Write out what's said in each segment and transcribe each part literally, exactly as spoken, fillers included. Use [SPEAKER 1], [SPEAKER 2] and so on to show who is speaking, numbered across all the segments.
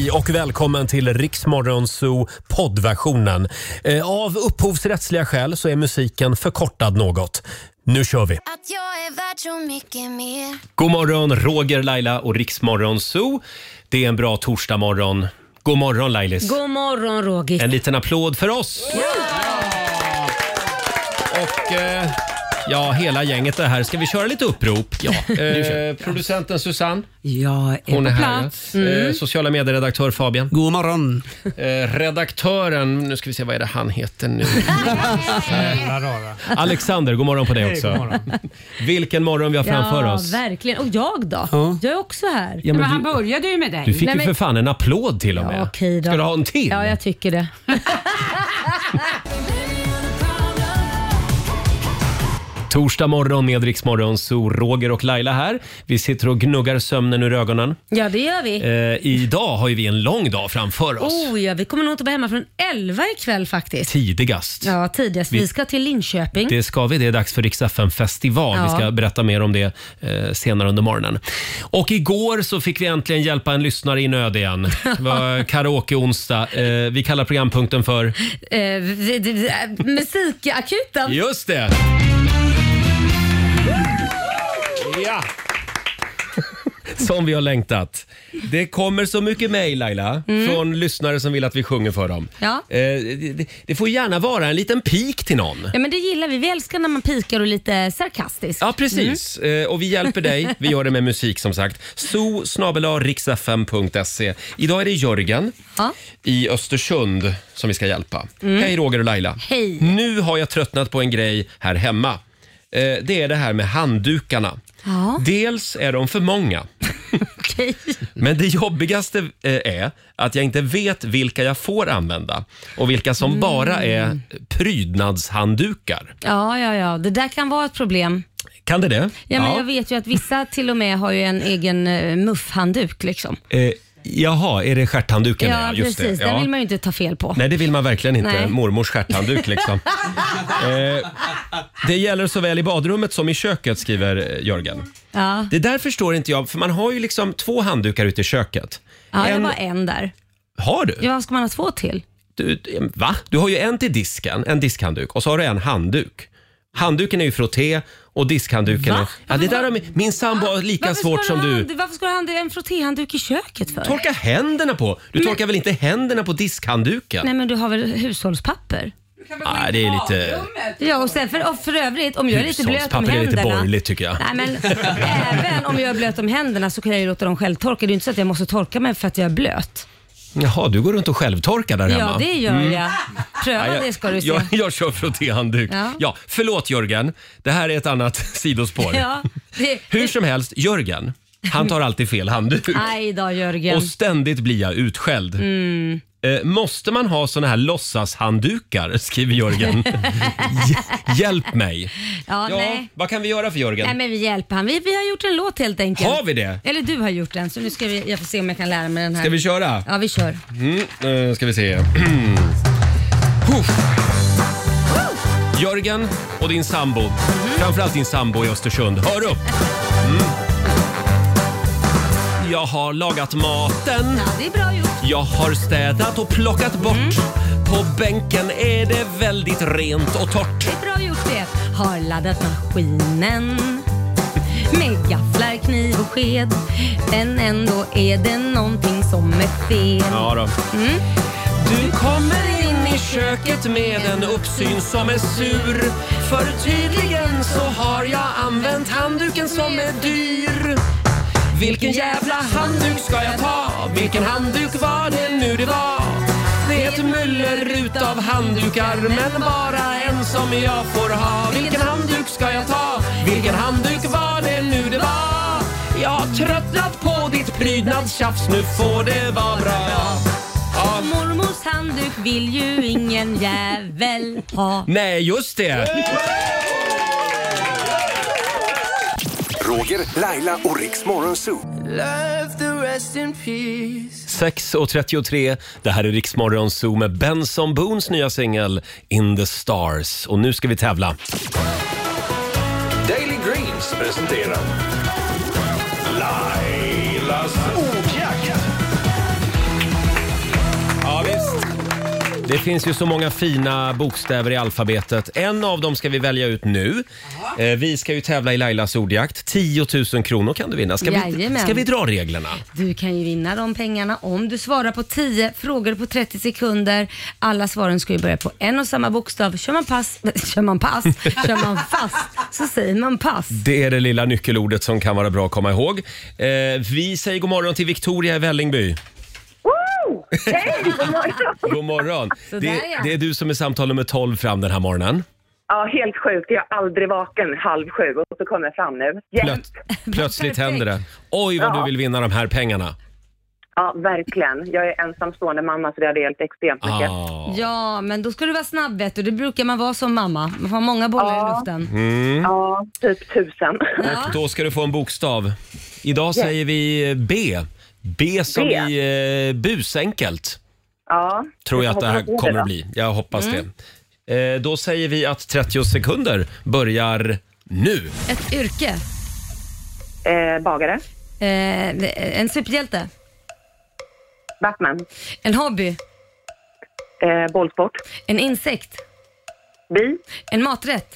[SPEAKER 1] Hej och välkommen till Riksmorgon Zoo poddversionen. Eh, av upphovsrättsliga skäl så är musiken förkortad något. Nu kör vi.
[SPEAKER 2] Att jag är värd så mycket mer.
[SPEAKER 1] God morgon, Roger, Laila och Riksmorgon Zoo. Det är en bra torsdagmorgon. God morgon, Lailis.
[SPEAKER 3] God morgon, Roger.
[SPEAKER 1] En liten applåd för oss. Ja! Och... Eh, Ja, hela gänget är här. Ska vi köra lite upprop? Ja. Eh, producenten Susanne.
[SPEAKER 3] Jag är
[SPEAKER 1] Hon är
[SPEAKER 3] på
[SPEAKER 1] här.
[SPEAKER 3] plats.
[SPEAKER 1] Mm. Eh, sociala medieredaktör Fabian.
[SPEAKER 4] God morgon.
[SPEAKER 1] Eh, redaktören, nu ska vi se vad är det han heter nu. Alexander, god morgon på dig också.
[SPEAKER 5] Hej, god morgon.
[SPEAKER 1] Vilken morgon vi har framför
[SPEAKER 3] ja,
[SPEAKER 1] oss.
[SPEAKER 3] verkligen. Och jag då?
[SPEAKER 4] Ja.
[SPEAKER 3] Jag är också här.
[SPEAKER 1] Ja, men
[SPEAKER 5] Men han
[SPEAKER 1] du,
[SPEAKER 5] började ju med dig.
[SPEAKER 1] du fick
[SPEAKER 3] Nej,
[SPEAKER 1] ju
[SPEAKER 3] men-
[SPEAKER 1] för fan en applåd till och med.
[SPEAKER 3] Ja, okej då.
[SPEAKER 1] Ska du ha en till?
[SPEAKER 3] Ja, jag tycker det.
[SPEAKER 1] Torsdag morgon med Riksmorgon, så Roger och Laila här. Vi sitter och gnuggar sömnen ur ögonen.
[SPEAKER 3] Ja, det gör vi.
[SPEAKER 1] Eh, idag har ju vi en lång dag framför oss.
[SPEAKER 3] Oh ja, vi kommer nog inte vara hemma från elva ikväll faktiskt.
[SPEAKER 1] Tidigast.
[SPEAKER 3] Ja, tidigast. Vi,
[SPEAKER 1] Vi-
[SPEAKER 3] ska till Linköping.
[SPEAKER 1] Det ska vi, det är dags för Rix F M festival.
[SPEAKER 3] Ja.
[SPEAKER 1] Vi ska berätta mer om det eh, senare under morgonen. Och igår så fick vi äntligen hjälpa en lyssnare i nöd igen. Det var karaoke onsdag. Eh, vi kallar programpunkten för...
[SPEAKER 3] Eh, v- v- v- musikakuten.
[SPEAKER 1] Just det! Ja! Som vi har längtat. Det kommer så mycket mejl, Laila, från lyssnare som vill att vi sjunger för dem.
[SPEAKER 3] Ja.
[SPEAKER 1] Eh, det, det- det får gärna vara en liten pik till någon.
[SPEAKER 3] Ja, men det gillar vi. Vi älskar när man pikar och lite sarkastiskt.
[SPEAKER 1] Ja, precis. Eh, och vi hjälper dig. Vi gör det med musik som sagt. so snabel-a riksfm punkt se. Idag är det Jörgen
[SPEAKER 3] Ja.
[SPEAKER 1] i Östersund som vi ska hjälpa. Hej Roger och Laila.
[SPEAKER 3] Hej.
[SPEAKER 1] Nu har jag tröttnat på en grej här hemma. Eh, det är det här med handdukarna.
[SPEAKER 3] Ja.
[SPEAKER 1] Dels är de för många.
[SPEAKER 3] Okej.
[SPEAKER 1] Men det jobbigaste eh, är att jag inte vet vilka jag får använda och vilka som
[SPEAKER 3] Mm.
[SPEAKER 1] bara är prydnadshanddukar.
[SPEAKER 3] Ja, ja, ja. Det där kan vara ett problem.
[SPEAKER 1] Kan det det?
[SPEAKER 3] Ja, men jag vet ju att vissa till och med har ju en egen uh, muffhandduk liksom.
[SPEAKER 1] Eh, jaha, är det stjärthandduken?
[SPEAKER 3] Ja,
[SPEAKER 1] Just
[SPEAKER 3] precis.
[SPEAKER 1] det.
[SPEAKER 3] Den
[SPEAKER 1] Ja.
[SPEAKER 3] vill man ju inte ta fel på.
[SPEAKER 1] Nej, det vill man verkligen inte.
[SPEAKER 3] Nej.
[SPEAKER 1] Mormors stjärthandduk liksom. eh, det gäller såväl i badrummet som i köket, skriver eh, Jörgen.
[SPEAKER 3] Ja,
[SPEAKER 1] Det där förstår inte jag, för man har ju liksom två handdukar ute i köket.
[SPEAKER 3] ja det
[SPEAKER 1] En-
[SPEAKER 3] var en där.
[SPEAKER 1] Har du?
[SPEAKER 3] Ja, vad ska man ha två till?
[SPEAKER 1] du? Va? Du har ju en till disken, en diskhandduk, och så har du en handduk. Handduken är ju frotté och diskhandduken
[SPEAKER 3] Va?
[SPEAKER 1] är... Ja, det där har min, min sambo har lika
[SPEAKER 3] Varför
[SPEAKER 1] svårt
[SPEAKER 3] ska
[SPEAKER 1] som
[SPEAKER 3] ha
[SPEAKER 1] du.
[SPEAKER 3] hand- Varför ska du ha en frottéhandduk i köket för?
[SPEAKER 1] Torka händerna på. Du torkar väl inte händerna på diskhandduken?
[SPEAKER 3] Nej, men du har väl hushållspapper?
[SPEAKER 1] Nej, det är lite...
[SPEAKER 3] Ja, och sen för, och för övrigt, om jag är lite blöt om
[SPEAKER 1] Hushållspapper är lite
[SPEAKER 3] händerna.
[SPEAKER 1] borgerligt tycker jag.
[SPEAKER 3] Nej, men även om jag är blöt om händerna så kan jag ju låta dem självtorka. Det är ju inte så att jag måste torka mig för att jag är blöt.
[SPEAKER 1] Jaha, du går runt och självtorkar där hemma.
[SPEAKER 3] Ja, det gör jag. Pröva
[SPEAKER 1] Ja, jag,
[SPEAKER 3] det ska du se.
[SPEAKER 1] jag, jag kör frottéhandduk. Ja.
[SPEAKER 3] Ja.
[SPEAKER 1] förlåt Jörgen. Det här är ett annat sidospår.
[SPEAKER 3] Ja, det,
[SPEAKER 1] Hur som helst, Jörgen, han tar alltid fel handduk.
[SPEAKER 3] Aj då, Jörgen.
[SPEAKER 1] Och ständigt blir jag utskälld.
[SPEAKER 3] Mm.
[SPEAKER 1] Eh, måste man ha såna här låtsashanddukar, skriver Jörgen. Hj- Hjälp mig.
[SPEAKER 3] Ja,
[SPEAKER 1] Ja,
[SPEAKER 3] nej.
[SPEAKER 1] vad kan vi göra för Jörgen?
[SPEAKER 3] Nej, men vi hjälper han. Vi, vi har gjort en låt helt enkelt.
[SPEAKER 1] Har vi det?
[SPEAKER 3] Eller du har gjort den, så nu ska vi, jag får se om jag kan lära mig den här.
[SPEAKER 1] Ska vi köra?
[SPEAKER 3] Ja, vi kör.
[SPEAKER 1] Mm, eh, ska vi se. Huff. Jörgen och din sambo, framförallt din sambo i Östersund, hör upp. Mm. Jag har lagat maten,
[SPEAKER 3] Ja, det är bra gjort.
[SPEAKER 1] jag har städat och plockat bort. På bänken är det väldigt rent och torrt.
[SPEAKER 3] Det är bra gjort det. Har laddat maskinen med gafflar, kniv och sked. Men ändå är det någonting som är fel.
[SPEAKER 1] Ja då. Du kommer in i köket med en uppsyn som är sur. För tydligen så har jag använt handduken som är dyr. Vilken jävla handduk ska jag ta? Vilken handduk var det nu det var? Det är ett myller utav handdukar, men bara en som jag får ha. Vilken handduk ska jag ta? Vilken handduk var det nu det var? Jag har tröttnat på ditt prydnadstjafs, nu får det vara bra. Ja.
[SPEAKER 3] Mormors handduk vill ju ingen jävel ha.
[SPEAKER 1] Nej, just det!
[SPEAKER 6] Roger, Laila och Riks Morgonzoo.
[SPEAKER 1] sex och trettiotre, det här är Riks Morgonzoo med Benson Boons nya singel In the Stars. Och nu ska vi tävla.
[SPEAKER 6] Daily Greens presenterar Lailas ordjakt.
[SPEAKER 1] Det finns ju så många fina bokstäver i alfabetet. En av dem ska vi välja ut nu. Eh, vi ska ju tävla i Lailas ordjakt. tio tusen kronor kan du vinna. Ska vi,
[SPEAKER 3] Jajamän.
[SPEAKER 1] ska vi dra reglerna?
[SPEAKER 3] Du kan ju vinna de pengarna om du svarar på tio frågor på trettio sekunder. Alla svaren ska ju börja på en och samma bokstav. Kör man pass, kör man pass, kör man fast så säger man pass.
[SPEAKER 1] Det är det lilla nyckelordet som kan vara bra att komma ihåg. Eh, vi säger god morgon till Victoria i Vällingby.
[SPEAKER 4] Hej, god morgon.
[SPEAKER 1] God morgon.
[SPEAKER 3] Sådär,
[SPEAKER 1] Det,
[SPEAKER 3] ja.
[SPEAKER 1] det är du som är samtal nummer tolv fram den här morgonen.
[SPEAKER 4] Ja, helt sjukt. Jag är aldrig vaken halv sju och så kommer jag fram nu. Jämt.
[SPEAKER 1] Plöt, plötsligt händer det. Oj, vad
[SPEAKER 4] Ja.
[SPEAKER 1] du vill vinna de här pengarna.
[SPEAKER 4] Ja, verkligen. Jag är ensamstående mamma så det hade hjälpt extremt mycket.
[SPEAKER 1] Ah.
[SPEAKER 3] Ja, men då ska du vara snabb vet du. Det brukar man vara som mamma. Man får ha många bollar
[SPEAKER 4] Ja.
[SPEAKER 3] i luften.
[SPEAKER 1] Mm.
[SPEAKER 4] Ja, typ tusen.
[SPEAKER 3] Ja.
[SPEAKER 1] Då ska du få en bokstav. Idag säger vi B. B som
[SPEAKER 4] B.
[SPEAKER 1] i eh, busenkelt.
[SPEAKER 4] Ja.
[SPEAKER 1] Tror jag att det här
[SPEAKER 4] hoppas
[SPEAKER 1] kommer
[SPEAKER 4] då.
[SPEAKER 1] att bli. Jag hoppas det. Eh, då säger vi att trettio sekunder börjar nu.
[SPEAKER 3] Ett yrke.
[SPEAKER 4] Eh, bagare.
[SPEAKER 3] Eh, en superhjälte.
[SPEAKER 4] Batman.
[SPEAKER 3] En hobby.
[SPEAKER 4] Eh, bollsport.
[SPEAKER 3] En insekt.
[SPEAKER 4] Bi.
[SPEAKER 3] En maträtt.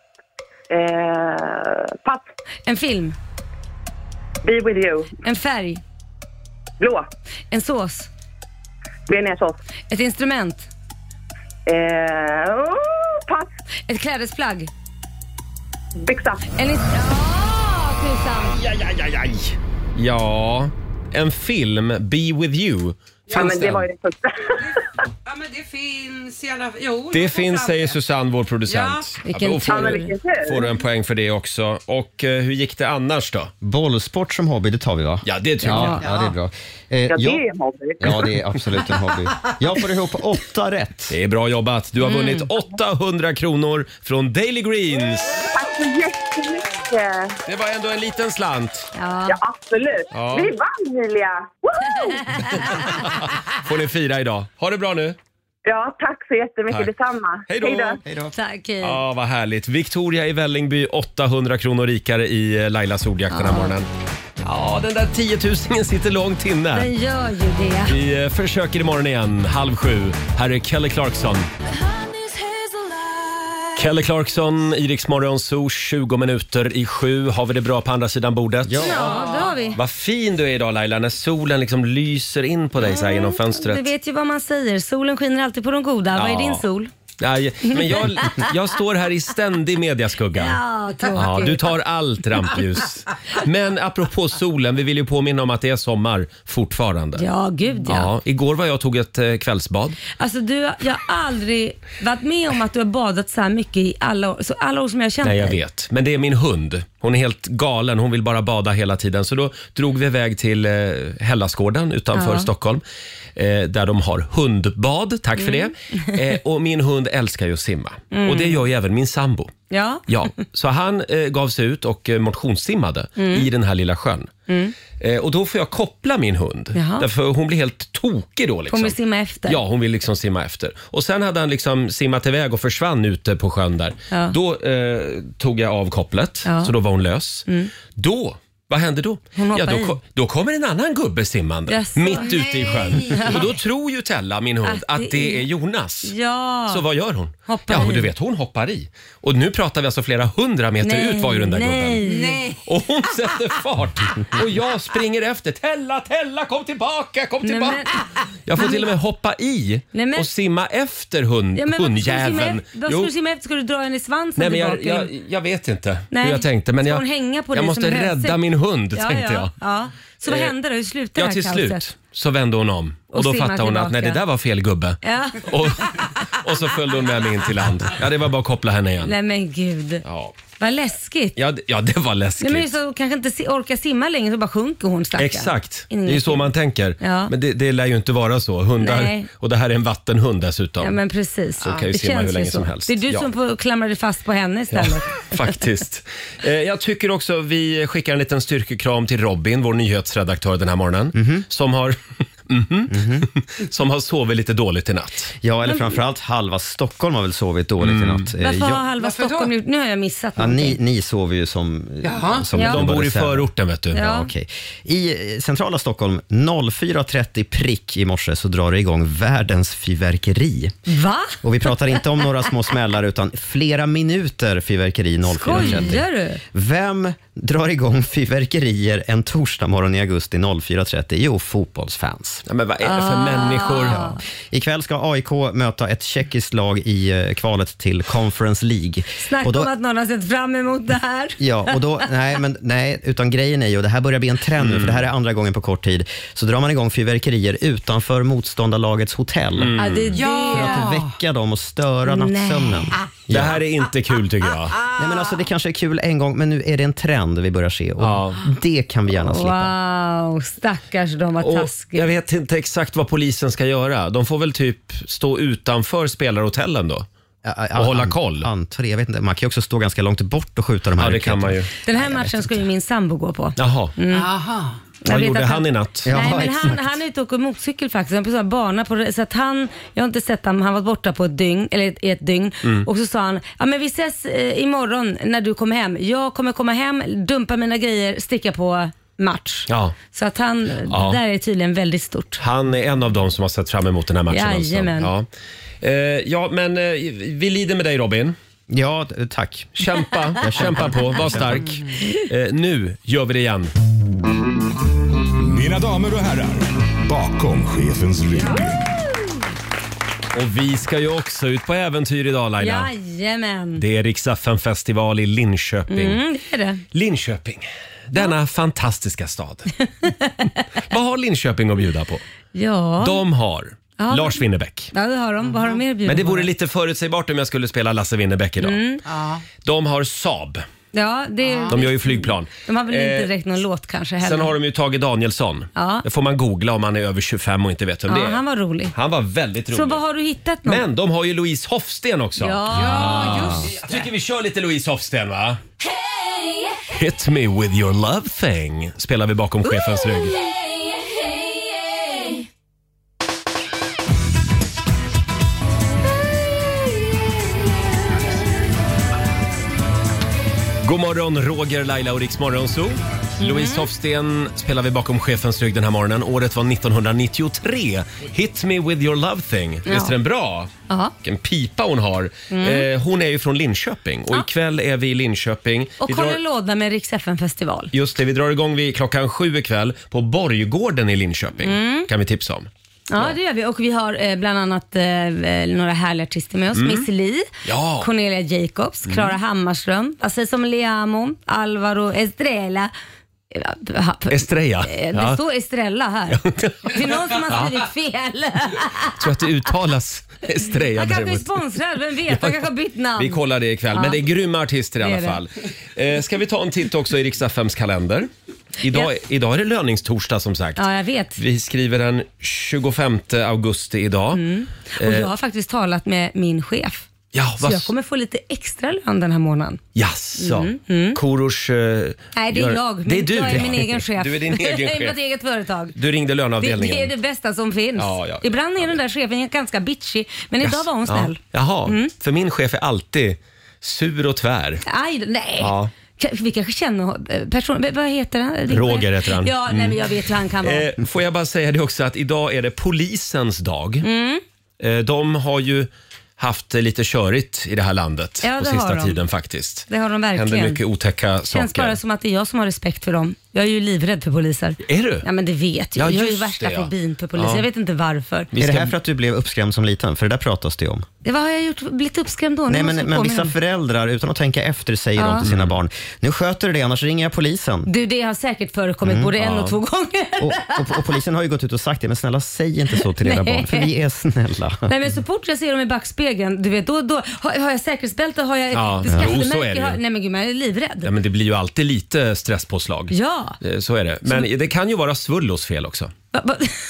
[SPEAKER 4] Eh, pass.
[SPEAKER 3] En film.
[SPEAKER 4] Be with you.
[SPEAKER 3] En färg.
[SPEAKER 4] Blå.
[SPEAKER 3] En sås.
[SPEAKER 4] Bearnaisesås.
[SPEAKER 3] Ett instrument.
[SPEAKER 4] Eh, oh, pass.
[SPEAKER 3] Ett klädesplagg.
[SPEAKER 4] Byxa.
[SPEAKER 3] En ins- Ja, tusan.
[SPEAKER 1] Aj, aj, aj, aj. Ja, en film, Be with you.
[SPEAKER 4] Ja,
[SPEAKER 1] Finns
[SPEAKER 4] men det
[SPEAKER 1] den?
[SPEAKER 4] var ju det första.
[SPEAKER 5] Ja, men det finns i alla... Jo,
[SPEAKER 1] Det
[SPEAKER 5] jag får
[SPEAKER 1] finns,
[SPEAKER 5] fram
[SPEAKER 1] säger
[SPEAKER 5] det.
[SPEAKER 1] Susanne, vår producent.
[SPEAKER 5] Ja.
[SPEAKER 3] Vilken
[SPEAKER 1] då får,
[SPEAKER 4] Ja, men
[SPEAKER 1] du,
[SPEAKER 4] vilken tur.
[SPEAKER 1] får du en poäng för det också. Och eh, hur gick det annars då?
[SPEAKER 7] Bollsport som hobby, det tar vi va?
[SPEAKER 1] Ja, det tycker
[SPEAKER 7] Ja,
[SPEAKER 1] jag.
[SPEAKER 7] ja det är bra. Eh,
[SPEAKER 4] Ja, det
[SPEAKER 7] jag-
[SPEAKER 4] är en hobby.
[SPEAKER 7] Ja, det är absolut en hobby. Jag får ihop åtta rätt.
[SPEAKER 1] Det är bra jobbat. Du har
[SPEAKER 3] Mm.
[SPEAKER 1] vunnit åttahundra kronor från Daily Greens.
[SPEAKER 4] Tack så jättemycket.
[SPEAKER 1] Det var ändå en liten slant.
[SPEAKER 3] Ja.
[SPEAKER 4] Ja, absolut.
[SPEAKER 1] Ja.
[SPEAKER 4] Vi vann, Emilia. Woho!
[SPEAKER 1] Får ni fira idag. Ha det bra nu.
[SPEAKER 4] Ja, tack så jättemycket.
[SPEAKER 1] Tack.
[SPEAKER 4] Detsamma.
[SPEAKER 1] Hej då.
[SPEAKER 7] Hej då.
[SPEAKER 3] Tack.
[SPEAKER 1] Ja, vad härligt. Victoria i Vällingby, åttahundra kronor rikare i eh, Lailas ordjakt den här morgonen. Ja, den där tiotusingen sitter långt inne.
[SPEAKER 3] Den gör ju det.
[SPEAKER 1] Vi eh, försöker imorgon igen, halv sju. Här är Kelly Clarkson. Kelly Clarkson, i Rix Morgon Zoo, tjugo minuter i sju. Har vi det bra på andra sidan bordet?
[SPEAKER 3] Ja, det har vi.
[SPEAKER 1] Vad fin du är idag Laila, när solen liksom lyser in på dig så här genom fönstret.
[SPEAKER 3] Du vet ju vad man säger. Solen skiner alltid på de goda. Vad är
[SPEAKER 1] Ja.
[SPEAKER 3] din sol?
[SPEAKER 1] Nej, men jag, jag står här i ständig mediaskugga.
[SPEAKER 3] Ja, tråkigt.
[SPEAKER 1] Ja, du tar allt rampljus. Men apropå solen, vi vill ju påminna om att det är sommar fortfarande.
[SPEAKER 3] Ja, gud ja.
[SPEAKER 1] Ja, igår var jag och tog ett eh, kvällsbad.
[SPEAKER 3] Alltså du, jag har aldrig varit med om att du har badat så här mycket i alla år, så alla år som jag har känt
[SPEAKER 1] Nej, jag
[SPEAKER 3] dig.
[SPEAKER 1] vet. Men det är min hund. Hon är helt galen. Hon vill bara bada hela tiden. Så då drog vi iväg till eh, Hellasgården utanför
[SPEAKER 3] Ja.
[SPEAKER 1] Stockholm. Eh, där de har hundbad. Tack för
[SPEAKER 3] Mm.
[SPEAKER 1] det. Eh, och min hund älskar ju att simma. Och det gör ju även min sambo.
[SPEAKER 3] Ja.
[SPEAKER 1] Ja, så han eh, gav sig ut och eh, motionssimmade
[SPEAKER 3] Mm.
[SPEAKER 1] i den här lilla sjön. Eh, och då får jag koppla min hund.
[SPEAKER 3] Jaha.
[SPEAKER 1] Därför hon blir helt tokig då. Liksom.
[SPEAKER 3] Hon vill simma efter.
[SPEAKER 1] Ja, hon vill liksom simma efter. Och sen hade han liksom simmat iväg och försvann ute på sjön där.
[SPEAKER 3] Ja.
[SPEAKER 1] Då eh, tog jag av kopplet,
[SPEAKER 3] Ja.
[SPEAKER 1] så då var hon lös. Då, vad hände då?
[SPEAKER 3] Hon
[SPEAKER 1] Ja,
[SPEAKER 3] hoppade
[SPEAKER 1] då,
[SPEAKER 3] i.
[SPEAKER 1] ko- då kommer en annan gubbe simmande
[SPEAKER 3] Jaså?
[SPEAKER 1] mitt ute i sjön. Och då tror ju Tella, min hund,
[SPEAKER 3] Att
[SPEAKER 1] att
[SPEAKER 3] det
[SPEAKER 1] det
[SPEAKER 3] är-
[SPEAKER 1] är Jonas.
[SPEAKER 3] Ja.
[SPEAKER 1] Så vad gör hon?
[SPEAKER 3] Hoppar
[SPEAKER 1] ja, och
[SPEAKER 3] i.
[SPEAKER 1] du vet, hon hoppar i. Och nu pratar vi alltså flera hundra meter
[SPEAKER 3] Nej,
[SPEAKER 1] ut var ju den där
[SPEAKER 3] nej.
[SPEAKER 1] gubben.
[SPEAKER 5] Nej.
[SPEAKER 1] Och hon sätter fart. Och jag springer efter. Tella, Tella, kom tillbaka, kom
[SPEAKER 3] Nej,
[SPEAKER 1] tillbaka.
[SPEAKER 3] men-
[SPEAKER 1] Jag får till och med hoppa i
[SPEAKER 3] Nej, men-
[SPEAKER 1] och simma efter hund,
[SPEAKER 3] Ja, men vad ska du simma
[SPEAKER 1] hundjäveln.
[SPEAKER 3] efter? Vad ska du simma efter? Ska du dra henne i svansen
[SPEAKER 1] Nej, men jag,
[SPEAKER 3] tillbaka?
[SPEAKER 1] jag, jag vet inte
[SPEAKER 3] Nej.
[SPEAKER 1] hur jag tänkte. Men
[SPEAKER 3] Ska
[SPEAKER 1] jag,
[SPEAKER 3] hon hänga på
[SPEAKER 1] jag
[SPEAKER 3] dig
[SPEAKER 1] måste
[SPEAKER 3] som en
[SPEAKER 1] rädda
[SPEAKER 3] höse?
[SPEAKER 1] min hund,
[SPEAKER 3] ja,
[SPEAKER 1] tänkte
[SPEAKER 3] ja,
[SPEAKER 1] jag.
[SPEAKER 3] Ja. Så vad
[SPEAKER 1] Eh,
[SPEAKER 3] hände då? Hur slutade
[SPEAKER 1] Ja,
[SPEAKER 3] det
[SPEAKER 1] till
[SPEAKER 3] här
[SPEAKER 1] slut
[SPEAKER 3] kaoset?
[SPEAKER 1] så vände hon om. Och,
[SPEAKER 3] Och
[SPEAKER 1] då
[SPEAKER 3] simmade
[SPEAKER 1] fattade hon att nej, det
[SPEAKER 3] tillbaka.
[SPEAKER 1] där var fel gubbe.
[SPEAKER 3] Ja.
[SPEAKER 1] Och, och så följde hon med mig in till land. Ja, det var bara att koppla henne igen.
[SPEAKER 3] Nej men gud.
[SPEAKER 1] Ja,
[SPEAKER 3] Vad läskigt.
[SPEAKER 1] ja, det- ja det var
[SPEAKER 3] Nej,
[SPEAKER 1] läskigt.
[SPEAKER 3] men så kanske inte si- orkar simma längre så bara sjunker hon stackaren.
[SPEAKER 1] Exakt,
[SPEAKER 3] In i
[SPEAKER 1] det är ju så
[SPEAKER 3] näcken.
[SPEAKER 1] man tänker.
[SPEAKER 3] Ja.
[SPEAKER 1] Men det, det lär ju inte vara så. Hundar,
[SPEAKER 3] Nej.
[SPEAKER 1] och det här är en vattenhund dessutom.
[SPEAKER 3] Ja men precis.
[SPEAKER 1] Så kan ju
[SPEAKER 3] det
[SPEAKER 1] simma hur
[SPEAKER 3] känns
[SPEAKER 1] länge
[SPEAKER 3] ju
[SPEAKER 1] som
[SPEAKER 3] så.
[SPEAKER 1] helst.
[SPEAKER 3] Det är du
[SPEAKER 1] Ja.
[SPEAKER 3] som får klamra dig fast på henne istället.
[SPEAKER 1] Faktiskt. Eh, jag tycker också vi skickar en liten styrkekram till Robin, vår nyhetsredaktör den här morgonen. Som har Mhm. Mm-hmm. Som har sovit lite dåligt i natt.
[SPEAKER 7] Ja, eller framförallt halva Stockholm har väl sovit dåligt
[SPEAKER 1] Mm.
[SPEAKER 7] i natt. Eh,
[SPEAKER 3] Varför har
[SPEAKER 7] jag-
[SPEAKER 3] halva
[SPEAKER 5] Varför då?
[SPEAKER 3] Stockholm gjort? Nu har jag missat
[SPEAKER 7] Ja,
[SPEAKER 3] någonting.
[SPEAKER 7] ni, ni sover ju som...
[SPEAKER 5] Jaha.
[SPEAKER 7] som
[SPEAKER 3] Ja.
[SPEAKER 1] De bor i
[SPEAKER 7] säga.
[SPEAKER 1] förorten, vet du.
[SPEAKER 3] Ja.
[SPEAKER 7] Ja, okej. I eh, centrala Stockholm, fyra trettio prick i morse, så drar det igång världens fyrverkeri.
[SPEAKER 3] Va?
[SPEAKER 7] Och vi pratar inte om några små smällar, utan flera minuter fyrverkeri fyra trettio.
[SPEAKER 3] Skojar du?
[SPEAKER 7] Vem drar igång fyrverkerier en torsdag morgon i augusti fyra trettio? Jo, fotbollsfans.
[SPEAKER 1] Ja, men vad är det för människor?
[SPEAKER 7] Ja. Ikväll ska A I K möta ett tjeckiskt lag i eh, kvalet till Conference League.
[SPEAKER 3] Snacka
[SPEAKER 7] Och då-
[SPEAKER 3] om att någon har sett fram emot det här.
[SPEAKER 7] Ja, och då, nej, men, nej, utan grejen är ju, och det här börjar bli en trend nu, för det här är andra gången på kort tid, så drar man igång fyrverkerier utanför motståndarlagets hotell.
[SPEAKER 3] Ja, det är
[SPEAKER 5] Ja.
[SPEAKER 7] För att väcka dem och störa nattsömnen.
[SPEAKER 1] Det här är inte kul, tycker jag.
[SPEAKER 7] Nej, men alltså, det kanske är kul en gång, men nu är det en trend vi börjar se, och
[SPEAKER 1] Ja.
[SPEAKER 7] det kan vi gärna slippa.
[SPEAKER 3] Wow, stackars de var
[SPEAKER 1] Och
[SPEAKER 3] taskiga.
[SPEAKER 1] jag vet inte exakt vad polisen ska göra. De får väl typ stå utanför spelarhotellen då?
[SPEAKER 7] Ja, ja,
[SPEAKER 1] Och hålla
[SPEAKER 7] an-
[SPEAKER 1] koll.
[SPEAKER 7] Antar det, jag vet inte. Man kan ju också stå ganska långt bort och skjuta de här.
[SPEAKER 1] Ja, det kan man ju.
[SPEAKER 3] Den här matchen ska ju min sambo gå på.
[SPEAKER 1] Jaha.
[SPEAKER 5] Aha.
[SPEAKER 3] Jag
[SPEAKER 1] Vad
[SPEAKER 3] vet
[SPEAKER 1] gjorde
[SPEAKER 3] att
[SPEAKER 1] han i natt?
[SPEAKER 7] Ja,
[SPEAKER 3] Nej, men han,
[SPEAKER 7] exakt.
[SPEAKER 3] han är ute och åker motorcykel faktiskt. Han är på sån här bana på, så att han, jag har inte sett honom, han var borta på ett dygn, eller ett, ett dygn.
[SPEAKER 1] Mm.
[SPEAKER 3] Och så sa han, ja men vi ses eh, imorgon när du kommer hem. Jag kommer komma hem, dumpa mina grejer, sticka på match.
[SPEAKER 1] Ja.
[SPEAKER 3] Så att han,
[SPEAKER 1] Ja.
[SPEAKER 3] där är tydligen väldigt stort.
[SPEAKER 1] Han är en av dem som har sett fram emot den här matchen.
[SPEAKER 3] Jajamän.
[SPEAKER 1] Alltså. Ja. Eh, ja, men eh, vi lider med dig, Robin.
[SPEAKER 7] Ja, t- tack.
[SPEAKER 1] Kämpa, kämpa på, var stark. Eh, nu gör vi det igen.
[SPEAKER 6] Mina damer och herrar, bakom chefens rygg.
[SPEAKER 1] Och vi ska ju också ut på äventyr idag, Laila.
[SPEAKER 3] Jajamän.
[SPEAKER 1] Det är Rix F M-festival i Linköping.
[SPEAKER 3] Mm, det är det.
[SPEAKER 1] Linköping, denna fantastiska stad. Vad har Linköping att bjuda på?
[SPEAKER 3] Ja.
[SPEAKER 1] De har
[SPEAKER 3] Ja.
[SPEAKER 1] Lars Winnerbäck.
[SPEAKER 3] Ja, det har de. Vad har de mer bjudit
[SPEAKER 1] Men det
[SPEAKER 3] på?
[SPEAKER 1] vore lite förutsägbart om jag skulle spela Lasse Winnerbäck idag.
[SPEAKER 5] Ja.
[SPEAKER 1] De har Saab.
[SPEAKER 3] Ja, det,
[SPEAKER 1] De gör ju flygplan.
[SPEAKER 3] de har väl inte
[SPEAKER 1] Eh,
[SPEAKER 3] direkt någon låt kanske heller.
[SPEAKER 1] Sen har de ju Tage Danielsson.
[SPEAKER 3] Ja.
[SPEAKER 1] Det får man googla om man är över tjugofem och inte vet vem
[SPEAKER 3] Ja,
[SPEAKER 1] det är.
[SPEAKER 3] han var rolig.
[SPEAKER 1] Han var väldigt rolig.
[SPEAKER 3] Så vad har du hittat något?
[SPEAKER 1] Men de har ju Louise Hofsten också.
[SPEAKER 3] Ja.
[SPEAKER 5] Just
[SPEAKER 1] Jag tycker vi kör lite Louise Hofsten, va? Hit me with your love thing spelar vi bakom chefens rygg. God morgon, Roger, Laila och Rix Morgonzoo. Louise Hofsten spelar vi bakom chefens rygg den här morgonen. Året var nittonhundranittiotre. Hit me with your love thing. Visst är den bra?
[SPEAKER 3] Ja.
[SPEAKER 1] Vilken pipa hon har. Eh, hon är ju från Linköping och ikväll är vi i Linköping.
[SPEAKER 3] Och
[SPEAKER 1] vi
[SPEAKER 3] håller
[SPEAKER 1] drar,
[SPEAKER 3] låda med Rix F M-festival.
[SPEAKER 1] just det, vi drar igång vid klockan sju ikväll på Borggården i Linköping. Kan vi tipsa om.
[SPEAKER 3] Ja, det gör vi. Och vi har eh, bland annat eh, några härliga artister med oss. Miss Li,
[SPEAKER 1] Ja.
[SPEAKER 3] Cornelia Jacobs, Klara Hammarström, vad sägs om Liamo, Alvaro Estrella. Eh, ha-
[SPEAKER 1] Estrella.
[SPEAKER 3] Eh, Det
[SPEAKER 1] Ja.
[SPEAKER 3] står Estrella här. Det är någon som har skrivit fel.
[SPEAKER 1] Jag tror att det uttalas Estrella
[SPEAKER 3] Han kanske är
[SPEAKER 1] däremot.
[SPEAKER 3] sponsrad, vem vet? Han kanske har bytt namn.
[SPEAKER 1] Vi kollar det ikväll.
[SPEAKER 3] Ja.
[SPEAKER 1] Men det är grymma artister i
[SPEAKER 3] Det är
[SPEAKER 1] alla
[SPEAKER 3] det.
[SPEAKER 1] fall. Eh, ska vi ta en titt också i Rix F M:s kalender? Idag,
[SPEAKER 3] Ja.
[SPEAKER 1] idag är det löningstorsdag som sagt.
[SPEAKER 3] Ja, jag vet.
[SPEAKER 1] Vi skriver den tjugofemte augusti idag.
[SPEAKER 3] Och jag har faktiskt talat med min chef.
[SPEAKER 1] Ja,
[SPEAKER 3] Så
[SPEAKER 1] vad...
[SPEAKER 3] jag kommer få lite extra lön den här månaden.
[SPEAKER 1] Jaså? Korosh... eh,
[SPEAKER 3] Nej, det är
[SPEAKER 1] gör-
[SPEAKER 3] jag.
[SPEAKER 1] Det är du.
[SPEAKER 3] Jag är min egen chef.
[SPEAKER 1] Du är din egen
[SPEAKER 3] Jag är
[SPEAKER 1] chef.
[SPEAKER 3] mitt eget företag.
[SPEAKER 1] Du ringde
[SPEAKER 3] Det,
[SPEAKER 1] löneavdelningen.
[SPEAKER 3] det är det bästa som finns.
[SPEAKER 1] Ja, ja.
[SPEAKER 3] Ibland är den där chefen ganska bitchy, men idag var hon snäll.
[SPEAKER 1] Ja. Jaha, för min chef är alltid sur och tvär.
[SPEAKER 3] Aj, nej.
[SPEAKER 1] Ja.
[SPEAKER 3] Ka- Vi kanske känner person, vad heter han? Din
[SPEAKER 1] Roger
[SPEAKER 3] chef?
[SPEAKER 1] heter han.
[SPEAKER 3] Ja, nej, men jag vet hur han kan vara.
[SPEAKER 1] Eh, får jag bara säga det också att idag är det polisens dag.
[SPEAKER 3] Mm.
[SPEAKER 1] Eh, de har ju haft det lite körigt i det här landet
[SPEAKER 3] Ja,
[SPEAKER 1] på
[SPEAKER 3] det
[SPEAKER 1] sista
[SPEAKER 3] har de.
[SPEAKER 1] tiden faktiskt.
[SPEAKER 3] Det har de verkligen.
[SPEAKER 1] Händer mycket otäcka
[SPEAKER 3] Det känns
[SPEAKER 1] saker.
[SPEAKER 3] bara som att det är jag som har respekt för dem. Jag är ju livrädd för poliser.
[SPEAKER 1] Är du?
[SPEAKER 3] Ja, men det vet jag.
[SPEAKER 1] Ja,
[SPEAKER 3] jag har ju
[SPEAKER 1] just
[SPEAKER 3] värsta
[SPEAKER 1] det, ja.
[SPEAKER 3] fobin för poliser.
[SPEAKER 1] Ja.
[SPEAKER 3] Jag vet inte varför.
[SPEAKER 1] Vi
[SPEAKER 7] Är
[SPEAKER 1] ska-
[SPEAKER 7] det här för att du blev uppskrämd som liten? För det där pratas det om.
[SPEAKER 3] Det, vad har jag gjort? Blivit uppskrämd då? Nu
[SPEAKER 7] Nej,
[SPEAKER 3] måste
[SPEAKER 7] men,
[SPEAKER 3] jag
[SPEAKER 7] men
[SPEAKER 3] påminna
[SPEAKER 7] vissa
[SPEAKER 3] mig.
[SPEAKER 7] föräldrar, utan att tänka efter, säger de till sina barn: nu sköter du det, annars ringer jag polisen.
[SPEAKER 3] Du, det har säkert förekommit både en och två gånger.
[SPEAKER 7] Och, och, och polisen har ju gått ut och sagt det, men snälla säg inte så till era
[SPEAKER 3] Nej.
[SPEAKER 7] barn, för vi är snälla.
[SPEAKER 3] Nej, men så fort jag ser dem i backspegeln, du vet, då, då har, har jag säkerhetsbälte, har jag
[SPEAKER 1] Ja,
[SPEAKER 3] ett
[SPEAKER 1] jo,
[SPEAKER 3] skattemärke,
[SPEAKER 1] så är det ju.
[SPEAKER 3] har, nej men gud, man är livrädd.
[SPEAKER 1] Ja, men det blir ju alltid lite stresspåslag.
[SPEAKER 3] Ja.
[SPEAKER 1] Eh, Så är det. Men det kan ju vara Svullos fel också.
[SPEAKER 3] Va, va,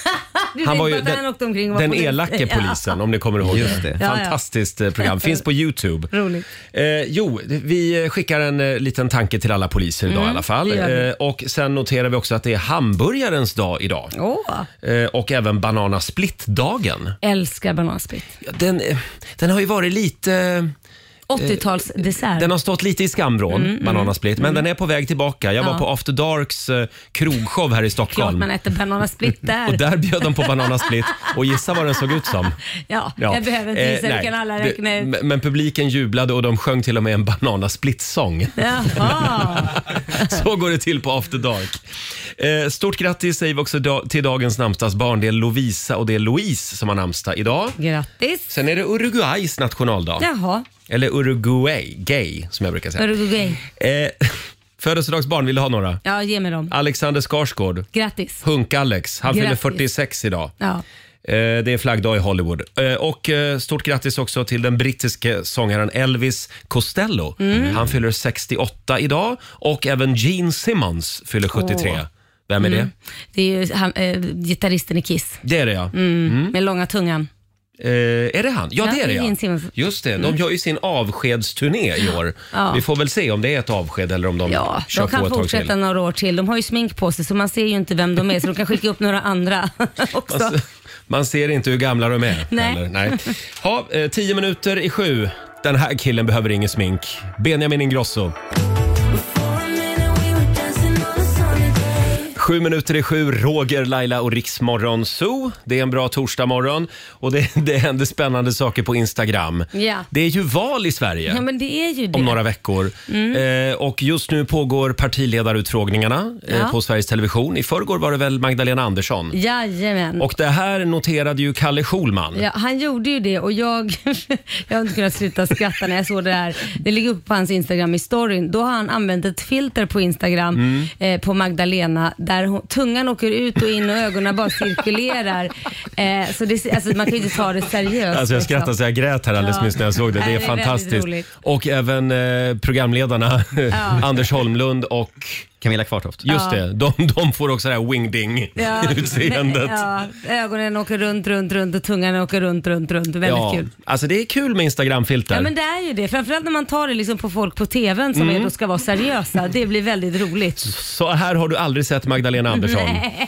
[SPEAKER 3] Du
[SPEAKER 1] Han var ju
[SPEAKER 3] tänkte på att han åkte omkring och var
[SPEAKER 1] den
[SPEAKER 3] polis.
[SPEAKER 1] elake polisen, om ni kommer ihåg
[SPEAKER 7] Just
[SPEAKER 1] det.
[SPEAKER 7] det.
[SPEAKER 3] Ja, ja.
[SPEAKER 1] Fantastiskt eh, program. Finns på YouTube.
[SPEAKER 3] Roligt.
[SPEAKER 1] Eh, jo, vi skickar en eh, liten tanke till alla poliser idag i alla fall.
[SPEAKER 3] det gör vi.
[SPEAKER 1] Eh, och sen noterar vi också att det är hamburgarens dag idag.
[SPEAKER 3] Åh,
[SPEAKER 1] Eh, och även bananasplitt-dagen.
[SPEAKER 3] älskar banansplit.
[SPEAKER 1] Ja, den, eh, den har ju varit lite...
[SPEAKER 3] åttiotalsdessert.
[SPEAKER 1] Den har stått lite i skamvrån,
[SPEAKER 3] Mm,
[SPEAKER 1] bananasplit, men den är på väg tillbaka. Jag var
[SPEAKER 3] Ja.
[SPEAKER 1] på After Darks eh, krogshow här i
[SPEAKER 3] Klart
[SPEAKER 1] Stockholm.
[SPEAKER 3] man äter bananasplit där.
[SPEAKER 1] Och där bjöd de på bananasplit och gissa vad den såg ut som.
[SPEAKER 3] Ja,
[SPEAKER 1] Ja.
[SPEAKER 3] jag behöver inte gissa,
[SPEAKER 1] Eh,
[SPEAKER 3] det
[SPEAKER 1] nej.
[SPEAKER 3] kan alla
[SPEAKER 1] Det-
[SPEAKER 3] räkna ut.
[SPEAKER 1] men- Men publiken jublade och de sjöng till och med en bananasplit-sång.
[SPEAKER 3] Jaha.
[SPEAKER 1] Så går det till på After Dark. Eh, stort grattis säger vi också da- till dagens namnsdagsbarn. Det är Lovisa och det är Louise som har namnsdag idag.
[SPEAKER 3] Grattis.
[SPEAKER 1] Sen är det Uruguays nationaldag.
[SPEAKER 3] Jaha,
[SPEAKER 1] Eller Uruguay, gay som jag brukar säga.
[SPEAKER 3] Uruguay.
[SPEAKER 1] Eh, födelsedagsbarn, vill du ha några?
[SPEAKER 3] Ja, ge mig dem.
[SPEAKER 1] Alexander Skarsgård,
[SPEAKER 3] Grattis.
[SPEAKER 1] Hunk-Alex. Han fyller
[SPEAKER 3] Grattis.
[SPEAKER 1] fyrtiosex idag.
[SPEAKER 3] Ja.
[SPEAKER 1] Eh, Det är flaggdag i Hollywood. Eh, Och eh, stort grattis också till den brittiske sångaren Elvis Costello.
[SPEAKER 3] Mm.
[SPEAKER 1] Han fyller sextioåtta idag. Och även Gene Simmons fyller sjuttiotre.
[SPEAKER 3] Åh.
[SPEAKER 1] Vem är det?
[SPEAKER 3] Det är ju han, äh, gitarristen i Kiss.
[SPEAKER 1] Det är det, ja.
[SPEAKER 3] Mm. Med långa tungan.
[SPEAKER 1] Eh, är det han? Ja,
[SPEAKER 3] Ja,
[SPEAKER 1] det är det,
[SPEAKER 3] det är
[SPEAKER 1] ja.
[SPEAKER 3] Gene Simmons.
[SPEAKER 1] Just det, de gör ju sin avskedsturné i år.
[SPEAKER 3] Ja.
[SPEAKER 1] Vi får väl se om det är ett avsked eller om de
[SPEAKER 3] Ja,
[SPEAKER 1] kör
[SPEAKER 3] de
[SPEAKER 1] på
[SPEAKER 3] kan
[SPEAKER 1] ett tag
[SPEAKER 3] fortsätta
[SPEAKER 1] till.
[SPEAKER 3] några år till. De har ju smink på sig så man ser ju inte vem de är så de kan skicka upp några andra också.
[SPEAKER 1] Man, se- man ser inte hur gamla de är.
[SPEAKER 3] Nej.
[SPEAKER 1] Eller? Nej. Ha, eh, tio minuter i sju. Den här killen behöver ingen smink. Benjamin Ingrosso. Sju minuter i sju, Roger, Laila och Riksmorgon Zoo. Det är en bra torsdagmorgon och det, det händer spännande saker på Instagram.
[SPEAKER 3] Ja.
[SPEAKER 1] Det är ju val i Sverige.
[SPEAKER 3] Ja, men det är ju det.
[SPEAKER 1] Om några veckor. Eh, och just nu pågår partiledarutfrågningarna eh,
[SPEAKER 3] Ja.
[SPEAKER 1] på Sveriges Television. I förrgår var det väl Magdalena Andersson.
[SPEAKER 3] Jajamän.
[SPEAKER 1] Och det här noterade ju Kalle Schulman.
[SPEAKER 3] Ja, han gjorde ju det och jag, jag har inte kunnat sluta skratta när jag såg det här. Det ligger uppe på hans Instagram i storyn. Då har han använt ett filter på Instagram
[SPEAKER 1] Mm.
[SPEAKER 3] eh, på Magdalena där hon, tungan åker ut och in och ögonen bara cirkulerar. Eh, så det, alltså, man kan ju inte ta det seriöst.
[SPEAKER 1] Alltså jag
[SPEAKER 3] liksom.
[SPEAKER 1] skrattade så jag grät här alldeles
[SPEAKER 3] Ja.
[SPEAKER 1] nyss när jag såg det. Det
[SPEAKER 3] Nej,
[SPEAKER 1] är
[SPEAKER 3] det är väldigt
[SPEAKER 1] fantastiskt.
[SPEAKER 3] roligt.
[SPEAKER 1] Och även eh, programledarna Anders Holmlund och
[SPEAKER 7] Camilla Kvartoft.
[SPEAKER 1] just
[SPEAKER 3] Ja.
[SPEAKER 1] det, de, de får också det här wingding-utseendet.
[SPEAKER 3] Ja, ögonen åker runt, runt, runt och tungan åker runt, runt, runt. Väldigt
[SPEAKER 1] Ja,
[SPEAKER 3] kul.
[SPEAKER 1] alltså det är kul med Instagram-filter.
[SPEAKER 3] Ja men det är ju det. Framförallt när man tar det liksom på folk på tvn som
[SPEAKER 1] Mm.
[SPEAKER 3] är, då ska vara seriösa. Det blir väldigt roligt.
[SPEAKER 1] Så här har du aldrig sett Magdalena Andersson.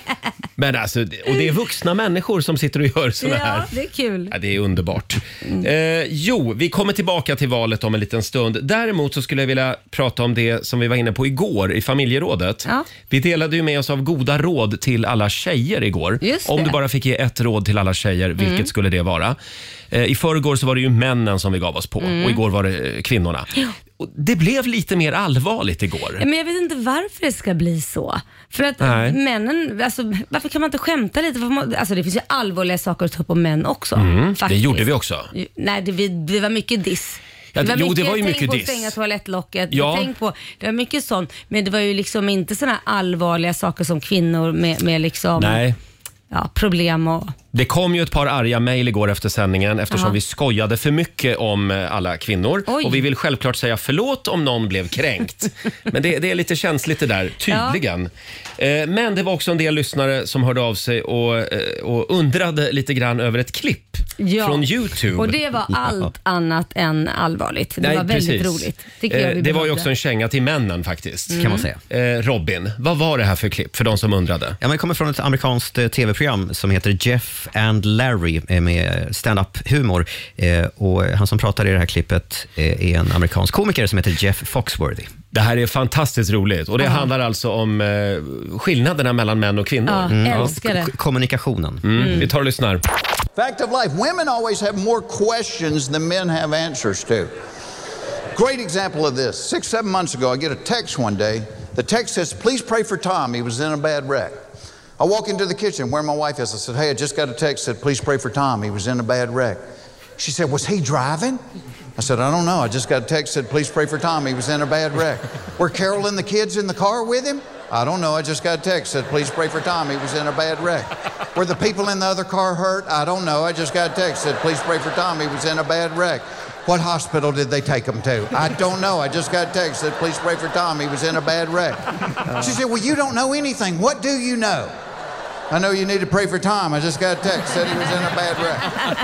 [SPEAKER 1] Men alltså, och det är vuxna människor som sitter och gör såna här.
[SPEAKER 3] Ja, det är kul.
[SPEAKER 1] Ja, det är underbart. Eh, jo, vi kommer tillbaka till valet om en liten stund. Däremot så skulle jag vilja prata om det som vi var inne på igår i familjerådet.
[SPEAKER 3] Ja.
[SPEAKER 1] Vi delade ju med oss av goda råd till alla tjejer igår.
[SPEAKER 3] Just
[SPEAKER 1] Om
[SPEAKER 3] det.
[SPEAKER 1] du bara fick ge ett råd till alla tjejer, vilket skulle det vara? Eh, I förrgår så var det ju männen som vi gav oss på och igår var det eh, kvinnorna. Och det blev lite mer allvarligt igår.
[SPEAKER 3] Men jag vet inte varför det ska bli så. För att
[SPEAKER 1] Nej.
[SPEAKER 3] männen, alltså, varför kan man inte skämta lite? Varför man- Alltså, det finns ju allvarliga saker att ta upp om män också.
[SPEAKER 1] Det
[SPEAKER 3] faktiskt.
[SPEAKER 1] gjorde vi också.
[SPEAKER 3] Nej, det, vi, det var mycket diss.
[SPEAKER 1] Ja, jo, det var ju
[SPEAKER 3] tänk
[SPEAKER 1] mycket
[SPEAKER 3] på
[SPEAKER 1] diss.
[SPEAKER 3] att stänga toalettlocket.
[SPEAKER 1] Ja.
[SPEAKER 3] Tänk på, det var mycket sånt. Men det var ju liksom inte såna allvarliga saker som kvinnor med, med liksom,
[SPEAKER 1] Nej.
[SPEAKER 3] ja, problem och...
[SPEAKER 1] Det kom ju ett par arga mejl igår efter sändningen eftersom
[SPEAKER 3] Aha.
[SPEAKER 1] vi skojade för mycket om eh, alla kvinnor.
[SPEAKER 3] Oj.
[SPEAKER 1] Och vi vill självklart säga förlåt om någon blev kränkt. Men det, det är lite känsligt det där, tydligen. Eh, men det var också en del lyssnare som hörde av sig och, eh, och undrade lite grann över ett klipp
[SPEAKER 3] Ja.
[SPEAKER 1] från YouTube.
[SPEAKER 3] Och det var allt annat än allvarligt. Det
[SPEAKER 1] Nej,
[SPEAKER 3] var väldigt
[SPEAKER 1] precis.
[SPEAKER 3] roligt. Tycker jag
[SPEAKER 1] Eh,
[SPEAKER 3] vi
[SPEAKER 1] det var ju
[SPEAKER 3] behövde.
[SPEAKER 1] också en känga till männen faktiskt.
[SPEAKER 7] Kan man säga.
[SPEAKER 1] Eh, Robin, vad var det här för klipp för de som undrade?
[SPEAKER 7] Ja, men det kommer från ett amerikanskt eh, tv-program som heter Jeff and Larry eh, med stand-up-humor. Eh, och han som pratar i det här klippet eh, är en amerikansk komiker som heter Jeff Foxworthy.
[SPEAKER 1] Det här är fantastiskt roligt och det handlar alltså om eh, skillnaderna mellan män och kvinnor.
[SPEAKER 3] Ja, älskar det.
[SPEAKER 7] K- kommunikationen.
[SPEAKER 1] Mm. Vi tar och lyssnar.
[SPEAKER 8] Fact of life, women always have more questions than men have answers to. Great example of this. Six, seven months ago, I get a text one day. The text says, please pray for Tom. He was in a bad wreck. I walk into the kitchen where my wife is. I said, hey, I just got a text that said, please pray for Tom. He was in a bad wreck. She said, was he driving? I said, I don't know. I just got a text that said, please pray for Tom. He was in a bad wreck. Were Carol and the kids in the car with him? I don't know. I just got a text that said, please pray for Tom. He was in a bad wreck. Were the people in the other car hurt? I don't know. I just got a text that said, please pray for Tom. He was in a bad wreck. What hospital did they take him to? I don't know. I just got a text that please pray for Tom. He was in a bad wreck. She said, well, you don't know anything. What do you know? I know you need to pray for Tom. I just got a text said he was in a bad wreck.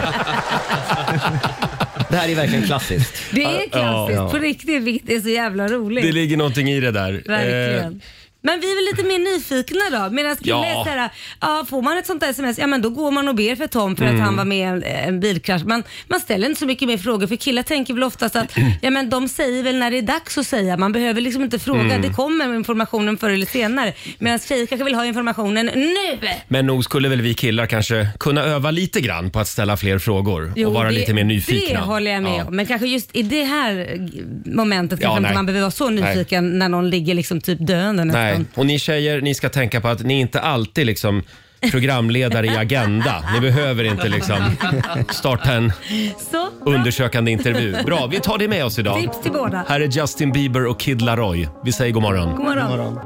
[SPEAKER 7] Det här är verkligen klassiskt.
[SPEAKER 3] Det är klassiskt,
[SPEAKER 7] Ja.
[SPEAKER 3] på riktigt, vilket är så jävla roligt.
[SPEAKER 1] Det ligger någonting i det där.
[SPEAKER 3] Verkligen.
[SPEAKER 1] Eh,
[SPEAKER 3] Men vi är väl lite mer nyfikna då. Medan killar
[SPEAKER 1] Ja.
[SPEAKER 3] är så här, ja, får man ett sånt där sms, ja men då går man och ber för Tom för att han var med i en, en bilkrasch. Man, man ställer inte så mycket mer frågor, för killar tänker väl oftast att ja men de säger väl när det är dags att säga. Man behöver liksom inte fråga, det kommer informationen förr eller senare. Medan tjejer kanske vill ha informationen nu.
[SPEAKER 1] Men nog skulle väl vi killar kanske kunna öva lite grann på att ställa fler frågor och vara
[SPEAKER 3] det,
[SPEAKER 1] lite mer nyfikna.
[SPEAKER 3] Det håller jag med
[SPEAKER 1] Ja.
[SPEAKER 3] om. Men kanske just i det här momentet
[SPEAKER 1] Ja,
[SPEAKER 3] kanske inte
[SPEAKER 1] nej.
[SPEAKER 3] man behöver vara så nyfiken när någon ligger liksom typ döende nästan.
[SPEAKER 1] Nej, och ni tjejer, ni ska tänka på att ni inte alltid liksom programledare i Agenda. Ni behöver inte liksom starta en
[SPEAKER 3] Så,
[SPEAKER 1] undersökande intervju. Bra, vi tar det med oss idag.
[SPEAKER 3] tips till båda.
[SPEAKER 1] Här är Justin Bieber och Kid Laroi. Vi säger god morgon.
[SPEAKER 3] God morgon.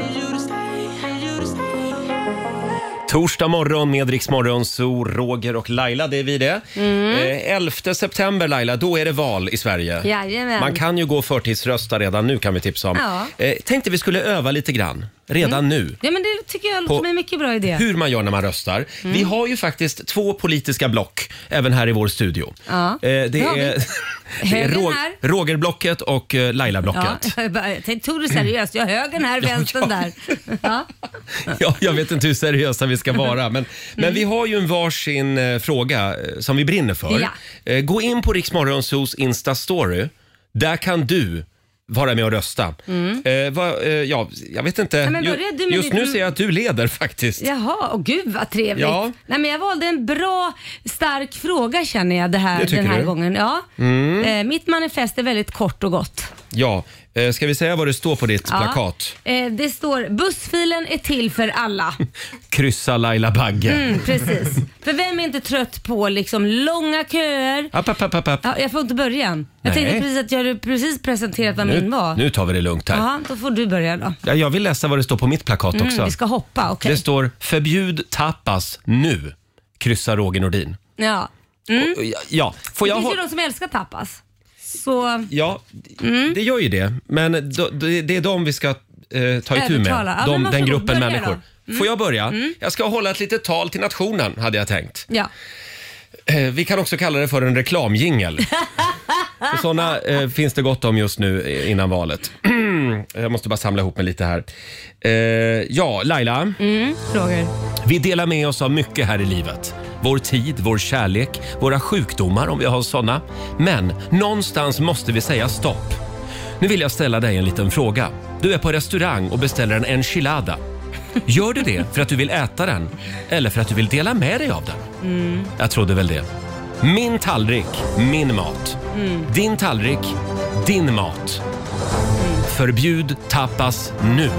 [SPEAKER 1] Torsdag morgon med Rix Morgon, så Roger och Laila, det är vi det.
[SPEAKER 3] Mm.
[SPEAKER 1] Eh, elfte september Laila, då är det val i Sverige.
[SPEAKER 3] Jajamän.
[SPEAKER 1] Man kan ju gå och förtidsrösta redan nu, kan vi tipsa om.
[SPEAKER 3] Ja.
[SPEAKER 1] Eh, tänkte vi skulle öva lite grann redan nu.
[SPEAKER 3] Ja men det tycker jag låter som en mycket bra idé.
[SPEAKER 1] Hur man gör när man röstar. Vi har ju faktiskt två politiska block även här i vår studio.
[SPEAKER 3] Ja.
[SPEAKER 1] Eh, det
[SPEAKER 3] Det har vi.
[SPEAKER 1] är, det är
[SPEAKER 3] Högern
[SPEAKER 1] Rog-
[SPEAKER 3] här.
[SPEAKER 1] Rogerblocket och eh,
[SPEAKER 3] Ja,
[SPEAKER 1] Laila-blocket.
[SPEAKER 3] jag bara- jag tänkte, tog du seriöst? Jag har högern här, vänstern
[SPEAKER 1] ja.
[SPEAKER 3] där. Ja.
[SPEAKER 1] Ja, jag vet inte hur seriösa vi ska vara, men, men vi har ju en varsin eh, fråga eh, som vi brinner för.
[SPEAKER 3] Ja.
[SPEAKER 1] Eh, gå in på Rix Morgonzoos Insta-story. Där kan du vara med och rösta. Eh, vad, eh, ja, jag vet inte.
[SPEAKER 3] Mm. men
[SPEAKER 1] Ju-
[SPEAKER 3] börja du med
[SPEAKER 1] Just
[SPEAKER 3] din-
[SPEAKER 1] nu ser jag att du leder faktiskt.
[SPEAKER 3] Jaha, och gud vad trevligt.
[SPEAKER 1] Ja.
[SPEAKER 3] Nej, men jag valde en bra, stark fråga känner jag det här,
[SPEAKER 1] Det tycker
[SPEAKER 3] den här
[SPEAKER 1] du?
[SPEAKER 3] gången. Ja. Eh, mitt manifest är väldigt kort och gott.
[SPEAKER 1] Ja, eh, ska vi säga vad det står på ditt
[SPEAKER 3] Ja.
[SPEAKER 1] plakat?
[SPEAKER 3] Eh, det står bussfilen är till för alla.
[SPEAKER 1] Kryssa Laila Bagge.
[SPEAKER 3] Mm, precis. För vem är inte trött på liksom långa köer?
[SPEAKER 1] App, app, app, app, app.
[SPEAKER 3] Ja, jag får inte börja än. Jag
[SPEAKER 1] Nej.
[SPEAKER 3] tänkte precis att jag hade precis presenterat vad min
[SPEAKER 1] Nu,
[SPEAKER 3] var.
[SPEAKER 1] nu tar vi det lugnt här.
[SPEAKER 3] Ja, då får du börja då.
[SPEAKER 1] Ja, jag vill läsa vad det står på mitt plakat också.
[SPEAKER 3] Mm, vi ska hoppa, okej.
[SPEAKER 1] Det står förbjud tapas nu. Kryssa Roger Nordin.
[SPEAKER 3] Ja. Mm.
[SPEAKER 1] Och, ja, ja, får
[SPEAKER 3] Det
[SPEAKER 1] jag
[SPEAKER 3] finns
[SPEAKER 1] ha...
[SPEAKER 3] ju de som älskar tapas. Så
[SPEAKER 1] Ja,
[SPEAKER 3] Mm.
[SPEAKER 1] det gör ju det. Men då, det det är de vi ska eh, ta itu med.
[SPEAKER 3] Övertala. Ja, men
[SPEAKER 1] De,
[SPEAKER 3] varsågod,
[SPEAKER 1] den gruppen
[SPEAKER 3] börja
[SPEAKER 1] människor.
[SPEAKER 3] då.
[SPEAKER 1] Får jag börja? Jag ska hålla ett litet tal till nationen, hade jag tänkt.
[SPEAKER 3] ja.
[SPEAKER 1] Eh, vi kan också kalla det för en reklamjingel. För såna eh, finns det gott om just nu eh, innan valet. Jag måste bara samla ihop mig lite här. Eh, ja, Laila.
[SPEAKER 3] Mm, Roger.
[SPEAKER 1] Vi delar med oss av mycket här i livet. Vår tid, vår kärlek, våra sjukdomar om vi har såna. Men någonstans måste vi säga stopp. Nu vill jag ställa dig en liten fråga. Du är på restaurang och beställer en enchilada. Gör du det för att du vill äta den eller för att du vill dela med dig av den?
[SPEAKER 3] Mm.
[SPEAKER 1] Jag trodde väl det. Min tallrik, min mat.
[SPEAKER 3] Mm.
[SPEAKER 1] Din tallrik, din mat. Förbjud tapas nu.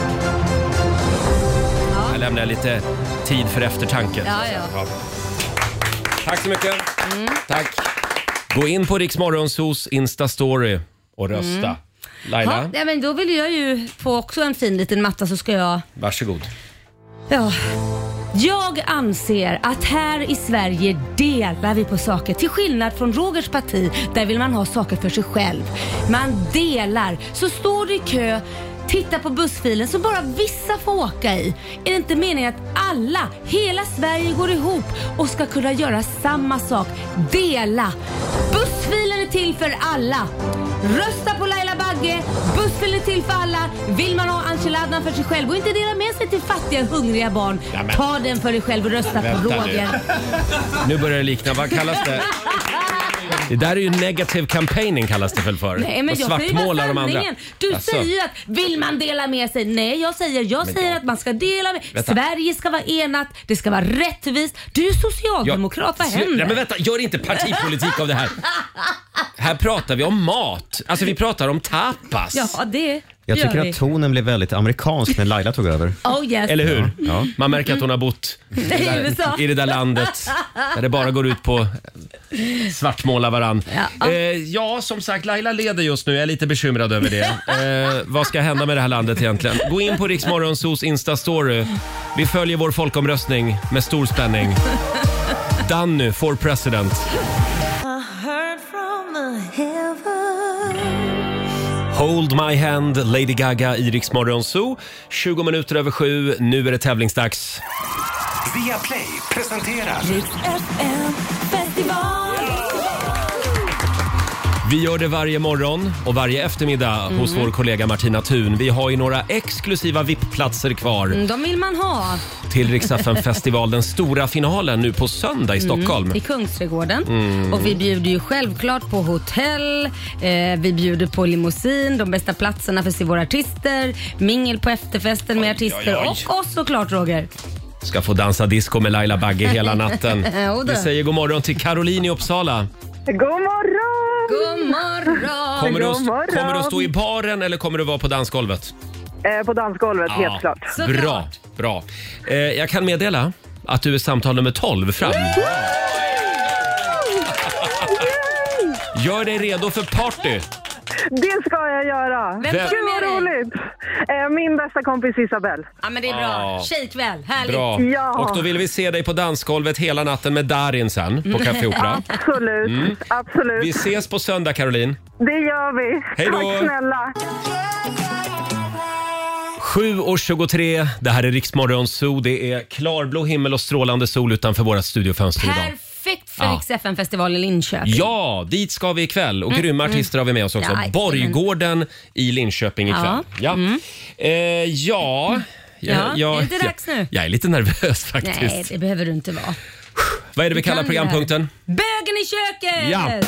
[SPEAKER 1] Jag lämnar lite tid för eftertanke.
[SPEAKER 3] Ja, ja.
[SPEAKER 1] Tack så mycket.
[SPEAKER 3] Mm.
[SPEAKER 1] Tack. Gå in på Rix Morgonzoos Insta-story och rösta. Laila,
[SPEAKER 3] Ja, ja, men då vill jag ju få också en fin liten matta så ska jag...
[SPEAKER 1] varsågod.
[SPEAKER 3] Ja. Jag anser att här i Sverige delar vi på saker. Till skillnad från Rogers parti, där vill man ha saker för sig själv. Man delar. Så står du i kö, titta på bussfilen som bara vissa får åka i. Är det inte meningen att alla, hela Sverige går ihop och ska kunna göra samma sak? Dela. Bussfilen är till för alla. Rösta på Laila Bagge. Bussfilen är till för alla. Vill man ha enchiladan för sig själv och inte dela med sig till fattiga hungriga barn,
[SPEAKER 1] Ja, men-
[SPEAKER 3] ta den för dig själv och rösta
[SPEAKER 1] Vänta
[SPEAKER 3] på
[SPEAKER 1] nu.
[SPEAKER 3] Roger.
[SPEAKER 1] Nu börjar det likna, vad kallas det? Det där är ju negative campaigning kallas det väl för.
[SPEAKER 3] Nej, men
[SPEAKER 1] Och
[SPEAKER 3] jag säger
[SPEAKER 1] svartmålar
[SPEAKER 3] bara
[SPEAKER 1] de andra.
[SPEAKER 3] sanningen. Du
[SPEAKER 1] Alltså,
[SPEAKER 3] säger ju att vill man dela med sig? Nej, jag säger, jag
[SPEAKER 1] Men
[SPEAKER 3] säger
[SPEAKER 1] jag-
[SPEAKER 3] att man ska dela med.
[SPEAKER 1] Vänta.
[SPEAKER 3] Sverige ska vara enat, det ska vara rättvist. Du är socialdemokrat, vad
[SPEAKER 1] Slu-
[SPEAKER 3] händer?
[SPEAKER 1] Nej, men vänta, gör inte partipolitik av det här. Här pratar vi om mat. Alltså vi pratar om tapas.
[SPEAKER 3] Ja, det
[SPEAKER 7] Jag
[SPEAKER 3] gör
[SPEAKER 7] tycker
[SPEAKER 3] vi.
[SPEAKER 7] att tonen blev väldigt amerikansk när Laila tog över.
[SPEAKER 3] Oh yes.
[SPEAKER 1] Eller hur?
[SPEAKER 7] Ja.
[SPEAKER 1] Man märker att hon har bott i det,
[SPEAKER 3] I U S A.
[SPEAKER 1] där, i det där landet där det bara går ut på svartmåla varann.
[SPEAKER 3] Ja.
[SPEAKER 1] Eh, ja, som sagt, Laila leder just nu. Jag är lite bekymrad över det. Eh, vad ska hända med det här landet egentligen? Gå in på Rix Morgonzoos Insta-story. Vi följer vår folkomröstning med stor spänning. Danny for president. Hold my hand, Lady Gaga i Rix Morgonzoo. tjugo minuter över sju. Nu är det tävlingsdags.
[SPEAKER 9] Viaplay presenterar
[SPEAKER 10] Rix F M festival.
[SPEAKER 1] Vi gör det varje morgon och varje eftermiddag mm. hos vår kollega Martina Thun. Vi har ju några exklusiva V I P-platser kvar.
[SPEAKER 3] Mm, de vill man ha.
[SPEAKER 1] Till Rix F M-festival, den stora finalen nu på söndag i Stockholm.
[SPEAKER 3] Mm, I Kungsträdgården.
[SPEAKER 1] Mm.
[SPEAKER 3] Och vi bjuder ju självklart på hotell, eh, vi bjuder på limousin, de bästa platserna för våra artister, mingel på efterfesten med artister
[SPEAKER 1] oj, oj.
[SPEAKER 3] och oss såklart, Roger.
[SPEAKER 1] Ska få dansa disco med Laila Bagge hela natten. Vi säger god morgon till Caroline i Uppsala.
[SPEAKER 4] God morgon!
[SPEAKER 3] God morgon!
[SPEAKER 1] Kommer du,
[SPEAKER 4] God morgon.
[SPEAKER 1] kommer du att stå i baren eller kommer du vara på dansgolvet?
[SPEAKER 4] Eh, på dansgolvet,
[SPEAKER 1] Ja,
[SPEAKER 4] helt klart.
[SPEAKER 3] Såklart.
[SPEAKER 1] Bra, bra. Eh, jag kan meddela att du är samtal nummer tolv fram. Gör dig redo för party.
[SPEAKER 4] Det ska jag göra.
[SPEAKER 3] Vem
[SPEAKER 1] Vem-
[SPEAKER 3] tar
[SPEAKER 4] Gud
[SPEAKER 3] du
[SPEAKER 4] vad
[SPEAKER 3] med dig?
[SPEAKER 4] roligt. Eh, min bästa kompis Isabel.
[SPEAKER 3] Ja, men det är bra.
[SPEAKER 1] Ja.
[SPEAKER 3] Tjejkväll, härligt.
[SPEAKER 1] Bra.
[SPEAKER 4] Ja.
[SPEAKER 1] Och då vill vi se dig på dansgolvet hela natten med Darin sen på Café Opera.
[SPEAKER 4] Absolut, absolut.
[SPEAKER 1] Vi ses på söndag, Caroline.
[SPEAKER 4] Det gör vi.
[SPEAKER 1] Hej då.
[SPEAKER 4] Tack snälla.
[SPEAKER 1] sju och tjugotre, det här är Riksmorgon Zoo. Det är klarblå himmel och strålande sol utanför våra studiofönster idag.
[SPEAKER 3] Perfekt för
[SPEAKER 1] Ja.
[SPEAKER 3] Rix F M-festival i Linköping.
[SPEAKER 1] Ja, dit ska vi ikväll och grymma artister har vi med oss också.
[SPEAKER 3] Mm, Ja,
[SPEAKER 1] Borggården i Linköping ikväll. Ja, eh, ja.
[SPEAKER 3] Ja, är det inte dags nu?
[SPEAKER 1] Jag är lite nervös faktiskt.
[SPEAKER 3] Nej, det behöver du inte vara.
[SPEAKER 1] Vad är det vi kallar
[SPEAKER 3] kan det här.
[SPEAKER 1] programpunkten?
[SPEAKER 3] Bögen i köket!
[SPEAKER 1] Ja.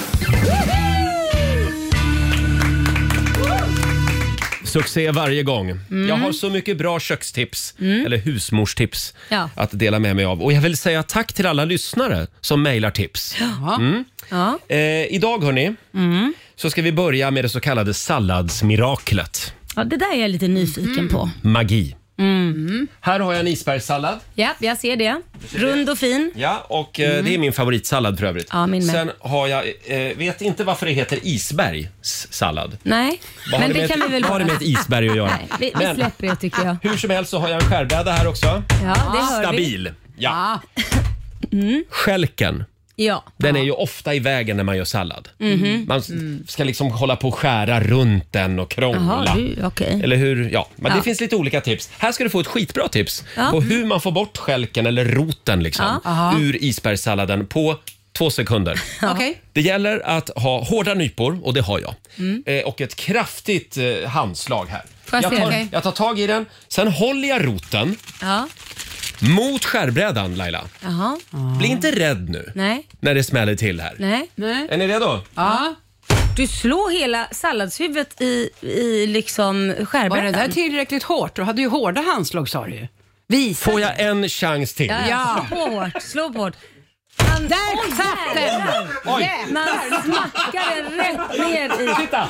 [SPEAKER 1] Succé varje gång. Jag har så mycket bra kökstips, eller husmorstips
[SPEAKER 3] Ja.
[SPEAKER 1] att dela med mig av. Och jag vill säga tack till alla lyssnare som mejlar tips. Mm.
[SPEAKER 3] Ja.
[SPEAKER 1] Eh, idag hörni, så ska vi börja med det så kallade salladsmiraklet.
[SPEAKER 3] Ja, det där är jag lite nyfiken på.
[SPEAKER 1] Magi. Här har jag en isbergssallad.
[SPEAKER 3] Ja, jag ser det. Rund och fin.
[SPEAKER 1] Ja, och eh, det är min favoritsallad för övrigt.
[SPEAKER 3] Ja, min med.
[SPEAKER 1] Sen har jag, eh, vet inte varför det heter isbergssallad.
[SPEAKER 3] Nej,
[SPEAKER 1] Vad har
[SPEAKER 3] men
[SPEAKER 1] det
[SPEAKER 3] det
[SPEAKER 1] med
[SPEAKER 3] kan vi
[SPEAKER 1] ett-
[SPEAKER 3] väl
[SPEAKER 1] vad har det med ett isberg att göra?
[SPEAKER 3] Nej, vi, vi
[SPEAKER 1] Men-
[SPEAKER 3] släpper det tycker jag.
[SPEAKER 1] Hur som helst så har jag en skärbräda här också.
[SPEAKER 3] Ja, det hör vi.
[SPEAKER 1] Stabil. Ja.
[SPEAKER 3] Mm.
[SPEAKER 1] Stjälken.
[SPEAKER 3] Ja.
[SPEAKER 1] Den är ju ofta i vägen när man gör sallad.
[SPEAKER 3] Mhm.
[SPEAKER 1] Man s- ska liksom hålla på och skära runt den och krångla.
[SPEAKER 3] Jaha, du, okej.
[SPEAKER 1] Eller hur? Ja, men det
[SPEAKER 3] Ja.
[SPEAKER 1] finns lite olika tips. Här ska du få ett skitbra tips
[SPEAKER 3] Ja.
[SPEAKER 1] på hur man får bort stjälken eller roten liksom,
[SPEAKER 5] Ja.
[SPEAKER 1] ur isbergssalladen på två sekunder.
[SPEAKER 5] Okej.
[SPEAKER 1] Det gäller att ha hårda nypor, och det har jag.
[SPEAKER 3] Mm.
[SPEAKER 1] Eh, och ett kraftigt eh, handslag här.
[SPEAKER 3] Får jag
[SPEAKER 1] Jag
[SPEAKER 3] se?
[SPEAKER 1] tar,
[SPEAKER 3] Okej.
[SPEAKER 1] jag tar tag i den, sen håller jag roten
[SPEAKER 3] Ja.
[SPEAKER 1] mot skärbrädan, Laila.
[SPEAKER 3] Jaha.
[SPEAKER 1] Bli inte rädd nu
[SPEAKER 3] Nej.
[SPEAKER 1] när det smäller till här.
[SPEAKER 3] Nej.
[SPEAKER 1] Är ni redo?
[SPEAKER 5] Ja.
[SPEAKER 3] Du slår hela salladshuvudet i, i liksom
[SPEAKER 5] Var det
[SPEAKER 3] skärbrädan.
[SPEAKER 5] där tillräckligt hårt? Du hade ju hårda handslag sa du ju. Visa.
[SPEAKER 1] Får jag en chans till?
[SPEAKER 3] Ja, ja.
[SPEAKER 5] Ja.
[SPEAKER 3] Slå på hårt. Slå på hårt. Man,
[SPEAKER 5] Där
[SPEAKER 3] oj,
[SPEAKER 5] satt den!
[SPEAKER 3] jävlar.
[SPEAKER 1] Oj.
[SPEAKER 3] Man smackar den rätt ner i...
[SPEAKER 1] Titta!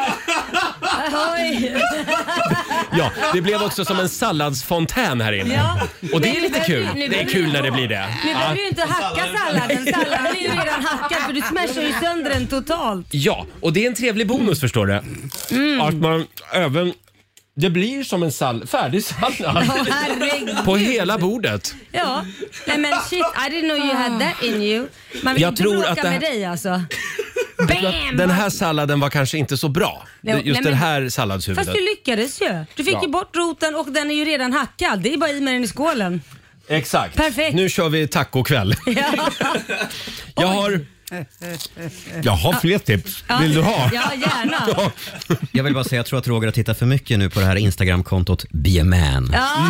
[SPEAKER 3] Oj.
[SPEAKER 1] Ja, det blev också som en salladsfontän här inne.
[SPEAKER 3] Ja.
[SPEAKER 1] Och det
[SPEAKER 3] Men
[SPEAKER 1] är
[SPEAKER 3] nu
[SPEAKER 1] lite
[SPEAKER 3] behöver
[SPEAKER 1] kul.
[SPEAKER 3] vi- nu
[SPEAKER 1] Det är
[SPEAKER 3] behöver
[SPEAKER 1] kul
[SPEAKER 3] vi-
[SPEAKER 1] när det blir det.
[SPEAKER 3] Nu
[SPEAKER 1] Ja.
[SPEAKER 3] behöver du inte hacka salladen. Salladen är ju redan hackad för du smashar ju sönder den totalt.
[SPEAKER 1] Ja, och det är en trevlig bonus förstår du.
[SPEAKER 3] Mm.
[SPEAKER 1] Att man även... Det blir som en sall färdig sallad
[SPEAKER 3] Åh, herregud.
[SPEAKER 1] på hela bordet.
[SPEAKER 3] Ja. Nej men shit, I didn't know you had that in you. Man vill
[SPEAKER 1] Jag
[SPEAKER 3] inte
[SPEAKER 1] tror
[SPEAKER 3] bråka
[SPEAKER 1] att det här-
[SPEAKER 3] med dig alltså. Bam!
[SPEAKER 1] Den här salladen var kanske inte så bra.
[SPEAKER 3] Nej,
[SPEAKER 1] Just
[SPEAKER 3] nej,
[SPEAKER 1] det
[SPEAKER 3] men-
[SPEAKER 1] här salladshuvudet.
[SPEAKER 3] Fast du lyckades ju. Du fick
[SPEAKER 1] Ja.
[SPEAKER 3] ju bort roten och den är ju redan hackad. Det är bara i med den i skålen.
[SPEAKER 1] Exakt.
[SPEAKER 3] Perfekt.
[SPEAKER 1] Nu kör vi tacokväll.
[SPEAKER 3] Ja.
[SPEAKER 1] Jag har... Jag har fler tips. Vill du ha?
[SPEAKER 3] Ja, gärna.
[SPEAKER 1] Ja.
[SPEAKER 7] Jag vill bara säga, jag tror att Roger har tittat för mycket nu på det här Instagram-kontot Be a man.
[SPEAKER 3] Ja.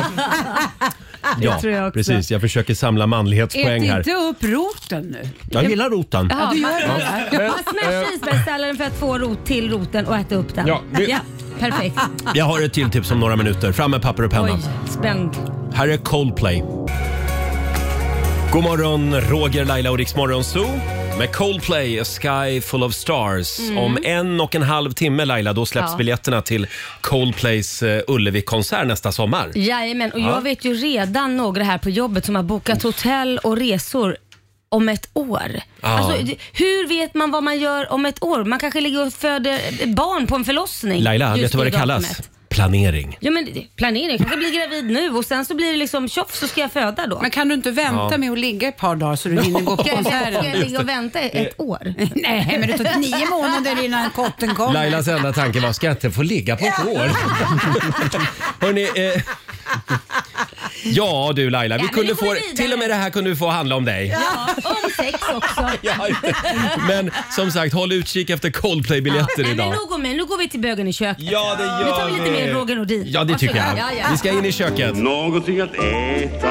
[SPEAKER 1] Ja,
[SPEAKER 3] tror jag också.
[SPEAKER 1] precis. Jag försöker samla manlighetspoäng
[SPEAKER 5] Ät
[SPEAKER 1] här.
[SPEAKER 5] inte upp roten nu.
[SPEAKER 1] Jag gillar roten.
[SPEAKER 3] Ja,
[SPEAKER 5] du gör
[SPEAKER 3] man,
[SPEAKER 5] det.
[SPEAKER 3] man smashar isbergssalladen för att få rot till roten och äta upp den.
[SPEAKER 1] Ja, vi-
[SPEAKER 3] ja perfekt.
[SPEAKER 1] Jag har ett till tips om några minuter. Fram med papper och penna.
[SPEAKER 3] Oj, spänd.
[SPEAKER 1] Här är Coldplay. God morgon, Roger, Laila och Riksmorgon Zoo. Med Coldplay, A Sky Full of Stars. Om en och en halv timme, Laila, då släpps
[SPEAKER 3] Ja.
[SPEAKER 1] biljetterna till Coldplays uh, Ullevi-konsert nästa sommar.
[SPEAKER 3] Jajamän, och
[SPEAKER 1] Ja.
[SPEAKER 3] jag vet ju redan några här på jobbet som har bokat hotell och resor om ett år.
[SPEAKER 1] Ja.
[SPEAKER 3] Alltså, d- hur vet man vad man gör om ett år? Man kanske ligger och föder barn på en förlossning.
[SPEAKER 1] Laila,
[SPEAKER 3] just
[SPEAKER 1] vet du vad det kallas?
[SPEAKER 3] datumet.
[SPEAKER 1] Planering.
[SPEAKER 3] Ja men det- planering, jag kanske blir gravid nu och sen så blir det liksom tjoff så ska jag föda då.
[SPEAKER 5] Men kan du inte vänta
[SPEAKER 1] Ja.
[SPEAKER 5] med att ligga ett par dagar så du hinner gå på
[SPEAKER 3] Ska jag, ska
[SPEAKER 5] konserten?
[SPEAKER 3] jag ligga och vänta ett år?
[SPEAKER 5] Nej, men det tog nio månader innan kotten kom.
[SPEAKER 1] Lailas enda tanke var, ska jag inte få ligga på ett år? Hörrni, eh, Ja du Laila, vi
[SPEAKER 3] Ja, men
[SPEAKER 1] kunde
[SPEAKER 3] nu går
[SPEAKER 1] få,
[SPEAKER 3] vi vidare.
[SPEAKER 1] till och med det här kunde vi få handla om dig.
[SPEAKER 3] Ja, om sex också.
[SPEAKER 1] Ja, men som sagt, håll utkik efter Coldplay-biljetter
[SPEAKER 3] Nej,
[SPEAKER 1] idag.
[SPEAKER 3] men nog om mig. Nu går vi till bögen i köket.
[SPEAKER 1] Ja, det gör
[SPEAKER 3] Nu tar vi lite
[SPEAKER 1] vi.
[SPEAKER 3] mer Roger Nordin.
[SPEAKER 1] Ja, det tycker jag.
[SPEAKER 3] Ja, ja.
[SPEAKER 1] Vi ska in i köket.
[SPEAKER 11] Någonting att äta,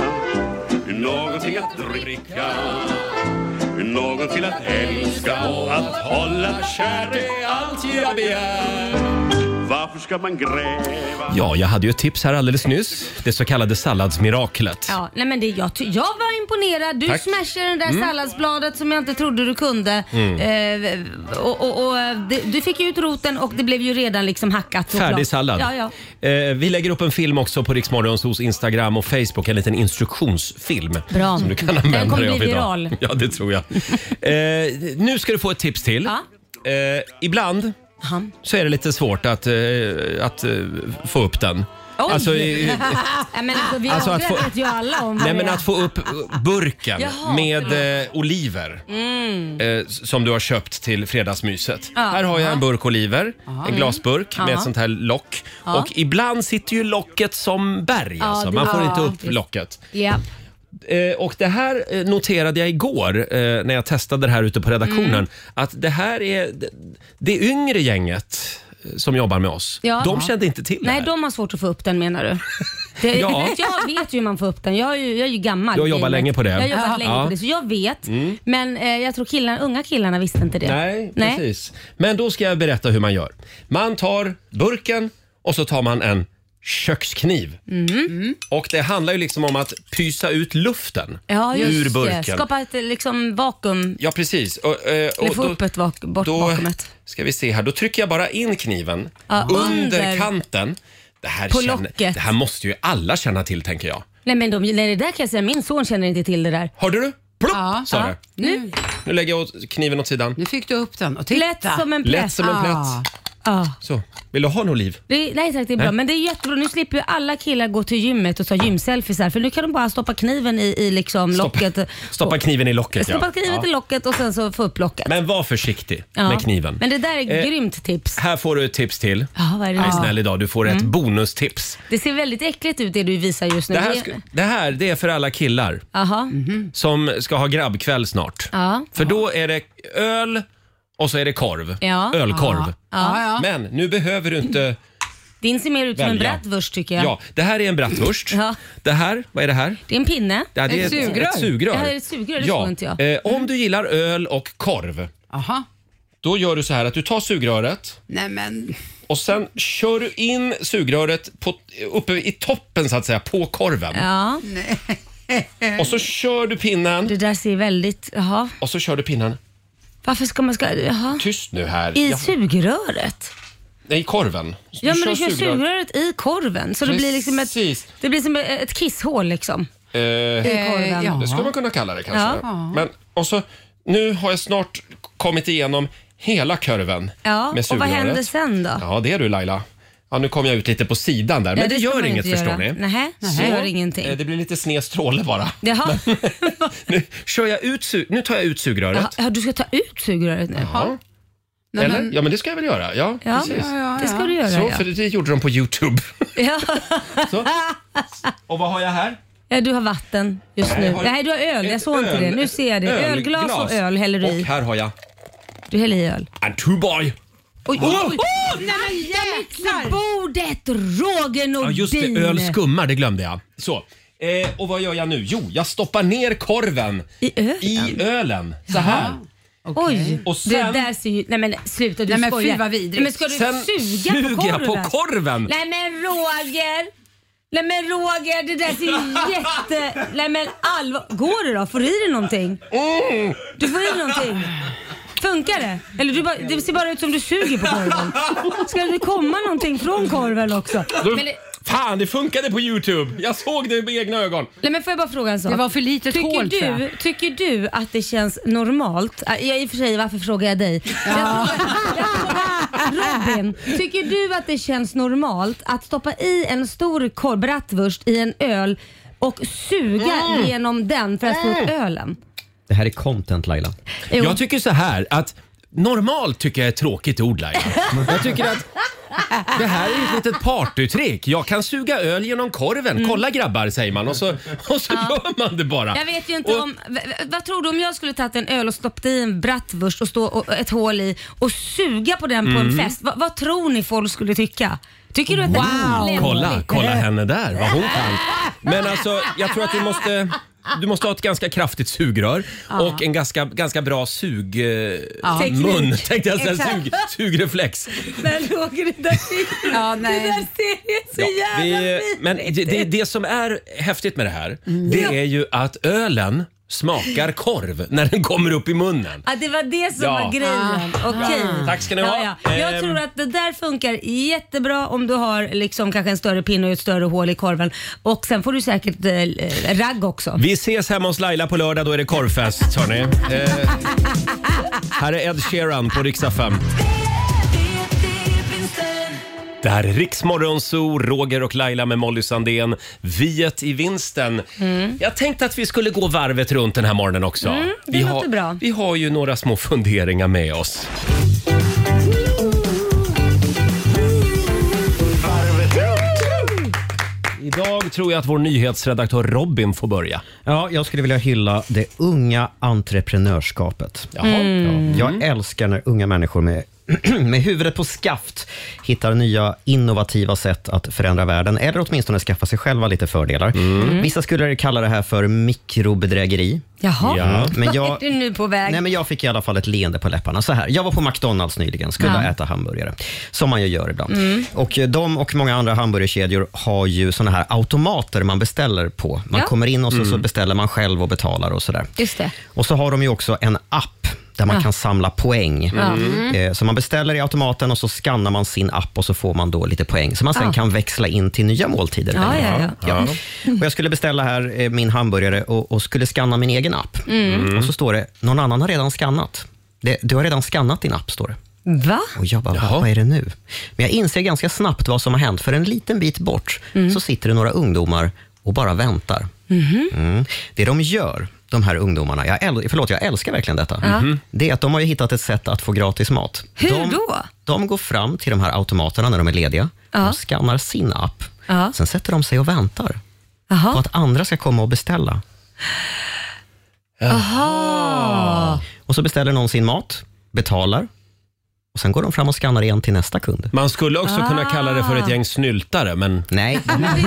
[SPEAKER 11] någonting att dricka, någonting att älska och att hålla kär, det är allt jag begär. Varför ska man gräva?
[SPEAKER 1] Ja, jag hade ju ett tips här alldeles nyss. Det så kallade salladsmiraklet.
[SPEAKER 3] Ja, nej men det, jag, ty- jag var imponerad. Du
[SPEAKER 1] Tack.
[SPEAKER 3] smashade den där
[SPEAKER 1] Mm.
[SPEAKER 3] salladsbladet som jag inte trodde du kunde.
[SPEAKER 1] Mm.
[SPEAKER 3] Eh, och, och, och, det, du fick ju ut roten och det blev ju redan liksom hackat. såklart.
[SPEAKER 1] Färdig sallad.
[SPEAKER 3] Ja, ja.
[SPEAKER 1] Eh, vi lägger upp en film också på Riksmorgonsos Instagram och Facebook. En liten instruktionsfilm.
[SPEAKER 3] Bra.
[SPEAKER 1] Som du kan
[SPEAKER 3] Den
[SPEAKER 1] använda
[SPEAKER 3] kommer
[SPEAKER 1] dig av
[SPEAKER 3] bli
[SPEAKER 1] idag.
[SPEAKER 3] viral.
[SPEAKER 1] Ja, det tror jag. Eh, nu ska du få ett tips till.
[SPEAKER 3] Ja.
[SPEAKER 1] Eh, ibland
[SPEAKER 3] Aha.
[SPEAKER 1] så är det lite svårt att, eh, att eh, få upp den.
[SPEAKER 3] Oj!
[SPEAKER 1] Alltså, i-
[SPEAKER 3] ja, men alltså, vi
[SPEAKER 1] Alltså,
[SPEAKER 3] alltså,
[SPEAKER 1] att få-
[SPEAKER 3] vet ju alla om vad
[SPEAKER 1] Nej,
[SPEAKER 3] det
[SPEAKER 1] men
[SPEAKER 3] är.
[SPEAKER 1] att få upp burken
[SPEAKER 3] Jaha,
[SPEAKER 1] med eh, oliver
[SPEAKER 3] Mm.
[SPEAKER 1] eh, som du har köpt till fredagsmyset.
[SPEAKER 3] Ja.
[SPEAKER 1] Här har jag en burk oliver, en glasburk
[SPEAKER 3] Mm.
[SPEAKER 1] med
[SPEAKER 3] Ja.
[SPEAKER 1] ett sånt här lock.
[SPEAKER 3] Ja.
[SPEAKER 1] Och ibland sitter ju locket som berg.
[SPEAKER 3] Ja,
[SPEAKER 1] Alltså.
[SPEAKER 3] det-
[SPEAKER 1] Man får
[SPEAKER 3] ja,
[SPEAKER 1] inte upp
[SPEAKER 3] visst.
[SPEAKER 1] locket.
[SPEAKER 3] Ja.
[SPEAKER 1] Eh, och det här eh, noterade jag igår eh, när jag testade det här ute på redaktionen.
[SPEAKER 3] Mm.
[SPEAKER 1] Att det här är det, det yngre gänget eh, som jobbar med oss.
[SPEAKER 3] Ja.
[SPEAKER 1] De
[SPEAKER 3] Ja.
[SPEAKER 1] kände inte till det
[SPEAKER 3] Nej,
[SPEAKER 1] här.
[SPEAKER 3] de har svårt att få upp den menar du? Det,
[SPEAKER 1] Ja.
[SPEAKER 3] Jag vet ju hur man får upp den. Jag är ju, jag är ju gammal.
[SPEAKER 1] Du har
[SPEAKER 3] i
[SPEAKER 1] jobbat
[SPEAKER 3] gamet.
[SPEAKER 1] länge på det.
[SPEAKER 3] Jag har jobbat
[SPEAKER 1] Ja.
[SPEAKER 3] länge
[SPEAKER 1] Ja.
[SPEAKER 3] på det, så jag vet.
[SPEAKER 1] Mm.
[SPEAKER 3] Men eh, jag tror killarna, unga killarna visste inte det.
[SPEAKER 1] Nej, precis. Men då ska jag berätta hur man gör. Man tar burken och så tar man en kökskniv.
[SPEAKER 3] Mm.
[SPEAKER 1] Och det handlar ju liksom om att pysa ut luften
[SPEAKER 3] Ja, just
[SPEAKER 1] ur
[SPEAKER 3] det.
[SPEAKER 1] burken.
[SPEAKER 3] Skapa ett liksom vakuum.
[SPEAKER 1] Ja, precis. Och, eh,
[SPEAKER 3] Eller
[SPEAKER 1] och
[SPEAKER 3] få
[SPEAKER 1] då,
[SPEAKER 3] upp ett vak- bort
[SPEAKER 1] då
[SPEAKER 3] vakuumet.
[SPEAKER 1] ska vi se här. Då trycker jag bara in kniven
[SPEAKER 3] Ja,
[SPEAKER 1] under,
[SPEAKER 3] under.
[SPEAKER 1] kanten. Det här,
[SPEAKER 3] På
[SPEAKER 1] känner,
[SPEAKER 3] locket.
[SPEAKER 1] det här måste ju alla känna till, tänker jag.
[SPEAKER 3] Nej men de, nej, det där kan jag säga, min son känner inte till det där.
[SPEAKER 1] Hörde du? Plopp,
[SPEAKER 5] Ja.
[SPEAKER 1] sa
[SPEAKER 5] Ja.
[SPEAKER 1] det.
[SPEAKER 5] Nu,
[SPEAKER 1] Nu lägger jag åt kniven åt sidan.
[SPEAKER 5] nu fick du upp den och titta.
[SPEAKER 3] Lätt som en plätt.
[SPEAKER 1] Lätt som en
[SPEAKER 5] Ah.
[SPEAKER 1] plätt.
[SPEAKER 3] Ja.
[SPEAKER 1] Så, vill du ha en oliv?
[SPEAKER 3] Det, nej tack, det är bra.
[SPEAKER 1] Nej.
[SPEAKER 3] Men det är jättebra. Nu slipper ju alla killar gå till gymmet och ta gymselfies här. För nu kan de bara stoppa kniven i, i liksom locket.
[SPEAKER 1] Stoppa kniven i locket,
[SPEAKER 3] Stoppa
[SPEAKER 1] ja.
[SPEAKER 3] kniven
[SPEAKER 1] Ja.
[SPEAKER 3] i locket och sen så få upp locket.
[SPEAKER 1] Men var försiktig
[SPEAKER 3] Ja.
[SPEAKER 1] med kniven.
[SPEAKER 3] Men det där är
[SPEAKER 1] Eh,
[SPEAKER 3] grymt tips.
[SPEAKER 1] Här får du ett tips till.
[SPEAKER 3] Ja, vad är det?
[SPEAKER 1] Jag är
[SPEAKER 3] Ja.
[SPEAKER 1] snäll idag. Du får ett
[SPEAKER 3] Mm.
[SPEAKER 1] bonustips.
[SPEAKER 3] Det ser väldigt äckligt ut det du visar just nu.
[SPEAKER 1] Det här,
[SPEAKER 3] Det-
[SPEAKER 1] sk- det här det är för alla killar
[SPEAKER 3] Aha.
[SPEAKER 1] som ska ha grabbkväll snart.
[SPEAKER 3] Ja.
[SPEAKER 1] För då är det öl och så är det korv.
[SPEAKER 3] Ja.
[SPEAKER 1] Ölkorv.
[SPEAKER 3] Ja. Ja, ja.
[SPEAKER 1] Men nu behöver du inte...
[SPEAKER 3] Din ser mer ut som en
[SPEAKER 1] Välja.
[SPEAKER 3] bratwurst tycker jag.
[SPEAKER 1] Ja, det här är en bratwurst.
[SPEAKER 3] Ja.
[SPEAKER 1] Det här, vad är det här?
[SPEAKER 3] Det är en pinne.
[SPEAKER 1] Ja, det är ett sugrör. Ett sugrör.
[SPEAKER 3] Ja, det är ett sugrör. Det
[SPEAKER 1] Ja.
[SPEAKER 3] såg inte jag.
[SPEAKER 1] Eh, om du gillar öl och korv,
[SPEAKER 5] Aha.
[SPEAKER 1] då gör du så här att du tar sugröret
[SPEAKER 5] Nej men.
[SPEAKER 1] och sen kör du in sugröret på, uppe i toppen så att säga på korven.
[SPEAKER 3] Ja.
[SPEAKER 1] Och så kör du pinnen
[SPEAKER 3] Det där ser väldigt... Jaha.
[SPEAKER 1] och så kör du pinnen.
[SPEAKER 3] Varför ska man... Ska, jaha.
[SPEAKER 1] Tyst nu här.
[SPEAKER 3] I
[SPEAKER 1] Ja.
[SPEAKER 3] sugröret?
[SPEAKER 1] Nej, i korven.
[SPEAKER 3] Ja, men du kör sugröret i korven. Så det blir liksom ett,
[SPEAKER 1] Precis.
[SPEAKER 3] det blir som ett kisshål liksom.
[SPEAKER 1] Eh,
[SPEAKER 3] I korven.
[SPEAKER 5] ja.
[SPEAKER 1] Det skulle man kunna kalla det kanske.
[SPEAKER 3] Ja.
[SPEAKER 1] Men, och så, nu har jag snart kommit igenom hela korven
[SPEAKER 3] Ja,
[SPEAKER 1] med
[SPEAKER 3] och
[SPEAKER 1] sugröret.
[SPEAKER 3] vad händer sen då?
[SPEAKER 1] Ja, det är du Laila. Ja, nu kom jag ut lite på sidan där, men
[SPEAKER 3] Ja,
[SPEAKER 1] det,
[SPEAKER 3] ska
[SPEAKER 1] gör
[SPEAKER 3] man
[SPEAKER 1] inget
[SPEAKER 3] inte
[SPEAKER 1] förstår
[SPEAKER 3] göra.
[SPEAKER 1] ni.
[SPEAKER 3] Nähä, det gör ingenting.
[SPEAKER 1] Eh, Det blir lite sned stråle bara.
[SPEAKER 3] Jaha.
[SPEAKER 1] Nu, kör jag ut, su- nu tar jag ut sugröret.
[SPEAKER 3] Ja, du ska ta ut sugröret nu?
[SPEAKER 1] Ja.
[SPEAKER 5] Nej,
[SPEAKER 1] Eller?
[SPEAKER 5] men-
[SPEAKER 1] Ja, men det ska jag väl göra. Ja,
[SPEAKER 3] Ja,
[SPEAKER 1] precis.
[SPEAKER 5] Ja, ja,
[SPEAKER 3] det ska
[SPEAKER 5] ja.
[SPEAKER 3] du göra.
[SPEAKER 1] Så,
[SPEAKER 3] ja.
[SPEAKER 1] för det, det gjorde de på YouTube.
[SPEAKER 3] Ja.
[SPEAKER 1] Så. Och vad har jag här?
[SPEAKER 3] Ja, du har vatten just
[SPEAKER 1] Nej,
[SPEAKER 3] nu.
[SPEAKER 1] jag har
[SPEAKER 3] Nej, du har öl. Jag
[SPEAKER 1] ett
[SPEAKER 3] såg inte
[SPEAKER 1] öl-
[SPEAKER 3] det. Nu ser jag det.
[SPEAKER 1] ett
[SPEAKER 3] Ölglas
[SPEAKER 1] ölglas.
[SPEAKER 3] och öl häller du
[SPEAKER 1] Och
[SPEAKER 3] i.
[SPEAKER 1] här har jag
[SPEAKER 3] Du häller i öl.
[SPEAKER 1] en Tuborg.
[SPEAKER 3] Oj, oj, oj.
[SPEAKER 5] Oh, nej men jäklar!
[SPEAKER 3] Bordet, Roger Nordin.
[SPEAKER 1] Ja, just det. Öl skummar, det glömde jag. Så. Eh, och vad gör jag nu? Jo, jag stoppar ner korven
[SPEAKER 3] I ölen?
[SPEAKER 1] i ölen. Så här.
[SPEAKER 3] Oj,
[SPEAKER 1] Och sen-
[SPEAKER 3] det där ser ju... Nej men sluta, du
[SPEAKER 5] Nej, men fy,
[SPEAKER 3] skojar.
[SPEAKER 5] vad vidrigt.
[SPEAKER 3] Nej, men ska du
[SPEAKER 1] Sen
[SPEAKER 3] suga på
[SPEAKER 1] suger jag
[SPEAKER 3] korven?
[SPEAKER 1] på korven.
[SPEAKER 3] Nej men Roger! Nej men Roger, det där ser ju jätte... Nej men allvar... Går det då? Får du i dig någonting?
[SPEAKER 1] Mm.
[SPEAKER 3] Du får i dig någonting. Funkar det? Eller du bara, det ser bara ut som du suger på korven. Ska det komma någonting från korven också?
[SPEAKER 1] Du,
[SPEAKER 3] Men det,
[SPEAKER 1] Fan, det funkade på YouTube. Jag såg det med egna ögon.
[SPEAKER 3] nej men får jag bara fråga en sak?
[SPEAKER 5] Det var för litet
[SPEAKER 3] tycker
[SPEAKER 5] hål, tror
[SPEAKER 3] du,
[SPEAKER 5] jag.
[SPEAKER 3] tycker du att det känns normalt? Äh, Jag, I och för sig, varför frågar jag dig?
[SPEAKER 5] Ja.
[SPEAKER 3] Robin, tycker du att det känns normalt att stoppa i en stor korv bratwurst i en öl och suga
[SPEAKER 1] Mm.
[SPEAKER 3] genom den för att få upp ölen?
[SPEAKER 7] Det här är content, Laila.
[SPEAKER 3] Jo.
[SPEAKER 1] Jag tycker så här att normalt tycker jag är ett tråkigt ord, Laila. Jag tycker att det här är ju ett litet partytrick. Jag kan suga öl genom korven. Mm. Kolla grabbar, säger man. Och så, och så ja. gör man det bara.
[SPEAKER 3] Jag vet ju inte och, om... V- vad tror du om jag skulle tagit en öl och stoppat i en bratwurst och stå och, ett hål i och suga på den mm. på en fest? Va, vad tror ni folk skulle tycka? Tycker du att
[SPEAKER 1] wow.
[SPEAKER 3] det är
[SPEAKER 1] Kolla, kolla henne där, vad hon kan. Men alltså, jag tror att du måste... Du måste ha ett ganska kraftigt sugrör ja. och en ganska, ganska bra sug eh, ja. mun, tänkte jag säga, sug, sugreflex.
[SPEAKER 3] Men Roger, det där ser, ja, nej. Det där ser så ja, jävla vi,
[SPEAKER 1] Men det, det, det som är häftigt med det här, mm. det är ju att ölen smakar korv när den kommer upp i munnen.
[SPEAKER 3] Ja, det var det som ja. var grejen. Ah. Okej. Okay.
[SPEAKER 1] Tack ska ni ha.
[SPEAKER 3] Ja, ja. Jag tror att det där funkar jättebra om du har liksom kanske en större pinne och ett större hål i korven. Och sen får du säkert eh, ragg också.
[SPEAKER 1] Vi ses hemma hos Laila på lördag, då är det korvfest, hörni. Eh, här är Ed Sheeran på Rix F M. Det här är Riksmorgonzoo, Roger och Laila med Molly Sandén. Viet i vinsten. Mm. Jag tänkte att vi skulle gå varvet runt den här morgonen också.
[SPEAKER 3] Mm, det
[SPEAKER 1] vi,
[SPEAKER 3] låter
[SPEAKER 1] har,
[SPEAKER 3] bra.
[SPEAKER 1] vi har ju några små funderingar med oss. Varvet runt. Idag tror jag att vår nyhetsredaktör Robin får börja.
[SPEAKER 7] Ja, jag skulle vilja hylla det unga entreprenörskapet.
[SPEAKER 1] Jaha. Mm.
[SPEAKER 7] Ja, jag älskar när unga människor med med huvudet på skaft hittar nya innovativa sätt att förändra världen eller åtminstone skaffa sig själva lite fördelar. Mm. Vissa skulle kalla det här för mikrobedrägeri.
[SPEAKER 3] Jaha,
[SPEAKER 7] ja, men jag,
[SPEAKER 3] vad är du nu på väg?
[SPEAKER 7] Nej, men jag fick i alla fall ett leende på läpparna. Så här, jag var på McDonalds nyligen, skulle ja. äta hamburgare. Som man ju gör ibland. Mm. Och de och många andra hamburgerkedjor har ju såna här automater man beställer på. Man ja. kommer in och så, mm. så beställer man själv och betalar och sådär.
[SPEAKER 3] Just det.
[SPEAKER 7] Och så har de ju också en app där man ja. kan samla poäng. Mm. Eh, så man beställer i automaten och så skannar man sin app och så får man då lite poäng. Så man sen ja. kan växla in till nya måltider.
[SPEAKER 3] Ja, ja, ja.
[SPEAKER 7] Ja. Och jag skulle beställa här eh, min hamburgare och, och skulle skanna min egen app. Mm. Och så står det, någon annan har redan skannat. Det, du har redan skannat din app, står det.
[SPEAKER 3] Va?
[SPEAKER 7] Och jag bara, vad är det nu? Men jag inser ganska snabbt vad som har hänt. För en liten bit bort mm. så sitter det några ungdomar och bara väntar. Mm. Mm. Det de gör, de här ungdomarna, jag, äl- förlåt, jag älskar verkligen detta. Mm. Det är att de har ju hittat ett sätt att få gratis mat.
[SPEAKER 3] Hur
[SPEAKER 7] de,
[SPEAKER 3] då?
[SPEAKER 7] De går fram till de här automaterna när de är lediga. Ja. De skannar sin app.
[SPEAKER 3] Ja.
[SPEAKER 7] Sen sätter de sig och väntar
[SPEAKER 3] Aha.
[SPEAKER 7] på att andra ska komma och beställa.
[SPEAKER 3] Aha.
[SPEAKER 7] Och så beställer någon sin mat, betalar. Och sen går de fram och skannar igen till nästa kund.
[SPEAKER 1] Man skulle också ah. kunna kalla det för ett gäng snyltare, men...
[SPEAKER 7] Nej.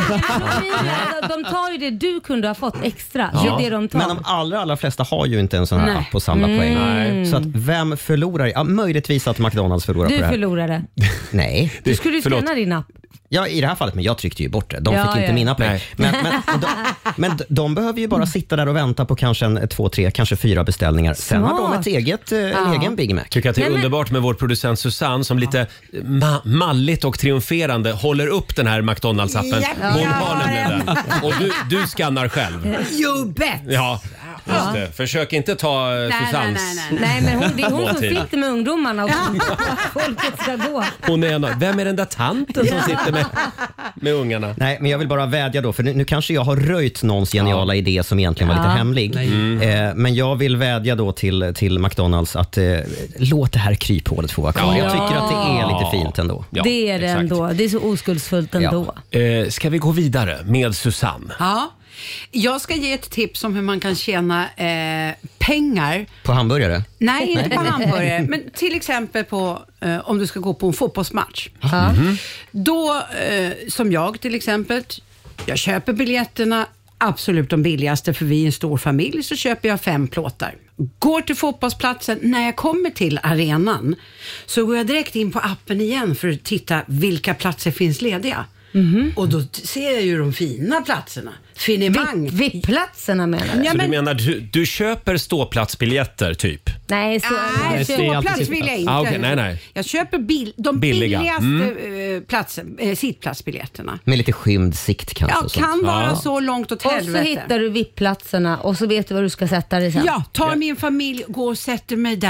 [SPEAKER 3] De tar ju det du kunde ha fått extra.
[SPEAKER 7] Ja.
[SPEAKER 3] Det de tar.
[SPEAKER 7] Men de allra, allra flesta har ju inte en sån här
[SPEAKER 3] Nej.
[SPEAKER 7] app att samla
[SPEAKER 3] mm.
[SPEAKER 7] poäng. Nej. Så att vem förlorar? Ja, möjligtvis att McDonalds förlorar
[SPEAKER 3] du
[SPEAKER 7] på det här.
[SPEAKER 3] Du förlorade.
[SPEAKER 7] Nej.
[SPEAKER 3] Du skulle ju skanna din app.
[SPEAKER 7] Ja, i det här fallet, men jag tryckte ju bort det. De
[SPEAKER 3] ja,
[SPEAKER 7] fick inte
[SPEAKER 3] ja.
[SPEAKER 7] mina poäng. Men, men, de, men de behöver ju bara sitta där och vänta på kanske en, två, tre, kanske fyra beställningar. Sen
[SPEAKER 3] Smart.
[SPEAKER 7] har de ett eget, ja. en egen Big Mac.
[SPEAKER 1] Tycker att det är
[SPEAKER 3] Nej, men...
[SPEAKER 1] underbart med vår producent Susanne som lite ma- malligt och triumferande håller upp den här McDonalds-appen.
[SPEAKER 3] Ja.
[SPEAKER 1] Hon har nämligen den. Och du, du skannar själv.
[SPEAKER 3] You bet!
[SPEAKER 1] Ja. Just det. Försök inte ta uh, Susannes
[SPEAKER 3] nej, nej, nej. nej, men hon, det är hon som sitter med ungdomarna och folket ska gå.
[SPEAKER 1] Hon är en, vem är den där tanten som sitter med, med ungarna?
[SPEAKER 7] Nej, men jag vill bara vädja då, för nu, nu kanske jag har röjt någons geniala ja. idé som egentligen var ja. lite hemlig. Mm. Eh, men jag vill vädja då till, till McDonalds att eh, låt det här kryphålet få vara kvar. Ja. Jag tycker att det är lite fint ändå.
[SPEAKER 3] Ja, det är det exakt. ändå. Det är så oskuldsfullt ändå.
[SPEAKER 1] Ja. Eh, ska vi gå vidare med Susanne?
[SPEAKER 5] Ja. Jag ska ge ett tips om hur man kan tjäna eh, pengar.
[SPEAKER 7] På hamburgare?
[SPEAKER 5] Nej, inte på hamburgare. Men till exempel på, eh, om du ska gå på en fotbollsmatch.
[SPEAKER 3] Mm-hmm.
[SPEAKER 5] Då, eh, som jag till exempel, jag köper biljetterna, absolut de billigaste, för vi är en stor familj, så köper jag fem plåtar. Går till fotbollsplatsen, när jag kommer till arenan så går jag direkt in på appen igen för att titta vilka platser finns lediga. Mm-hmm. Och då ser jag ju de fina platserna. Finemang.
[SPEAKER 3] V I P-platserna menar du?
[SPEAKER 1] Ja, så men... du menar, du, du köper ståplatsbiljetter typ?
[SPEAKER 3] Nej, så...
[SPEAKER 5] nej ståplats vill jag inte.
[SPEAKER 1] Ah, okay, nej, nej.
[SPEAKER 5] Jag köper bil, de
[SPEAKER 1] Billiga.
[SPEAKER 5] billigaste
[SPEAKER 1] mm.
[SPEAKER 5] platsen, äh, sittplatsbiljetterna.
[SPEAKER 7] Med lite skymd sikt kanske.
[SPEAKER 5] Ja, kan vara
[SPEAKER 1] ja.
[SPEAKER 5] så långt åt
[SPEAKER 3] och
[SPEAKER 5] helvete.
[SPEAKER 3] Och så hittar du V I P-platserna och så vet du var du ska sätta dig sen.
[SPEAKER 5] Ja, tar
[SPEAKER 1] ja.
[SPEAKER 5] min familj, går och sätter mig där.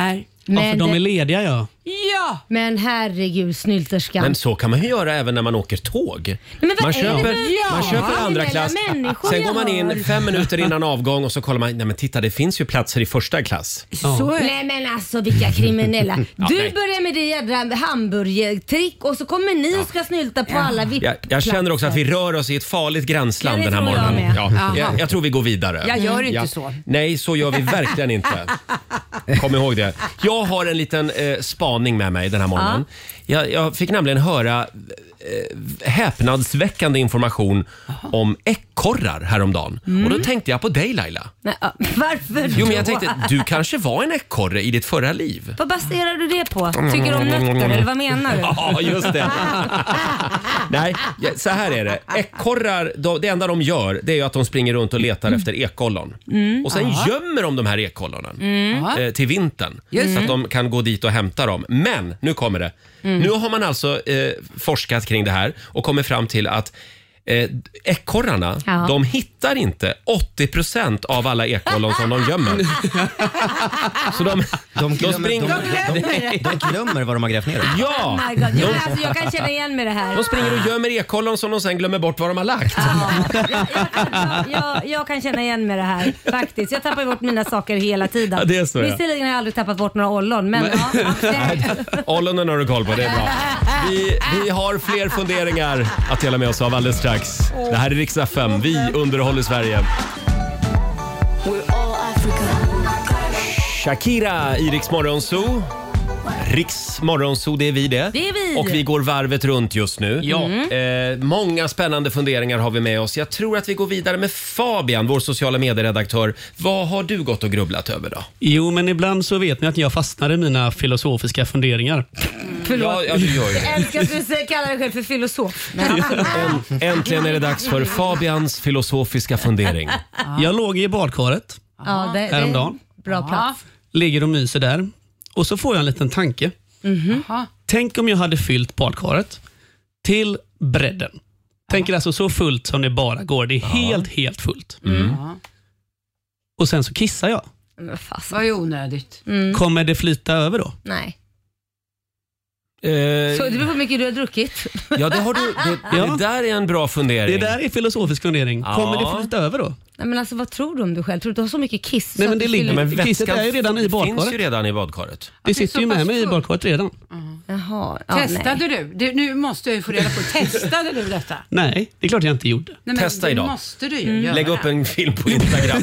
[SPEAKER 12] Ja, för de är lediga, ja.
[SPEAKER 5] Ja!
[SPEAKER 3] Men herregud, snylterskan.
[SPEAKER 1] Men så kan man ju göra även när man åker tåg.
[SPEAKER 3] Men vad
[SPEAKER 1] Man
[SPEAKER 3] är
[SPEAKER 1] köper,
[SPEAKER 3] det för-
[SPEAKER 1] man
[SPEAKER 3] Ja,
[SPEAKER 1] köper andra
[SPEAKER 3] snälla
[SPEAKER 1] klass.
[SPEAKER 3] människor
[SPEAKER 1] Sen
[SPEAKER 3] jag
[SPEAKER 1] går man in
[SPEAKER 3] har.
[SPEAKER 1] fem minuter innan avgång och så kollar man, nej men titta det finns ju platser i första klass.
[SPEAKER 3] Så nej men alltså vilka kriminella.
[SPEAKER 1] Ja,
[SPEAKER 3] Du
[SPEAKER 1] nej.
[SPEAKER 3] börjar med det jädra hamburgertrick och så kommer ni och ska snylta på alla
[SPEAKER 1] Jag,
[SPEAKER 3] vipp-platser.
[SPEAKER 1] jag känner också att vi rör oss i ett farligt gränsland
[SPEAKER 3] Ja, det
[SPEAKER 1] den här
[SPEAKER 3] tror jag
[SPEAKER 1] morgonen.
[SPEAKER 3] med.
[SPEAKER 1] Ja,
[SPEAKER 3] Jaha.
[SPEAKER 1] jag, jag tror vi går vidare.
[SPEAKER 5] Jag gör inte så.
[SPEAKER 1] Nej, så gör vi verkligen inte. Kom ihåg det. Jag har en liten eh, spaning med mig den här morgonen. Jag, jag fick nämligen höra eh, häpnadsväckande information om ekorrar häromdagen.
[SPEAKER 3] Mm.
[SPEAKER 1] Och då tänkte jag på dig Laila.
[SPEAKER 3] Nej, ja, varför
[SPEAKER 1] Jo, men jag
[SPEAKER 3] då?
[SPEAKER 1] tänkte, du kanske var en ekorre i ditt förra liv.
[SPEAKER 3] Vad baserar du det på? Tycker du om nötter eller vad menar du?
[SPEAKER 1] Ja, just det. Nej, ja, så här är det. Ekorrar, de, det enda de gör det är ju att de springer runt och letar efter ekollon.
[SPEAKER 3] Mm.
[SPEAKER 1] Och sen
[SPEAKER 3] Ja.
[SPEAKER 1] gömmer de de här ekollonen
[SPEAKER 3] Mm.
[SPEAKER 1] eh, till vintern.
[SPEAKER 3] Just
[SPEAKER 1] Så
[SPEAKER 3] det.
[SPEAKER 1] att de kan gå dit och hämta dem. Men, nu kommer det.
[SPEAKER 3] Mm.
[SPEAKER 1] Nu har man alltså eh, forskat kring det här och kommit fram till att Eh, ekorrarna,
[SPEAKER 3] Ja.
[SPEAKER 1] de hittar inte åttio procent av alla ekollon som de gömmer. Så de,
[SPEAKER 7] De glömmer,
[SPEAKER 1] springer-
[SPEAKER 7] de, de, de glömmer vad de har grävt ner.
[SPEAKER 1] Ja!
[SPEAKER 3] Oh my God. Ja, men alltså, jag kan känna igen mig det här.
[SPEAKER 1] De springer och gömmer ekollon som de sen glömmer bort vad de har lagt.
[SPEAKER 3] Ja, jag, jag kan känna igen mig det här faktiskt. Jag tappar bort mina saker hela tiden.
[SPEAKER 1] Ja, det är så, ja.
[SPEAKER 3] Visserligen har jag aldrig tappat bort några ollon, men ja, absolut.
[SPEAKER 1] Ollonen har du koll på, det är bra. Vi, vi har fler funderingar att dela med oss av alldeles strax. Det här är Rix F M, vi underhåller Sverige. Shakira i Rix Morgonzoo. Rix Morgonzoo, det är vi det.
[SPEAKER 3] Det är vi.
[SPEAKER 1] Och vi går varvet runt just nu.
[SPEAKER 12] Ja.
[SPEAKER 1] Eh, många spännande funderingar har vi med oss. Jag tror att vi går vidare med Fabian, vår sociala medieredaktör. Vad har du gått och grubblat över då?
[SPEAKER 12] Jo, men ibland så vet ni att jag fastnar i mina filosofiska funderingar.
[SPEAKER 3] Förlåt.
[SPEAKER 1] Ja, ja, du gör ju
[SPEAKER 3] Jag
[SPEAKER 1] det.
[SPEAKER 3] älskar att du säger- kallar dig själv för filosof. Men
[SPEAKER 1] Änt- Äntligen är det dags för Fabians filosofiska fundering.
[SPEAKER 12] Jag låg i badkaret
[SPEAKER 3] ja, det, det är
[SPEAKER 12] häromdagen.
[SPEAKER 3] bra plats.
[SPEAKER 12] Ligger och myser där. Och så får jag en liten tanke. Tänk om jag hade fyllt badkaret till bredden. Tänker alltså så fullt som det bara går. Det är helt, helt fullt. Och sen så kissar jag.
[SPEAKER 3] Men fast.
[SPEAKER 5] Vad är onödigt?
[SPEAKER 3] Mm.
[SPEAKER 12] Kommer det flyta över då?
[SPEAKER 3] Nej.
[SPEAKER 1] Eh,
[SPEAKER 3] Så det beror på hur mycket du har druckit.
[SPEAKER 1] ja, det, har du, det,
[SPEAKER 12] Ja.
[SPEAKER 1] det där är en bra fundering.
[SPEAKER 12] Det där är filosofisk fundering.
[SPEAKER 1] Ja.
[SPEAKER 12] Kommer det flyta över då?
[SPEAKER 3] Nej, men alltså, vad tror du om dig själv? Tror du att du har så mycket kiss?
[SPEAKER 12] Nej,
[SPEAKER 3] så
[SPEAKER 12] men
[SPEAKER 3] att
[SPEAKER 12] det
[SPEAKER 3] du
[SPEAKER 12] ligger-
[SPEAKER 3] fyller-
[SPEAKER 1] Men
[SPEAKER 12] Kisset
[SPEAKER 1] väskan
[SPEAKER 12] är ju redan i
[SPEAKER 1] finns
[SPEAKER 12] badkaret.
[SPEAKER 1] ju redan i badkaret.
[SPEAKER 12] Det
[SPEAKER 5] är
[SPEAKER 12] sitter
[SPEAKER 5] så
[SPEAKER 12] ju med
[SPEAKER 5] pass
[SPEAKER 12] mig i
[SPEAKER 5] full.
[SPEAKER 12] badkaret redan.
[SPEAKER 3] Jaha. Ja,
[SPEAKER 5] Testade
[SPEAKER 3] nej.
[SPEAKER 5] du? du? Nu måste jag ju få reda på. Testade du detta?
[SPEAKER 12] Nej, det är klart jag inte gjorde.
[SPEAKER 5] Nej, men
[SPEAKER 1] Testa
[SPEAKER 5] det
[SPEAKER 1] idag.
[SPEAKER 5] måste du ju göra.
[SPEAKER 1] Lägg upp en film på Instagram.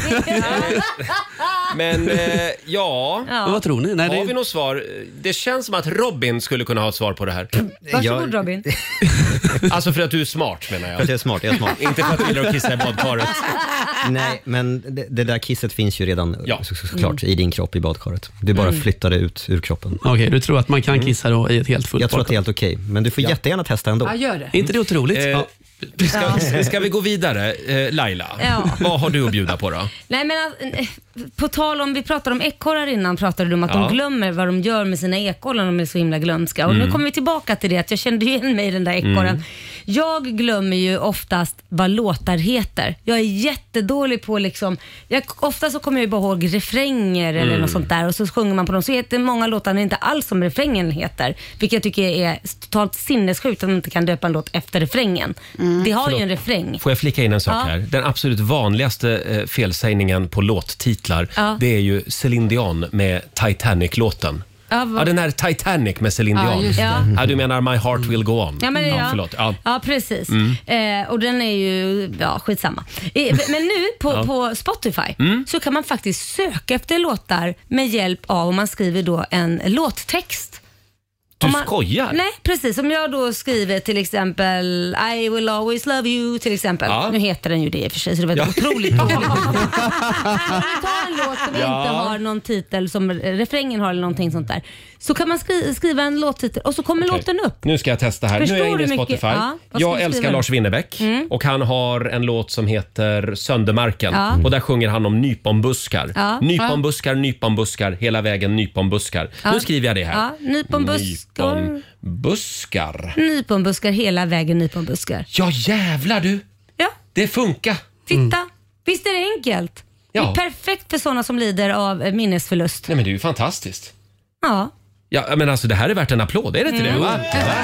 [SPEAKER 1] Men eh, ja,
[SPEAKER 12] Men vad tror ni? Nej,
[SPEAKER 1] har
[SPEAKER 12] det...
[SPEAKER 1] vi något svar? Det känns som att Robin skulle kunna ha ett svar på det här.
[SPEAKER 3] Varsågod Robin.
[SPEAKER 1] Alltså för att du är smart menar
[SPEAKER 7] För att jag
[SPEAKER 1] jag.
[SPEAKER 7] är smart, jag är smart.
[SPEAKER 1] Inte för att du gillar att kissa i badkaret.
[SPEAKER 7] Nej, men det, det där kisset finns ju redan
[SPEAKER 1] Ja.
[SPEAKER 7] så, så, såklart i din kropp i badkaret. Du bara flyttar det ut ur kroppen.
[SPEAKER 12] Okej, du tror att man kan kissa då i ett helt fullt
[SPEAKER 7] Jag tror att det är
[SPEAKER 12] badkar.
[SPEAKER 7] helt okej, men du får jättegärna testa ändå.
[SPEAKER 5] Ja, gör det.
[SPEAKER 12] Är inte det otroligt?
[SPEAKER 1] Eh,
[SPEAKER 12] Ja.
[SPEAKER 1] ska, ska vi gå vidare? Eh, Laila,
[SPEAKER 3] Ja.
[SPEAKER 1] vad har du att bjuda på då?
[SPEAKER 3] Nej, men alltså, eh, på tal om, vi pratade om ekorrar innan, pratade du om att
[SPEAKER 1] Ja.
[SPEAKER 3] de glömmer vad de gör med sina ekorrar, de är så himla glömska. Och nu kommer vi tillbaka till det, att jag kände igen mig i den där ekorren. Jag glömmer ju oftast vad låtar heter. Jag är jättedålig på liksom, jag, ofta så kommer jag ju bara ihåg refränger eller något sånt där och så sjunger man på dem. Så heter många låtar inte alls som refrängen heter. Vilket jag tycker är totalt sinnessjukt att man inte kan döpa en låt efter refrängen. Det har ju en refräng.
[SPEAKER 1] Får jag flika in en sak
[SPEAKER 3] Ja.
[SPEAKER 1] här? Den absolut vanligaste eh, felsägningen på låttitlar,
[SPEAKER 3] Ja.
[SPEAKER 1] det är ju Céline Dion med Titanic-låten.
[SPEAKER 3] Ja, vad-
[SPEAKER 1] Ja, den här Titanic med Céline
[SPEAKER 5] Ja,
[SPEAKER 1] Dion.
[SPEAKER 5] just det.
[SPEAKER 3] Ja.
[SPEAKER 1] Ja, du menar My Heart Will Go On?
[SPEAKER 3] Ja, men det, ja.
[SPEAKER 1] Förlåt. Ja.
[SPEAKER 3] Ja, precis. Eh, och den är ju, ja skitsamma. Eh, men nu på,
[SPEAKER 1] Ja.
[SPEAKER 3] på Spotify så kan man faktiskt söka efter låtar med hjälp av, om man skriver då en låttext.
[SPEAKER 1] Du
[SPEAKER 3] Om man,
[SPEAKER 1] skojar?
[SPEAKER 3] Nej, precis. Om jag då skriver till exempel I will always love you till exempel.
[SPEAKER 1] Ja.
[SPEAKER 3] Nu heter den ju det i och för sig så det var
[SPEAKER 1] Ja.
[SPEAKER 3] otroligt dåligt. Om vi tar en låt som
[SPEAKER 1] Ja.
[SPEAKER 3] inte har någon titel som refrängen har eller någonting sånt där. Så kan man skri- skriva en låttitel och så kommer
[SPEAKER 1] Okej.
[SPEAKER 3] låten upp.
[SPEAKER 1] Nu ska jag testa här.
[SPEAKER 3] Förstår
[SPEAKER 1] nu är jag inne i
[SPEAKER 3] du mycket?
[SPEAKER 1] Spotify.
[SPEAKER 3] Ja, vad ska
[SPEAKER 1] jag
[SPEAKER 3] du
[SPEAKER 1] älskar
[SPEAKER 3] skriva?
[SPEAKER 1] Lars Winnerbäck och han har en låt som heter Söndermarken.
[SPEAKER 3] Ja.
[SPEAKER 1] Och där sjunger han om nyponbuskar.
[SPEAKER 3] Ja.
[SPEAKER 1] Nyponbuskar, nyponbuskar, hela vägen nyponbuskar. Nu skriver jag det här.
[SPEAKER 3] Ja, nyponbuskar.
[SPEAKER 1] Nyponbuskar.
[SPEAKER 3] Nyponbuskar hela vägen nyponbuskar.
[SPEAKER 1] Ja jävlar du!
[SPEAKER 3] Ja,
[SPEAKER 1] Det funkar.
[SPEAKER 3] titta. Visst är det enkelt?
[SPEAKER 1] Ja.
[SPEAKER 3] Det är perfekt för sådana som lider av eh, minnesförlust.
[SPEAKER 1] Nej men det är ju fantastiskt.
[SPEAKER 3] Ja.
[SPEAKER 1] Ja, men alltså det här är värt en applåd, är det inte
[SPEAKER 3] Mm.
[SPEAKER 1] det? Va?
[SPEAKER 3] Ja.
[SPEAKER 1] Va?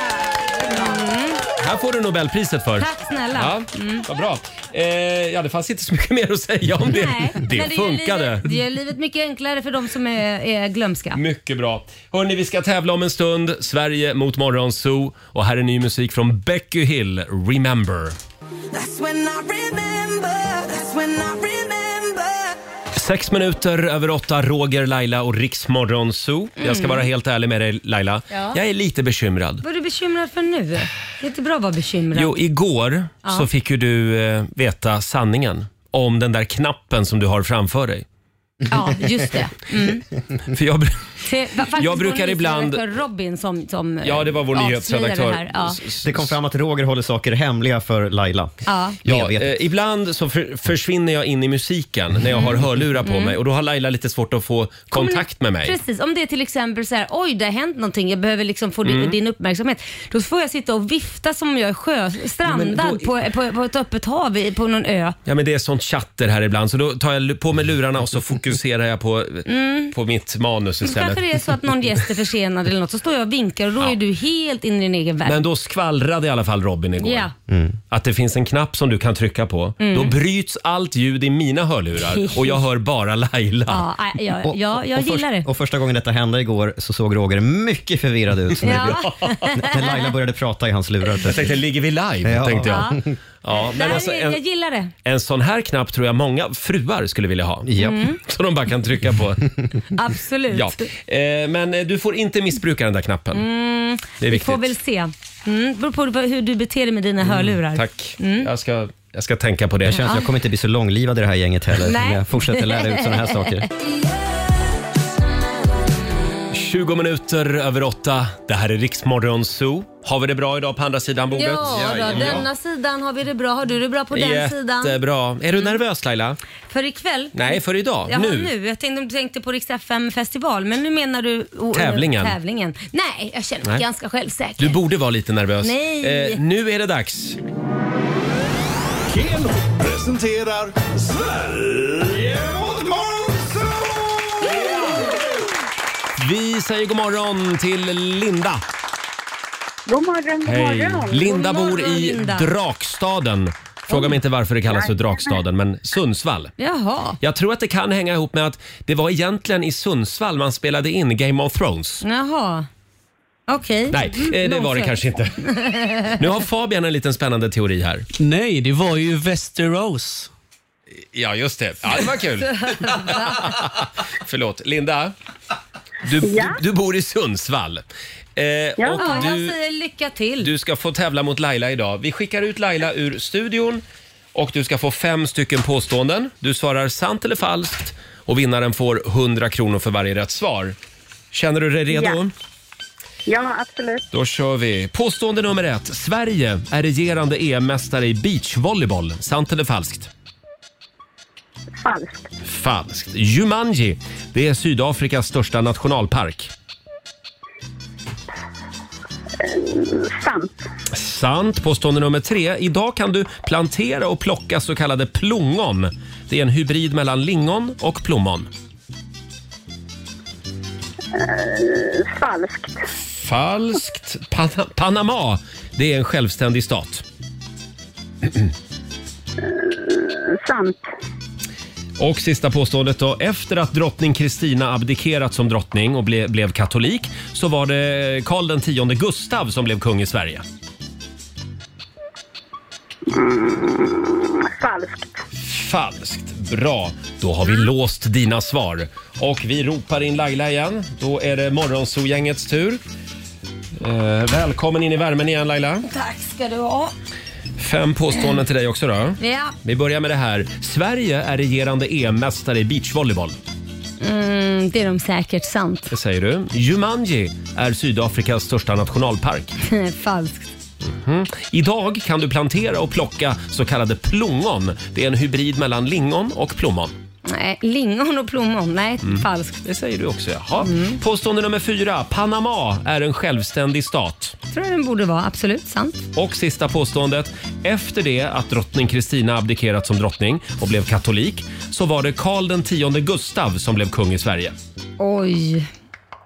[SPEAKER 1] Här får du Nobelpriset för.
[SPEAKER 3] Tack snälla.
[SPEAKER 1] Ja, mm. Vad bra. Eh, ja, det fanns inte så mycket mer att säga om det.
[SPEAKER 3] Nej,
[SPEAKER 1] det
[SPEAKER 3] men
[SPEAKER 1] funkade.
[SPEAKER 3] Gör livet, det gör livet mycket enklare för de som är, är glömska.
[SPEAKER 1] Mycket bra. Hörrni, vi ska tävla om en stund. Sverige mot Morgonzoo. Och här är ny musik från Becky Hill, Remember.
[SPEAKER 10] That's when I remember, that's when I remember.
[SPEAKER 1] Sex minuter över åtta, Roger, Laila och Riks Morgonzoo. Jag ska
[SPEAKER 3] Mm.
[SPEAKER 1] vara helt ärlig med dig, Laila.
[SPEAKER 3] Ja.
[SPEAKER 1] Jag är lite bekymrad.
[SPEAKER 3] Vad är du bekymrad för nu? Det är inte bra att vara bekymrad.
[SPEAKER 1] Jo, igår
[SPEAKER 3] Ja.
[SPEAKER 1] så fick ju du eh, veta sanningen om den där knappen som du har framför dig.
[SPEAKER 3] Ja, just det. Mm.
[SPEAKER 1] För jag, br-
[SPEAKER 3] Det var faktiskt
[SPEAKER 1] Jag brukar
[SPEAKER 3] vår
[SPEAKER 1] ibland-
[SPEAKER 3] nyhetsredaktör Robin som, som
[SPEAKER 1] Ja, det var vår
[SPEAKER 3] avslöjade
[SPEAKER 1] nyhetsredaktör.
[SPEAKER 3] det här. Ja.
[SPEAKER 7] Det kom fram att Roger håller saker hemliga för Laila.
[SPEAKER 3] Ja.
[SPEAKER 1] Ja, eh, ibland så för, försvinner jag in i musiken när jag har hörlurar på
[SPEAKER 3] Mm.
[SPEAKER 1] mig och då har Laila lite svårt att få kontakt med mig.
[SPEAKER 3] Precis, om det är till exempel så här, oj det har hänt någonting, jag behöver liksom få din,
[SPEAKER 1] Mm.
[SPEAKER 3] din uppmärksamhet. Då får jag sitta och vifta som om jag är sjö, strandad
[SPEAKER 1] Ja, men då-
[SPEAKER 3] på, på, på ett öppet hav i- på någon ö.
[SPEAKER 1] Ja, men det är sånt chatter här ibland så då tar jag på mig lurarna och så fokuserar jag på,
[SPEAKER 3] Mm.
[SPEAKER 1] på mitt manus
[SPEAKER 3] Så
[SPEAKER 1] istället.
[SPEAKER 3] kanske det är så att någon gäst är försenad eller något, så står jag och vinkar och då är du helt inne i din egen värld.
[SPEAKER 1] Men då skvallrade i alla fall Robin igår.
[SPEAKER 3] Ja.
[SPEAKER 1] Att det finns en knapp som du kan trycka på.
[SPEAKER 3] Mm.
[SPEAKER 1] Då bryts allt ljud i mina hörlurar och jag hör bara Laila.
[SPEAKER 3] Ja, ja, ja,
[SPEAKER 7] Och-
[SPEAKER 3] ja, jag
[SPEAKER 7] och först-
[SPEAKER 3] gillar det.
[SPEAKER 7] Och första gången detta hände igår så såg Roger mycket förvirrad ut.
[SPEAKER 3] Ja.
[SPEAKER 7] När Laila började prata i hans lurar.
[SPEAKER 1] Jag tänkte, ligger vi live?
[SPEAKER 7] Ja.
[SPEAKER 1] Tänkte jag.
[SPEAKER 3] Ja.
[SPEAKER 1] Ja,
[SPEAKER 3] Det
[SPEAKER 1] men
[SPEAKER 3] här
[SPEAKER 1] alltså,
[SPEAKER 3] är,
[SPEAKER 1] en,
[SPEAKER 3] jag gillar det.
[SPEAKER 1] en sån här knapp tror jag många fruar skulle vilja ha.
[SPEAKER 7] Ja.
[SPEAKER 3] Mm.
[SPEAKER 1] Så de bara kan trycka på.
[SPEAKER 3] Absolut.
[SPEAKER 1] Ja. Eh, men eh, du får inte missbruka den där knappen.
[SPEAKER 3] Mm,
[SPEAKER 1] Det är
[SPEAKER 3] vi får
[SPEAKER 1] viktigt.
[SPEAKER 3] väl se. Mm, beror på hur du beter dig med dina hörlurar.
[SPEAKER 1] Tack.
[SPEAKER 3] Mm.
[SPEAKER 1] Jag, ska, jag ska tänka på det.
[SPEAKER 7] Jag känner att jag kommer inte bli så långlivad i det här gänget heller.
[SPEAKER 3] Nej.
[SPEAKER 7] Om jag fortsätter lära ut såna här saker.
[SPEAKER 1] tjugo minuter över åtta. Det här är Riks Morgonzoo. Har vi det bra idag på andra sidan bordet?
[SPEAKER 3] Ja, då, denna sidan har vi det bra. Har du det bra på den sidan?
[SPEAKER 1] Jättebra. Är du nervös, Laila?
[SPEAKER 3] För ikväll?
[SPEAKER 1] Nej, för idag.
[SPEAKER 3] Ja,
[SPEAKER 1] nu.
[SPEAKER 3] nu. Jag tänkte, du tänkte på Rix F M festival, men nu menar du oh,
[SPEAKER 1] Tävlingen.
[SPEAKER 3] tävlingen. Nej, jag känner mig
[SPEAKER 1] Nej.
[SPEAKER 3] ganska självsäker.
[SPEAKER 1] Du borde vara lite nervös.
[SPEAKER 3] Nej.
[SPEAKER 1] Eh, nu är det dags.
[SPEAKER 6] Keno presenterar Sverige mot Morgonzoo!
[SPEAKER 1] Vi säger god morgon till Linda.
[SPEAKER 4] God morgon, god
[SPEAKER 1] Hej.
[SPEAKER 4] morgon.
[SPEAKER 1] Linda
[SPEAKER 3] God morgon,
[SPEAKER 1] bor i
[SPEAKER 3] Linda.
[SPEAKER 1] Drakstaden. Fråga mig inte varför det kallas för Drakstaden, men Sundsvall.
[SPEAKER 3] Jaha.
[SPEAKER 1] Jag tror att det kan hänga ihop med att det var egentligen i Sundsvall man spelade in Game of Thrones.
[SPEAKER 3] Jaha. Okej.
[SPEAKER 1] Nej, eh, det var det kanske inte. Nu har Fabian en liten spännande teori här.
[SPEAKER 12] Nej, det var ju Västerås.
[SPEAKER 1] Ja, just det. Ja, det var kul. Förlåt. Linda, du, du, du bor i Sundsvall. Eh,
[SPEAKER 3] Ja,
[SPEAKER 1] och
[SPEAKER 3] jag
[SPEAKER 1] du,
[SPEAKER 3] säger lycka till.
[SPEAKER 1] du ska få tävla mot Laila idag. Vi skickar ut Laila ur studion och du ska få fem stycken påståenden. Du svarar sant eller falskt och vinnaren får hundra kronor för varje rätt svar. Känner du dig redo?
[SPEAKER 4] Ja. Ja, absolut.
[SPEAKER 1] Då kör vi. Påstående nummer ett. Sverige är regerande E M-mästare i beachvolleyboll. Sant eller falskt?
[SPEAKER 4] Falskt.
[SPEAKER 1] Falskt. Jumanji, det är Sydafrikas största nationalpark.
[SPEAKER 4] Sant.
[SPEAKER 1] Sant. Påstående nummer tre. Idag kan du plantera och plocka så kallade plongon. Det är en hybrid mellan lingon och plommon.
[SPEAKER 4] Eh, falskt.
[SPEAKER 1] Falskt. Pan- Panama, det är en självständig stat.
[SPEAKER 4] Sant.
[SPEAKER 1] Och sista påståendet då. Efter att drottning Kristina abdikerat som drottning och ble, blev katolik så var det Karl den tionde Gustav som blev kung i Sverige.
[SPEAKER 4] Mm, falskt.
[SPEAKER 1] Falskt. Bra. Då har vi låst dina svar. Och vi ropar in Laila igen. Då är det Morgonzoo-gängets tur. Eh, välkommen in i värmen igen, Laila.
[SPEAKER 3] Tack ska du ha.
[SPEAKER 1] Fem påståenden till dig också då.
[SPEAKER 3] Ja.
[SPEAKER 1] Vi börjar med det här. Sverige är regerande E M-mästare i beachvolleyboll.
[SPEAKER 3] Mm, det är de säkert sant.
[SPEAKER 1] Det säger du. Jumanji är Sydafrikas största nationalpark.
[SPEAKER 3] Falskt.
[SPEAKER 1] Mhm. Idag kan du plantera och plocka så kallade plongon. Det är en hybrid mellan lingon och plommon.
[SPEAKER 3] Nej, lingon och plommon. Nej,
[SPEAKER 1] Mm.
[SPEAKER 3] falskt.
[SPEAKER 1] Det säger du också, jaha.
[SPEAKER 3] Mm.
[SPEAKER 1] Påstående nummer fyra. Panama är en självständig stat.
[SPEAKER 3] Tror jag den borde vara. Absolut sant.
[SPEAKER 1] Och sista påståendet. Efter det att drottning Kristina abdikerat som drottning och blev katolik så var det Karl den tionde Gustav som blev kung i Sverige.
[SPEAKER 3] Oj.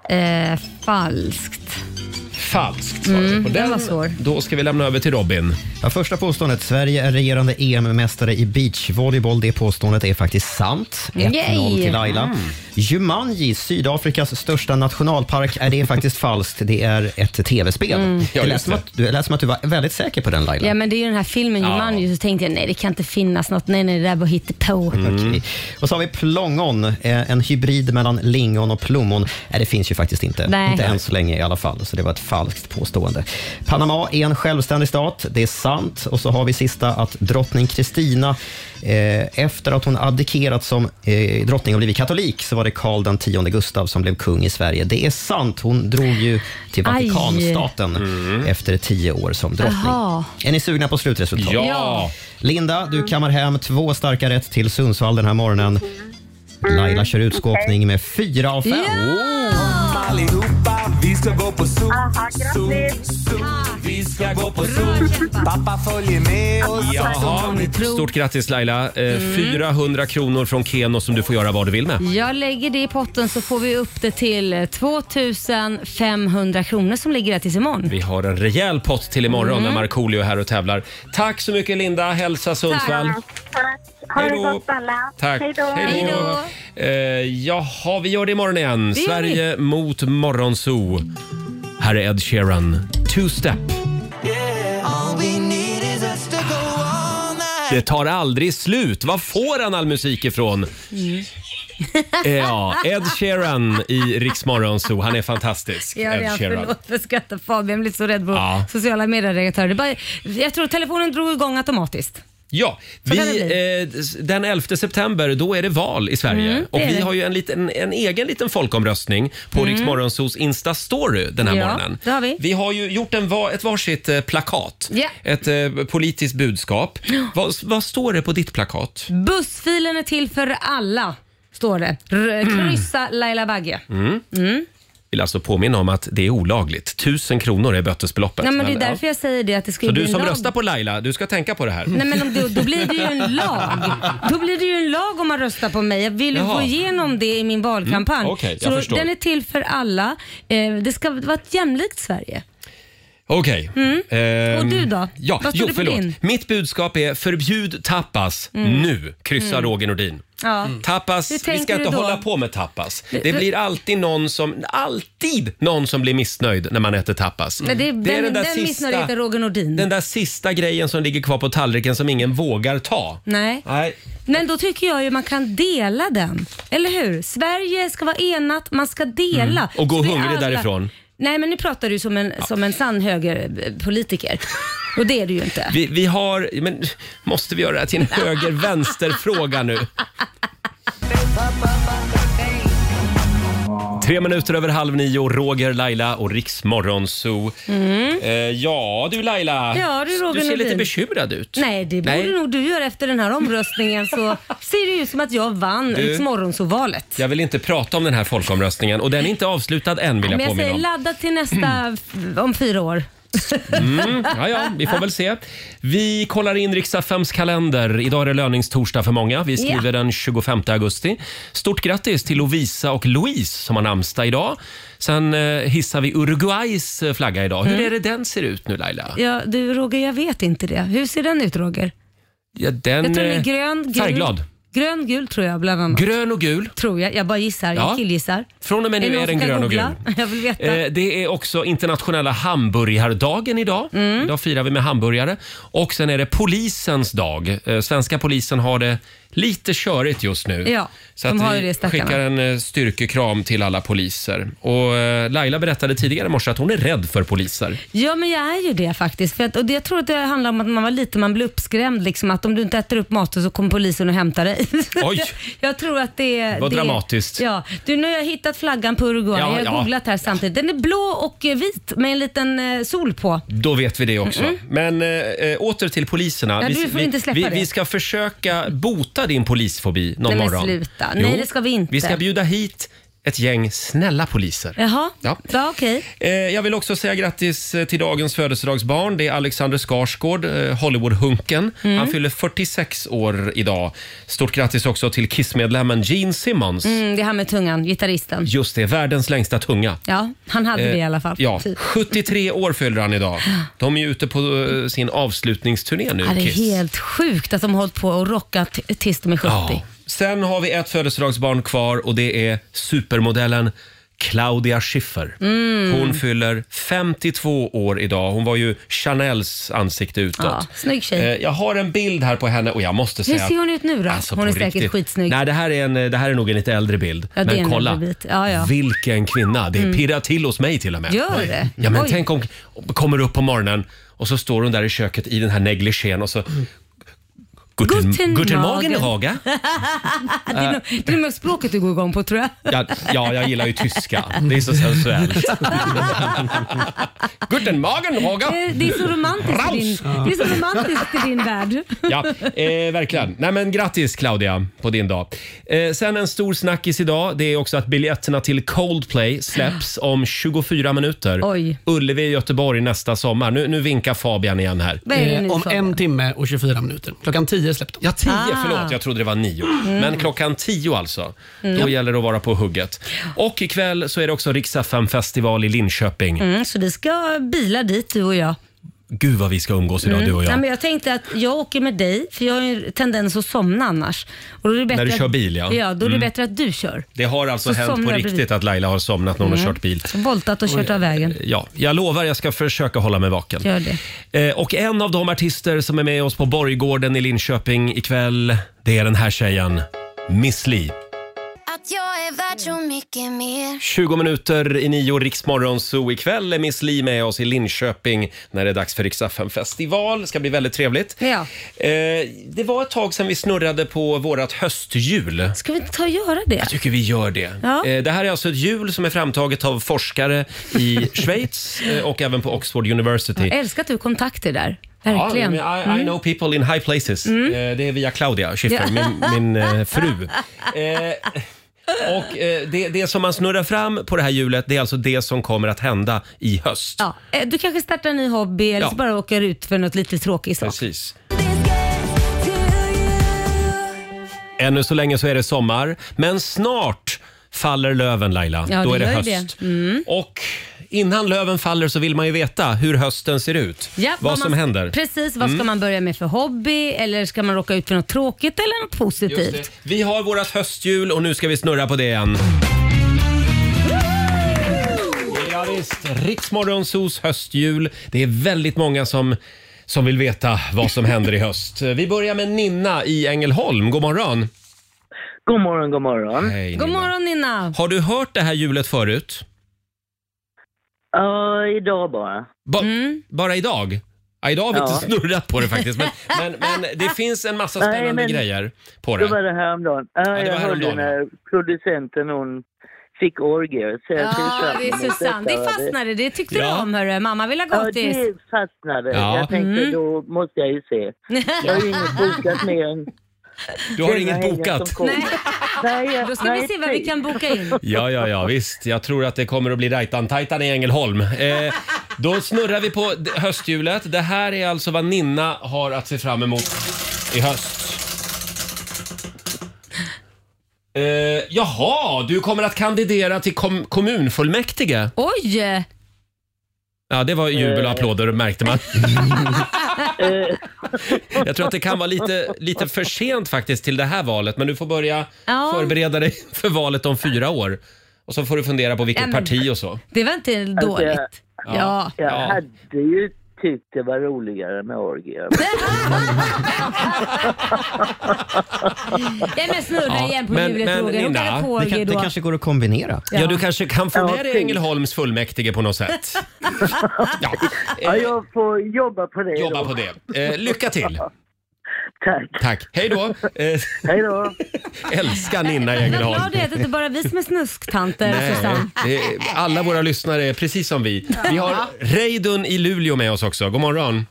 [SPEAKER 3] Eh, falskt.
[SPEAKER 1] Falskt svarar
[SPEAKER 3] Mm,
[SPEAKER 1] på
[SPEAKER 3] den
[SPEAKER 1] den.
[SPEAKER 3] var svår.
[SPEAKER 1] Då ska vi lämna över till Robin.
[SPEAKER 7] Ja, första påståendet. Sverige är regerande E M-mästare i beachvolleyboll. Det påståendet är faktiskt sant. ett noll till Laila.
[SPEAKER 3] Mm.
[SPEAKER 7] Jumanji, Sydafrikas största nationalpark, är det faktiskt falskt. Det är ett tv-spel.
[SPEAKER 3] Mm.
[SPEAKER 7] Det lät som att, du lät som att du var väldigt säker på den, Laila.
[SPEAKER 3] Ja, men det är ju den här filmen Jumanji, så tänkte jag nej, det kan inte finnas något. Nej, nej, det där bara hittepå.
[SPEAKER 7] Mm. Okej. Och så har vi plongon, eh, en hybrid mellan lingon och plommon. Nej, det finns ju faktiskt inte.
[SPEAKER 3] Nej.
[SPEAKER 7] Inte än så länge i alla fall, så det var ett falskt påstående. Panama är en självständig stat, det är sant. Och så har vi sista att drottning Kristina, eh, efter att hon abdikerat som eh, drottning och blivit katolik, så var det Karl den tionde Gustav som blev kung i Sverige. Det är sant, hon drog ju till Vatikanstaten mm. efter tio år som drottning.
[SPEAKER 3] Aha.
[SPEAKER 7] Är ni sugna på slutresultat?
[SPEAKER 1] Ja!
[SPEAKER 7] Linda, du kammar hem två starka rätt till Sundsvall den här morgonen. Laila kör utskåpning med fyra av fem.
[SPEAKER 10] Oh. Allihopa, vi ska gå på sol.
[SPEAKER 4] Aha, grattis.
[SPEAKER 10] Vi ska gå på sol. Pappa följer med oss.
[SPEAKER 1] Jaha, stort grattis Laila. Eh, fyrahundra kronor från Keno som du får göra vad du vill med.
[SPEAKER 3] Jag lägger det i potten så får vi upp det till tvåtusen femhundra kronor som ligger där tills imorgon.
[SPEAKER 1] Vi har en rejäl pott till imorgon
[SPEAKER 3] Mm.
[SPEAKER 1] när Markoolio är här och tävlar. Tack så mycket Linda, hälsa Sundsvall.
[SPEAKER 4] Tack. Ha det
[SPEAKER 1] Hej då.
[SPEAKER 4] gott alla.
[SPEAKER 1] Tack.
[SPEAKER 4] Hej då.
[SPEAKER 1] Hej då. Eh, jaha, vi gör det imorgon igen.
[SPEAKER 3] Det gör
[SPEAKER 1] Sverige mot Morgonzoo. Här är Ed Sheeran, Two Step.
[SPEAKER 10] All we need is us to go all night.
[SPEAKER 1] Det tar aldrig slut. Var får han all musik ifrån?
[SPEAKER 3] Mm.
[SPEAKER 1] Ja, Ed Sheeran i Rix Morgonzoo. Han är fantastisk.
[SPEAKER 3] Ja,
[SPEAKER 1] Ed
[SPEAKER 3] jag
[SPEAKER 1] Sheeran.
[SPEAKER 3] förlåt för skratta Fabian blir så rädd på
[SPEAKER 1] Ja.
[SPEAKER 3] sociala medieredaktörer. Det bara, jag tror telefonen drog igång automatiskt.
[SPEAKER 1] Ja,
[SPEAKER 3] Så kan det
[SPEAKER 1] vi, eh, den elfte september då är det val i Sverige.
[SPEAKER 3] Mm, det
[SPEAKER 1] och
[SPEAKER 3] är
[SPEAKER 1] vi
[SPEAKER 3] det.
[SPEAKER 1] har ju en, liten, en egen liten folkomröstning på mm. Rix Morgonzoos Insta-story den här
[SPEAKER 3] Ja,
[SPEAKER 1] morgonen.
[SPEAKER 3] det har vi.
[SPEAKER 1] Vi har ju gjort en, va- ett varsitt eh, plakat.
[SPEAKER 3] Ja.
[SPEAKER 1] Ett eh, politiskt budskap. Vad, vad står det på ditt plakat?
[SPEAKER 3] Bussfilen är till för alla, står det. R- kryssa Laila Bagge.
[SPEAKER 1] Mm.
[SPEAKER 3] Mm.
[SPEAKER 1] Vill alltså påminna om att det är olagligt. Tusen kronor är bötesbeloppet.
[SPEAKER 3] Nej, men det är
[SPEAKER 1] ja.
[SPEAKER 3] därför jag säger det, att det ska
[SPEAKER 1] Så
[SPEAKER 3] bli
[SPEAKER 1] du
[SPEAKER 3] en
[SPEAKER 1] som
[SPEAKER 3] lag.
[SPEAKER 1] röstar på Laila, du ska tänka på det här.
[SPEAKER 3] Nej, men om det, då blir det ju en lag. Då blir det ju en lag om man röstar på mig. Jag vill ju
[SPEAKER 1] Jaha.
[SPEAKER 3] få igenom det i min valkampanj.
[SPEAKER 1] Mm, okej, jag
[SPEAKER 3] Så då,
[SPEAKER 1] förstår.
[SPEAKER 3] den är till för alla. Eh, det ska vara ett jämlikt Sverige.
[SPEAKER 1] Okej.
[SPEAKER 3] Mm.
[SPEAKER 1] Ehm,
[SPEAKER 3] Och du då?
[SPEAKER 1] Ja,
[SPEAKER 3] Vad står
[SPEAKER 1] jo,
[SPEAKER 3] det på
[SPEAKER 1] förlåt.
[SPEAKER 3] din?
[SPEAKER 1] Mitt budskap är förbjud tapas
[SPEAKER 3] Mm.
[SPEAKER 1] nu. Kryssa
[SPEAKER 3] Mm.
[SPEAKER 1] Roger Nordin.
[SPEAKER 3] Ja.
[SPEAKER 1] Tapas,
[SPEAKER 3] Hur
[SPEAKER 1] vi ska
[SPEAKER 3] tänker
[SPEAKER 1] inte
[SPEAKER 3] du då?
[SPEAKER 1] hålla på med tapas.
[SPEAKER 3] Det-
[SPEAKER 1] Det blir alltid någon som, alltid någon som blir missnöjd när man äter tapas.
[SPEAKER 3] Men det är,
[SPEAKER 1] Det är
[SPEAKER 3] den
[SPEAKER 1] den där
[SPEAKER 3] den
[SPEAKER 1] sista-
[SPEAKER 3] missnöjet är Roger Nordin.
[SPEAKER 1] Den där sista grejen som ligger kvar på tallriken som ingen vågar ta.
[SPEAKER 3] Nej.
[SPEAKER 1] Nej.
[SPEAKER 3] Men då tycker jag ju man kan dela den. Eller hur? Sverige ska vara enat, man ska dela.
[SPEAKER 1] Mm. Och gå
[SPEAKER 3] Så vi
[SPEAKER 1] hungrig
[SPEAKER 3] alla-
[SPEAKER 1] därifrån.
[SPEAKER 3] Nej, men nu pratar du som en, som en sann högerpolitiker. Och det är du ju inte.
[SPEAKER 1] Vi, vi har, men måste vi göra det här till en höger-vänster-fråga nu? Tre minuter över halv nio, Roger, Laila och Rix Morgonzoo.
[SPEAKER 3] Mm.
[SPEAKER 1] Eh, ja, du Laila.
[SPEAKER 3] Ja, du, Roger
[SPEAKER 1] du ser lite
[SPEAKER 3] Nordin.
[SPEAKER 1] bekymrad ut.
[SPEAKER 3] Nej, det borde
[SPEAKER 1] Nej.
[SPEAKER 3] nog du göra efter den här omröstningen, så ser det ut som att jag vann
[SPEAKER 1] Du-
[SPEAKER 3] Rix Morgonzoo-valet.
[SPEAKER 1] Jag vill inte prata om den här folkomröstningen och den är inte avslutad än, vill
[SPEAKER 3] Men
[SPEAKER 1] jag
[SPEAKER 3] jag
[SPEAKER 1] påminna
[SPEAKER 3] säger
[SPEAKER 1] om.
[SPEAKER 3] ladda till nästa f- om fyra år.
[SPEAKER 1] Mm, ja, ja, vi får väl se. Vi kollar in Rix F M:s kalender. Idag är det löningstorsdag för många. Vi skriver
[SPEAKER 3] Ja.
[SPEAKER 1] den tjugofemte augusti. Stort grattis till Lovisa och Louise som har namnsdag idag. Sen eh, hissar vi Uruguays eh, flagga idag. Hur
[SPEAKER 3] Mm.
[SPEAKER 1] är det den ser ut nu, Laila?
[SPEAKER 3] Ja, du Roger, jag vet inte det. Hur ser den ut, Roger?
[SPEAKER 1] Ja, den,
[SPEAKER 3] Jag tror den är
[SPEAKER 1] eh,
[SPEAKER 3] grön, gul.
[SPEAKER 1] Färgglad.
[SPEAKER 3] Grön, gul tror jag bland annat.
[SPEAKER 1] Grön och gul.
[SPEAKER 3] Tror jag. Jag bara gissar.
[SPEAKER 1] Ja.
[SPEAKER 3] Jag killgissar.
[SPEAKER 1] Från och med nu
[SPEAKER 3] någon
[SPEAKER 1] är den
[SPEAKER 3] som kan
[SPEAKER 1] grön och
[SPEAKER 3] googla?
[SPEAKER 1] gul.
[SPEAKER 3] Jag vill veta.
[SPEAKER 1] Eh, det är också internationella hamburgardagen idag.
[SPEAKER 3] Mm.
[SPEAKER 1] Idag firar vi med hamburgare. Och sen är det polisens dag. Eh, svenska polisen har det lite körigt just nu.
[SPEAKER 3] Ja,
[SPEAKER 1] Så
[SPEAKER 3] de
[SPEAKER 1] att
[SPEAKER 3] har ju
[SPEAKER 1] vi
[SPEAKER 3] det, stackarna.
[SPEAKER 1] skickar en eh, styrkekram till alla poliser. Och eh, Laila berättade tidigare i morse att hon är rädd för poliser.
[SPEAKER 3] Ja, men jag är ju det faktiskt. För att, och det, jag tror att det handlar om att man var liten, man blir uppskrämd. Liksom, att om du inte äter upp maten så kommer polisen och hämtar dig.
[SPEAKER 1] Oj.
[SPEAKER 3] jag, jag tror att det
[SPEAKER 1] Vad
[SPEAKER 3] det,
[SPEAKER 1] dramatiskt.
[SPEAKER 3] Ja, du, nu har jag hittat flaggan på Uruguay.
[SPEAKER 1] Ja,
[SPEAKER 3] jag har
[SPEAKER 1] ja.
[SPEAKER 3] googlat här samtidigt. Den är blå och eh, vit med en liten eh, sol på.
[SPEAKER 1] Då vet vi det också.
[SPEAKER 3] Mm-mm.
[SPEAKER 1] Men äh, åter till poliserna.
[SPEAKER 3] Ja,
[SPEAKER 1] vi,
[SPEAKER 3] du får
[SPEAKER 1] vi,
[SPEAKER 3] inte släppa
[SPEAKER 1] vi,
[SPEAKER 3] det.
[SPEAKER 1] vi ska försöka bota din polisfobi någon
[SPEAKER 3] Nej, men
[SPEAKER 1] morgon.
[SPEAKER 3] sluta. Nej, det ska vi inte.
[SPEAKER 1] Vi ska bjuda hit ett gäng snälla poliser.
[SPEAKER 3] Jaha,
[SPEAKER 1] ja.
[SPEAKER 3] ja, okej.
[SPEAKER 1] Eh, jag vill också säga grattis till dagens födelsedagsbarn. Det är Alexander Skarsgård, eh, Hollywood-hunken.
[SPEAKER 3] Mm.
[SPEAKER 1] Han fyller fyrtiosex år idag. Stort grattis också till Kiss-medlemmen Gene Simmons.
[SPEAKER 3] Mm, det här med tungan, gitarristen.
[SPEAKER 1] Just det, världens längsta tunga.
[SPEAKER 3] Ja, han hade
[SPEAKER 1] Eh,
[SPEAKER 3] det i alla fall.
[SPEAKER 1] Ja,
[SPEAKER 3] Typ.
[SPEAKER 1] sjuttiotre år fyller han idag. De är ju ute på eh, sin avslutningsturné nu,
[SPEAKER 3] Ja, det är
[SPEAKER 1] Kiss.
[SPEAKER 3] helt sjukt att de har hållit på och rockat tills de är sjuttio.
[SPEAKER 1] Ja. Sen har vi ett födelsedagsbarn kvar och det är supermodellen Claudia Schiffer.
[SPEAKER 3] Mm.
[SPEAKER 1] Hon fyller femtiotvå år idag. Hon var ju Chanels ansikte utåt.
[SPEAKER 3] Ja, snygg tjej.
[SPEAKER 1] Eh, Jag har en bild här på henne och jag måste
[SPEAKER 3] Hur
[SPEAKER 1] säga...
[SPEAKER 3] ser hon ut nu då?
[SPEAKER 1] Alltså,
[SPEAKER 3] hon är
[SPEAKER 1] på
[SPEAKER 3] säkert
[SPEAKER 1] riktigt.
[SPEAKER 3] skitsnygg.
[SPEAKER 1] Nej, det här, är en, det här är nog en lite äldre bild.
[SPEAKER 3] Ja, det är
[SPEAKER 1] men
[SPEAKER 3] en
[SPEAKER 1] kolla,
[SPEAKER 3] äldre bit. Ja, ja.
[SPEAKER 1] vilken kvinna. Det
[SPEAKER 3] Mm.
[SPEAKER 1] pirrar till hos mig till och med.
[SPEAKER 3] Gör det?
[SPEAKER 1] Ja, men
[SPEAKER 3] Oj.
[SPEAKER 1] tänk om kommer upp på morgonen och så står hon där i köket i den här negligén och så... Guten,
[SPEAKER 3] Guten
[SPEAKER 1] guten
[SPEAKER 3] Morgen.
[SPEAKER 1] Morgen, Haga.
[SPEAKER 3] det är nog, det är nog språket du går igång på tror jag.
[SPEAKER 1] Ja, ja, jag gillar ju tyska. Det är så sensuellt. Guten Morgen, Roger.
[SPEAKER 3] Eh, Det är så romantiskt i din, det är så romantiskt i din värld.
[SPEAKER 1] Ja, eh, verkligen. Nej, men grattis Claudia på din dag. Eh, sen en stor snackis idag. Det är också att biljetterna till Coldplay släpps om tjugofyra minuter.
[SPEAKER 3] Oj.
[SPEAKER 1] Ullevi i Göteborg nästa sommar. Nu, nu vinkar Fabian igen här.
[SPEAKER 3] Vad är det nu,
[SPEAKER 12] Eh, om
[SPEAKER 3] Fabian?
[SPEAKER 12] en timme och tjugofyra minuter. Klockan tio släppte de.
[SPEAKER 1] Ja, tio,
[SPEAKER 3] Ah.
[SPEAKER 1] förlåt. Jag trodde det var nio.
[SPEAKER 3] Mm.
[SPEAKER 1] Men klockan tio alltså.
[SPEAKER 3] Mm.
[SPEAKER 1] Då gäller det att vara på hugget. Och ikväll så är det också Rix F M-festival i Linköping.
[SPEAKER 3] Mm, så vi ska bila dit du och jag.
[SPEAKER 1] Gud vad vi ska umgås idag, du och
[SPEAKER 3] Ja,
[SPEAKER 1] jag.
[SPEAKER 3] men jag tänkte att jag åker med dig för jag har ju tendens att somna annars. Och då är det bättre
[SPEAKER 1] När du
[SPEAKER 3] att,
[SPEAKER 1] kör bil, ja.
[SPEAKER 3] Ja, då är det
[SPEAKER 1] Mm.
[SPEAKER 3] bättre att du kör.
[SPEAKER 1] Det har alltså
[SPEAKER 3] Så
[SPEAKER 1] hänt
[SPEAKER 3] somnar
[SPEAKER 1] på
[SPEAKER 3] jag
[SPEAKER 1] riktigt
[SPEAKER 3] bredvid.
[SPEAKER 1] att Laila har somnat när hon har
[SPEAKER 3] Mm.
[SPEAKER 1] kört bil.
[SPEAKER 3] Voltat och kört av vägen.
[SPEAKER 1] Ja, jag lovar jag ska försöka hålla mig vaken.
[SPEAKER 3] Gör det.
[SPEAKER 1] Eh, och en av de artister som är med oss på Borggården i Linköping ikväll, det är den här tjejen, Miss Li.
[SPEAKER 2] Att jag är värd så mycket mer.
[SPEAKER 1] tjugo minuter i nio, Rix Morgon Zoo. Ikväll är Miss Li med oss i Linköping när det är dags för Rix F M-festival. Det ska bli väldigt trevligt.
[SPEAKER 3] Ja.
[SPEAKER 1] Eh, det var ett tag sedan vi snurrade på vårat höstjul.
[SPEAKER 3] Ska vi inte ta och göra det?
[SPEAKER 1] Jag tycker vi gör det.
[SPEAKER 3] Ja.
[SPEAKER 1] Eh, det här är alltså ett hjul som är framtaget av forskare i Schweiz eh, och även på Oxford University.
[SPEAKER 3] Jag älskar att du har kontakter där. Verkligen.
[SPEAKER 1] Ja, I, I
[SPEAKER 3] Mm.
[SPEAKER 1] know people in high places.
[SPEAKER 3] Mm.
[SPEAKER 1] Eh, det är via Claudia Schiffer,
[SPEAKER 3] Ja.
[SPEAKER 1] min, min eh, fru. Eh, och eh, det, det som man snurrar fram på det här hjulet, det är alltså det som kommer att hända i höst.
[SPEAKER 3] Ja. eh, Du kanske startar en ny hobby eller
[SPEAKER 1] Ja.
[SPEAKER 3] så bara åker ut för något lite tråkigt sak.
[SPEAKER 1] Precis. Ännu så länge så är det sommar, men snart faller löven, Laila.
[SPEAKER 3] Ja,
[SPEAKER 1] Då
[SPEAKER 3] det
[SPEAKER 1] är det
[SPEAKER 3] gör ju
[SPEAKER 1] höst.
[SPEAKER 3] det. Mm.
[SPEAKER 1] Och innan löven faller så vill man ju veta hur hösten ser ut.
[SPEAKER 3] Ja,
[SPEAKER 1] vad som
[SPEAKER 3] man,
[SPEAKER 1] händer.
[SPEAKER 3] Precis, vad ska
[SPEAKER 1] Mm.
[SPEAKER 3] man börja med för hobby eller ska man råka ut för något tråkigt eller något
[SPEAKER 1] Just
[SPEAKER 3] positivt?
[SPEAKER 1] det. Vi har vårat hösthjul och nu ska vi snurra på det igen. Ja, visst, Riksmorgonsos höstjul. Det är väldigt många som, som vill veta vad som händer i höst. Vi börjar med Ninna i Ängelholm. God morgon.
[SPEAKER 13] God morgon, god morgon.
[SPEAKER 1] Hej,
[SPEAKER 3] God
[SPEAKER 1] Ninna.
[SPEAKER 3] morgon Nina.
[SPEAKER 1] Har du hört det här hjulet förut?
[SPEAKER 13] Ja, idag bara.
[SPEAKER 1] Ba-
[SPEAKER 3] Mm.
[SPEAKER 1] Bara idag? Ja, idag har vi
[SPEAKER 13] Ja.
[SPEAKER 1] inte snurrat på det faktiskt. Men, men, men det finns en massa
[SPEAKER 13] Nej,
[SPEAKER 1] spännande
[SPEAKER 13] men-
[SPEAKER 1] grejer på
[SPEAKER 13] Då
[SPEAKER 1] det.
[SPEAKER 13] var det häromdagen. Ja,
[SPEAKER 1] det var
[SPEAKER 13] jag hörde
[SPEAKER 1] häromdagen,
[SPEAKER 13] när producenten hon fick orger. Så jag
[SPEAKER 3] Ja,
[SPEAKER 13] tittade
[SPEAKER 3] det är
[SPEAKER 13] mot
[SPEAKER 3] Susanne.
[SPEAKER 13] detta,
[SPEAKER 3] Det
[SPEAKER 13] va?
[SPEAKER 3] fastnade. Det tyckte
[SPEAKER 1] Ja.
[SPEAKER 3] du om hörru. Mamma vill ha
[SPEAKER 13] Ja,
[SPEAKER 3] gratis.
[SPEAKER 13] det fastnade.
[SPEAKER 1] Ja.
[SPEAKER 13] Jag tänkte,
[SPEAKER 3] Mm.
[SPEAKER 13] då måste jag ju se. Jag har ju inget bokat mer än
[SPEAKER 1] Du har
[SPEAKER 13] denna
[SPEAKER 1] inget
[SPEAKER 13] helgen
[SPEAKER 1] bokat?
[SPEAKER 13] som kommer. Nej, jag-
[SPEAKER 3] Då ska
[SPEAKER 13] nej,
[SPEAKER 3] vi se vad vi kan boka in.
[SPEAKER 1] Ja, ja, ja, visst. Jag tror att det kommer att bli rajtan-tajtan i Ängelholm. Eh, då snurrar vi på d- hösthjulet. Det här är alltså vad Ninna har att se fram emot i höst. Eh, jaha, du kommer att kandidera till kom- kommunfullmäktige.
[SPEAKER 3] Oj!
[SPEAKER 1] Ja, det var jubel och applåder märkte man. Jag tror att det kan vara lite, lite för sent faktiskt till det här valet, men du får börja
[SPEAKER 3] Ja.
[SPEAKER 1] förbereda dig för valet om fyra år. Och så får du fundera på vilket
[SPEAKER 3] Ja, men-
[SPEAKER 1] parti och så.
[SPEAKER 3] Det var inte
[SPEAKER 13] Alltså,
[SPEAKER 3] dåligt.
[SPEAKER 1] Ja.
[SPEAKER 3] Ja.
[SPEAKER 13] Jag
[SPEAKER 1] Ja.
[SPEAKER 13] hade ju tyckt det var roligare med orgier.
[SPEAKER 3] Ja, men snurra
[SPEAKER 1] Ja,
[SPEAKER 3] igen på
[SPEAKER 1] men-
[SPEAKER 3] hjulet
[SPEAKER 1] men
[SPEAKER 3] Roger. Hon
[SPEAKER 1] Nina,
[SPEAKER 3] kan på
[SPEAKER 7] Det,
[SPEAKER 3] orgie
[SPEAKER 7] kan, det
[SPEAKER 3] då.
[SPEAKER 7] kanske går att kombinera.
[SPEAKER 1] Ja,
[SPEAKER 3] Ja.
[SPEAKER 1] du kanske kan få
[SPEAKER 13] Ja,
[SPEAKER 1] med dig
[SPEAKER 13] fint.
[SPEAKER 1] Ängelholms fullmäktige på något sätt. Ja,
[SPEAKER 13] Ja,
[SPEAKER 1] eh,
[SPEAKER 13] jag får jobba på det.
[SPEAKER 1] jobba
[SPEAKER 13] då.
[SPEAKER 1] på det. Eh, lycka till.
[SPEAKER 13] Tack.
[SPEAKER 1] Tack. Hej då. Eh,
[SPEAKER 13] Hej då.
[SPEAKER 1] älskar Ninna i
[SPEAKER 3] Vad
[SPEAKER 1] Ängelholm.
[SPEAKER 3] glad jag är att det inte bara är vi som är snusktanter,
[SPEAKER 1] Nej,
[SPEAKER 3] Susanne.
[SPEAKER 1] det är, alla våra lyssnare är precis som vi. Vi har Reidun i Luleå med oss också. God morgon.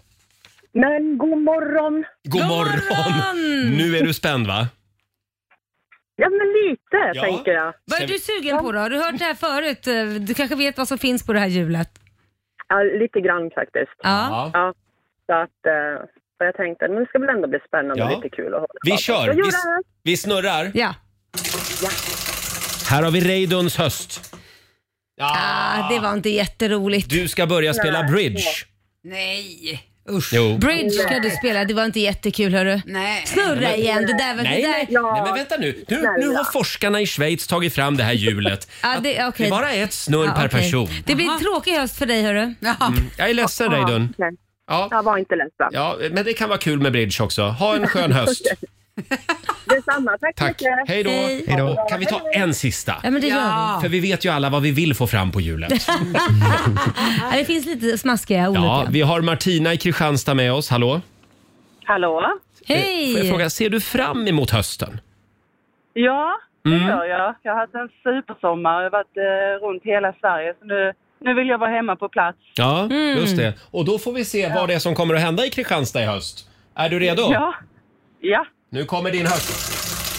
[SPEAKER 4] Men god morgon.
[SPEAKER 1] God morgon. Nu är du spänd va?
[SPEAKER 4] Ja, men lite
[SPEAKER 1] Ja.
[SPEAKER 4] tänker jag.
[SPEAKER 3] Vad är du sugen på då? Har du hört det här förut? Du kanske vet vad som finns på det här hjulet?
[SPEAKER 4] Ja, lite grann faktiskt.
[SPEAKER 3] Ja.
[SPEAKER 4] Ja, så att eh, så jag tänkte, men det ska väl ändå bli spännande
[SPEAKER 1] Ja.
[SPEAKER 4] och lite kul att hålla
[SPEAKER 1] Vi
[SPEAKER 4] på.
[SPEAKER 1] kör.
[SPEAKER 4] Jag
[SPEAKER 1] Vi,
[SPEAKER 4] gjorde det.
[SPEAKER 1] vi snurrar.
[SPEAKER 3] Ja.
[SPEAKER 1] Här har vi Reiduns höst.
[SPEAKER 3] Ah, det var inte jätteroligt.
[SPEAKER 1] Du ska börja spela bridge.
[SPEAKER 5] Nej, usch.
[SPEAKER 1] Jo.
[SPEAKER 3] Bridge ska du spela, det var inte jättekul hörru.
[SPEAKER 5] Nej.
[SPEAKER 3] Snurra igen, det där var
[SPEAKER 1] Nej,
[SPEAKER 3] det där.
[SPEAKER 1] nej, nej, men vänta nu. Nu, nu har forskarna i Schweiz tagit fram det här hjulet.
[SPEAKER 3] Ja, det,
[SPEAKER 1] Det
[SPEAKER 3] okay.
[SPEAKER 1] är bara ett snurr
[SPEAKER 3] Ja,
[SPEAKER 1] per
[SPEAKER 3] okej.
[SPEAKER 1] person.
[SPEAKER 3] Det blir en tråkig höst för dig hörru.
[SPEAKER 5] Ja.
[SPEAKER 1] Mm. Jag är ledsen, Reidun.
[SPEAKER 4] Okay.
[SPEAKER 1] Ja.
[SPEAKER 4] Jag var inte ledsen.
[SPEAKER 1] Ja, men det kan vara kul med bridge också. Ha en skön höst.
[SPEAKER 4] Detsamma, tack,
[SPEAKER 1] Tack.
[SPEAKER 4] mycket.
[SPEAKER 1] Hej då.
[SPEAKER 3] Hej.
[SPEAKER 7] Hej då.
[SPEAKER 1] Kan vi ta en sista?
[SPEAKER 3] Ja men det gör
[SPEAKER 5] Ja.
[SPEAKER 1] För vi vet ju alla vad vi vill få fram på hjulet.
[SPEAKER 3] vi. Ja, det finns lite smaskiga olika.
[SPEAKER 1] Ja, vi har Martina i Kristianstad med oss. Hallå?
[SPEAKER 14] Hallå?
[SPEAKER 3] Hej!
[SPEAKER 1] Får jag fråga, ser du fram emot hösten?
[SPEAKER 14] Ja, det
[SPEAKER 1] Mm.
[SPEAKER 14] gör jag. Jag har haft en supersommar. Jag har varit eh, runt hela Sverige. Så nu, nu vill jag vara hemma på plats.
[SPEAKER 1] Ja,
[SPEAKER 3] Mm.
[SPEAKER 1] just det. Och då får vi se vad det är som kommer att hända i Kristianstad i höst. Är du redo?
[SPEAKER 14] Ja. Ja.
[SPEAKER 1] Nu kommer din höst.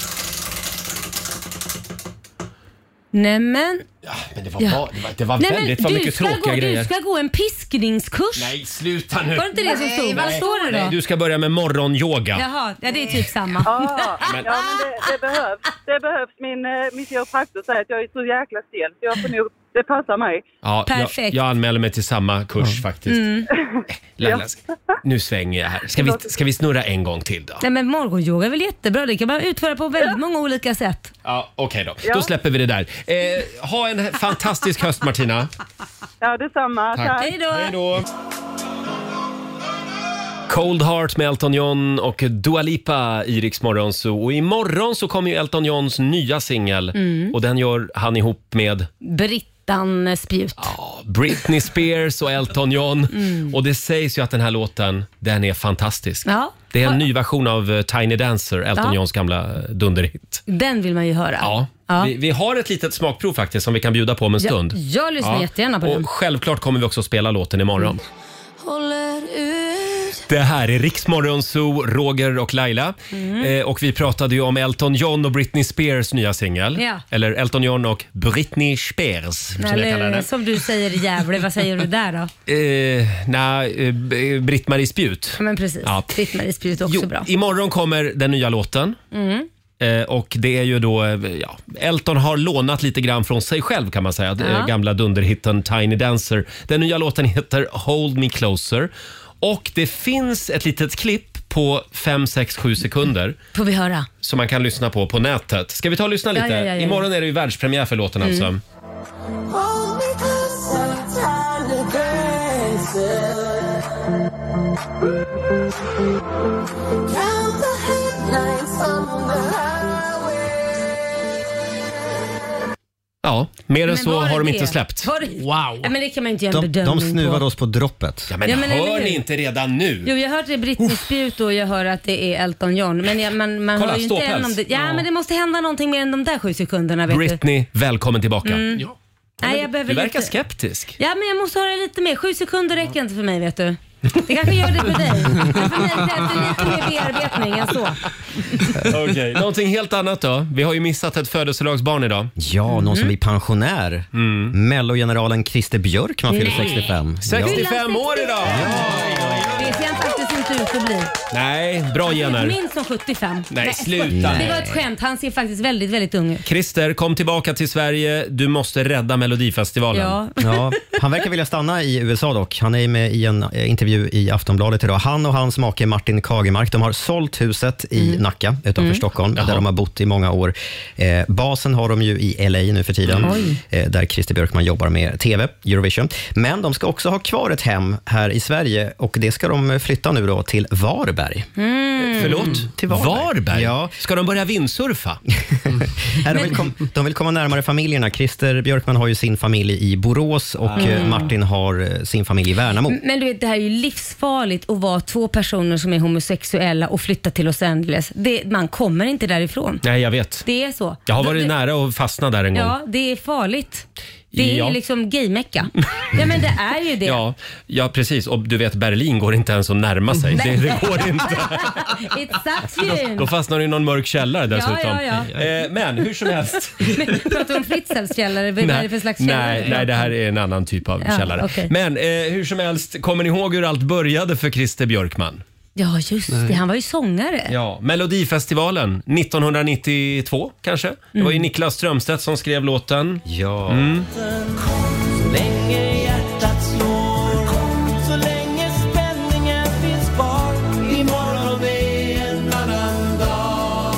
[SPEAKER 3] Nämen.
[SPEAKER 1] Ja, men det var,
[SPEAKER 3] Ja.
[SPEAKER 1] bara, det var, det var
[SPEAKER 3] Nej, men
[SPEAKER 1] väldigt vad
[SPEAKER 3] du
[SPEAKER 1] mycket
[SPEAKER 3] ska
[SPEAKER 1] tråkiga
[SPEAKER 3] gå,
[SPEAKER 1] grejer.
[SPEAKER 3] Du ska gå en piskningskurs.
[SPEAKER 1] Nej, sluta nu.
[SPEAKER 3] Var det inte det som stod? Vad står det då?
[SPEAKER 1] Nej, du ska börja med morgonyoga.
[SPEAKER 3] Jaha, ja, det är typ samma.
[SPEAKER 14] Ja,
[SPEAKER 1] Men-
[SPEAKER 14] ja men det, det behövs. Det behövs. Min, eh, min kiropraktor säger att jag är så jäkla stel. Så jag får nog, det passar mig.
[SPEAKER 1] Ja, jag,
[SPEAKER 3] Perfekt.
[SPEAKER 1] jag anmäler mig till samma kurs faktiskt.
[SPEAKER 3] Mm.
[SPEAKER 1] Laila, nu svänger jag här. Ska vi, ska vi snurra en gång till då?
[SPEAKER 3] Nej men morgonyoga är väl jättebra. Det kan man utföra på väldigt många olika sätt.
[SPEAKER 1] Ja, okej då.
[SPEAKER 14] Ja.
[SPEAKER 1] Då släpper vi det där. Eh, ha en fantastisk höst, Martina.
[SPEAKER 14] Ja, detsamma.
[SPEAKER 1] Tack.
[SPEAKER 14] Tack.
[SPEAKER 3] Hej då!
[SPEAKER 1] Hej då! Cold Heart med Elton John och Dua Lipa i Rix Morgon Zoo. Och imorgon så kommer ju Elton Johns nya singel
[SPEAKER 3] Mm.
[SPEAKER 1] och den gör han ihop med
[SPEAKER 3] Brittan Spjut.
[SPEAKER 1] Britney Spears och Elton John.
[SPEAKER 3] Mm.
[SPEAKER 1] Och det sägs ju att den här låten, den är fantastisk.
[SPEAKER 3] Ja.
[SPEAKER 1] Det är en ny version av eh, Tiny Dancer, Elton
[SPEAKER 3] Ja.
[SPEAKER 1] Johns gamla eh, dunderhit.
[SPEAKER 3] Den vill man ju höra.
[SPEAKER 1] Ja.
[SPEAKER 3] Ja.
[SPEAKER 1] Vi, vi har ett litet smakprov faktiskt som vi kan bjuda på om en
[SPEAKER 3] Ja,
[SPEAKER 1] stund.
[SPEAKER 3] jag lyssnar jättegärna på
[SPEAKER 1] och
[SPEAKER 3] den.
[SPEAKER 1] självklart kommer vi också spela låten imorgon.
[SPEAKER 2] Håller ut.
[SPEAKER 1] Det här är Rix Morgon Zoo, Roger och Laila.
[SPEAKER 3] Mm.
[SPEAKER 1] Eh, och vi pratade ju om Elton John och Britney Spears nya singel.
[SPEAKER 3] Ja.
[SPEAKER 1] Eller Elton John och Britney Spears, som jag kallar
[SPEAKER 3] Eller
[SPEAKER 1] henne.
[SPEAKER 3] som du säger i Gävle, vad säger du där då?
[SPEAKER 1] Eh, nej, eh, B- Britt-Marie Spjut.
[SPEAKER 3] Ja, men precis.
[SPEAKER 1] Ja.
[SPEAKER 3] Britt-Marie Spjut är också
[SPEAKER 1] Jo,
[SPEAKER 3] bra.
[SPEAKER 1] imorgon kommer den nya låten.
[SPEAKER 3] Mm.
[SPEAKER 1] Eh, och det är ju då, eh, ja, Elton har lånat lite grann från sig själv kan man säga.
[SPEAKER 3] Ja.
[SPEAKER 1] Eh, gamla dunderhitten Tiny Dancer. Den nya låten heter Hold Me Closer. Och det finns ett litet klipp på fem sex sju sekunder
[SPEAKER 3] Får vi höra?
[SPEAKER 1] som man kan lyssna på på nätet. Ska vi ta och lyssna
[SPEAKER 3] Ja,
[SPEAKER 1] lite?
[SPEAKER 3] ja, ja, ja.
[SPEAKER 1] Imorgon är det ju världspremiär för låten
[SPEAKER 3] Mm.
[SPEAKER 1] alltså.
[SPEAKER 10] Hold me closer, tiny dancer. Count the headlights on the highway.
[SPEAKER 1] Ja, mer än
[SPEAKER 3] Men
[SPEAKER 1] så
[SPEAKER 3] var det
[SPEAKER 1] har de
[SPEAKER 3] det?
[SPEAKER 1] inte släppt.
[SPEAKER 3] Var det...
[SPEAKER 12] Wow.
[SPEAKER 3] Ja, men det kan man ju inte göra en
[SPEAKER 7] De,
[SPEAKER 3] bedömning
[SPEAKER 7] de snuvade
[SPEAKER 3] på.
[SPEAKER 7] oss på droppet.
[SPEAKER 1] Ja, men,
[SPEAKER 3] Ja, men eller
[SPEAKER 1] hör
[SPEAKER 3] hur?
[SPEAKER 1] ni inte redan nu?
[SPEAKER 3] Jo, jag har hört det är Britney Spjut och jag hör att det är Elton John. Men jag, man, man
[SPEAKER 1] Kolla,
[SPEAKER 3] hör ju inte
[SPEAKER 1] ståpäls.
[SPEAKER 3] än om det. Ja,
[SPEAKER 1] Ja.
[SPEAKER 3] men det måste hända någonting mer än de där sju sekunderna. Vet du.
[SPEAKER 1] Britney, välkommen tillbaka.
[SPEAKER 3] Mm.
[SPEAKER 12] Ja.
[SPEAKER 3] Nej, jag behöver
[SPEAKER 1] Du verkar
[SPEAKER 3] lite...
[SPEAKER 1] skeptisk.
[SPEAKER 3] Ja, men jag måste höra lite mer. Sju sekunder räcker inte för mig, vet du. Det kanske gör det för dig. Men för mig krävs det lite mer bearbetning än så.
[SPEAKER 1] Okej. Någonting helt annat då. Vi har ju missat ett födelsedagsbarn idag.
[SPEAKER 7] Ja, någon som blir pensionär. Mellogeneralen Christer Björkman fyller
[SPEAKER 3] Nej.
[SPEAKER 7] sextiofem.
[SPEAKER 1] sextiofem år idag!
[SPEAKER 3] Det ser han faktiskt inte ut att bli.
[SPEAKER 1] Nej, bra gener.
[SPEAKER 3] Minst som sjuttiofem.
[SPEAKER 1] Nej, sluta.
[SPEAKER 3] Det var ett skämt. Han ser faktiskt väldigt, väldigt ung ut.
[SPEAKER 1] Christer, kom tillbaka till Sverige. Du måste rädda Melodifestivalen.
[SPEAKER 3] Ja.
[SPEAKER 7] Ja, han verkar vilja stanna i U S A dock. Han är med i en eh, intervju i Aftonbladet idag. Han och hans make Martin Kagemark, de har sålt huset i
[SPEAKER 3] Mm.
[SPEAKER 7] Nacka utanför
[SPEAKER 3] Mm.
[SPEAKER 7] Stockholm,
[SPEAKER 1] Jaha.
[SPEAKER 7] där de har bott i många år. Eh, basen har de ju i L A nu för tiden,
[SPEAKER 3] Oj.
[SPEAKER 7] eh, där Christer Björkman jobbar med T V, Eurovision. Men de ska också ha kvar ett hem här i Sverige och det ska de flytta nu då till Varberg.
[SPEAKER 3] Mm.
[SPEAKER 1] Förlåt?
[SPEAKER 7] Till Varberg.
[SPEAKER 1] Varberg?
[SPEAKER 7] Ja.
[SPEAKER 1] Ska de börja vindsurfa?
[SPEAKER 7] Här, de, vill kom, de vill komma närmare familjerna. Christer Björkman har ju sin familj i Borås och
[SPEAKER 3] Mm.
[SPEAKER 7] eh, Martin har eh, sin familj i Värnamo.
[SPEAKER 3] Men du vet, det här är ju livsfarligt att vara två personer som är homosexuella och flytta till Los Angeles. Det, man kommer inte därifrån.
[SPEAKER 1] Nej, jag vet.
[SPEAKER 3] Det är så.
[SPEAKER 1] Jag har varit
[SPEAKER 3] det,
[SPEAKER 1] nära att fastna där en gång.
[SPEAKER 3] Ja, det är farligt. Det är
[SPEAKER 1] Ja.
[SPEAKER 3] ju liksom gaymecka. Ja men det är ju det.
[SPEAKER 1] Ja, ja, precis. Och du vet, Berlin går inte ens att närma sig. Det, det går inte.
[SPEAKER 3] Exakt ju.
[SPEAKER 1] Då fastnar du i någon mörk källare dessutom.
[SPEAKER 3] Ja, ja, ja.
[SPEAKER 1] Eh, men hur som helst.
[SPEAKER 3] Men, pratar du om Fritzels källare? Vad är det för slags källare?
[SPEAKER 1] nej, nej, det här är en annan typ av
[SPEAKER 3] Ja,
[SPEAKER 1] källare.
[SPEAKER 3] okej.
[SPEAKER 1] Men eh, hur som helst, kommer ni ihåg hur allt började för Christer Björkman?
[SPEAKER 3] Ja just det, han var ju sångare.
[SPEAKER 1] Ja, Melodifestivalen nittonhundranittiotvå kanske. Det var ju
[SPEAKER 3] Mm.
[SPEAKER 1] Niklas Strömstedt som skrev låten.
[SPEAKER 7] Ja.
[SPEAKER 1] Mm.
[SPEAKER 10] Så länge hjärtat slår, så länge spänningen finns kvar. Imorgon är en annan dag.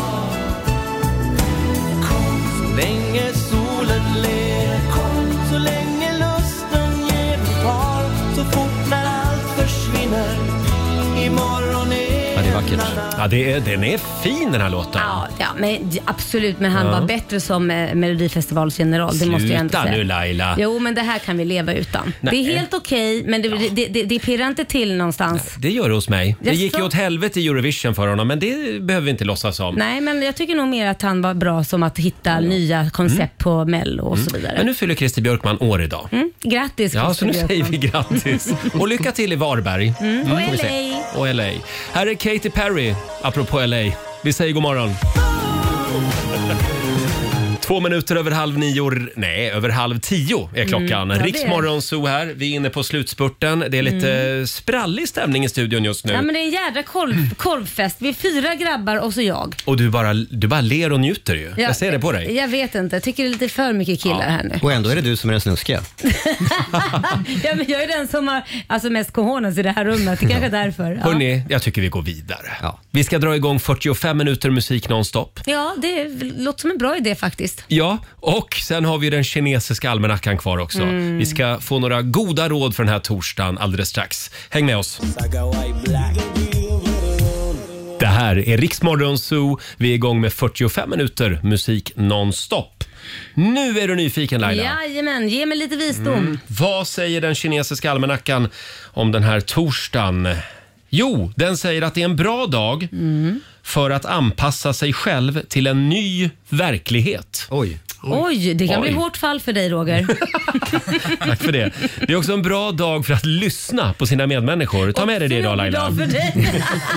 [SPEAKER 10] Så länge solen ler, så länge lusten ger mig kvar. Så fort när allt försvinner, imorgon är
[SPEAKER 1] Ja, det är vackert. Ja, det är, den är fin den här låten.
[SPEAKER 3] Ja, ja men absolut, men han
[SPEAKER 1] Ja.
[SPEAKER 3] var bättre som eh, Melodifestivalsgeneral. Det måste jag ändå
[SPEAKER 1] Sluta
[SPEAKER 3] säga.
[SPEAKER 1] nu, Laila.
[SPEAKER 3] Jo, men det här kan vi leva utan.
[SPEAKER 1] Nej.
[SPEAKER 3] Det är helt okej, men det, det, det, det pirrar inte till någonstans.
[SPEAKER 1] Det gör det hos mig. Det
[SPEAKER 3] Jaså?
[SPEAKER 1] gick ju åt helvete i Eurovision för honom, men det behöver vi inte låtsas om.
[SPEAKER 3] Nej, men jag tycker nog mer att han var bra som att hitta nya koncept på Mello och så vidare.
[SPEAKER 1] Men nu fyller Christer Björkman år idag.
[SPEAKER 3] Mm. Grattis
[SPEAKER 1] Ja, så nu
[SPEAKER 3] Christer
[SPEAKER 1] säger vi
[SPEAKER 3] Björkman.
[SPEAKER 1] grattis. Och lycka till i Varberg.
[SPEAKER 3] Mm. Och
[SPEAKER 1] får vi se.
[SPEAKER 3] L A.
[SPEAKER 1] Och L A. Här är Katy Perry, apropå L A. Vi säger god morgon. Två minuter över halv nio, nej, över halv tio är klockan.
[SPEAKER 3] Mm, ja, det är.
[SPEAKER 1] Riks Morgonzoo här. Vi är inne på slutspurten. Det är lite
[SPEAKER 3] Mm.
[SPEAKER 1] sprallig stämning i studion just nu.
[SPEAKER 3] Ja, men det är en jädra korv, korvfest. Vi är fyra grabbar och så jag.
[SPEAKER 1] Och du bara, du bara ler och njuter ju. Jag ser det på dig.
[SPEAKER 3] Jag vet inte. Jag tycker det är lite för mycket killar här nu.
[SPEAKER 7] Och ändå är det du som är den snuskiga.
[SPEAKER 3] Ja, men jag är den som har alltså, mest cojones i det här rummet. Det är kanske är därför. Ja.
[SPEAKER 1] Hörrni, jag tycker vi går vidare. Vi ska dra igång fyrtiofem minuter musik nonstop.
[SPEAKER 3] Ja, det låter som en bra idé faktiskt.
[SPEAKER 1] Ja, och sen har vi den kinesiska almanackan kvar också.
[SPEAKER 3] Mm.
[SPEAKER 1] Vi ska få några goda råd för den här torsdagen alldeles strax. Häng med oss. Det här är Riks Morgonzoo. Vi är igång med fyrtiofem minuter musik nonstop. Nu är du nyfiken, Laila.
[SPEAKER 3] Jajamän, ge mig lite visdom.
[SPEAKER 1] Mm. Vad säger den kinesiska almanackan om den här torsdagen? Jo, den säger att det är en bra dag
[SPEAKER 3] Mm.
[SPEAKER 1] för att anpassa sig själv till en ny verklighet.
[SPEAKER 7] Oj.
[SPEAKER 3] Oj, det kan
[SPEAKER 1] Oj.
[SPEAKER 3] bli hårt fall för dig Roger.
[SPEAKER 1] Tack för det. Det är också en bra dag för att lyssna på sina medmänniskor. Ta med dig det idag, Laila.
[SPEAKER 3] Bra för dig.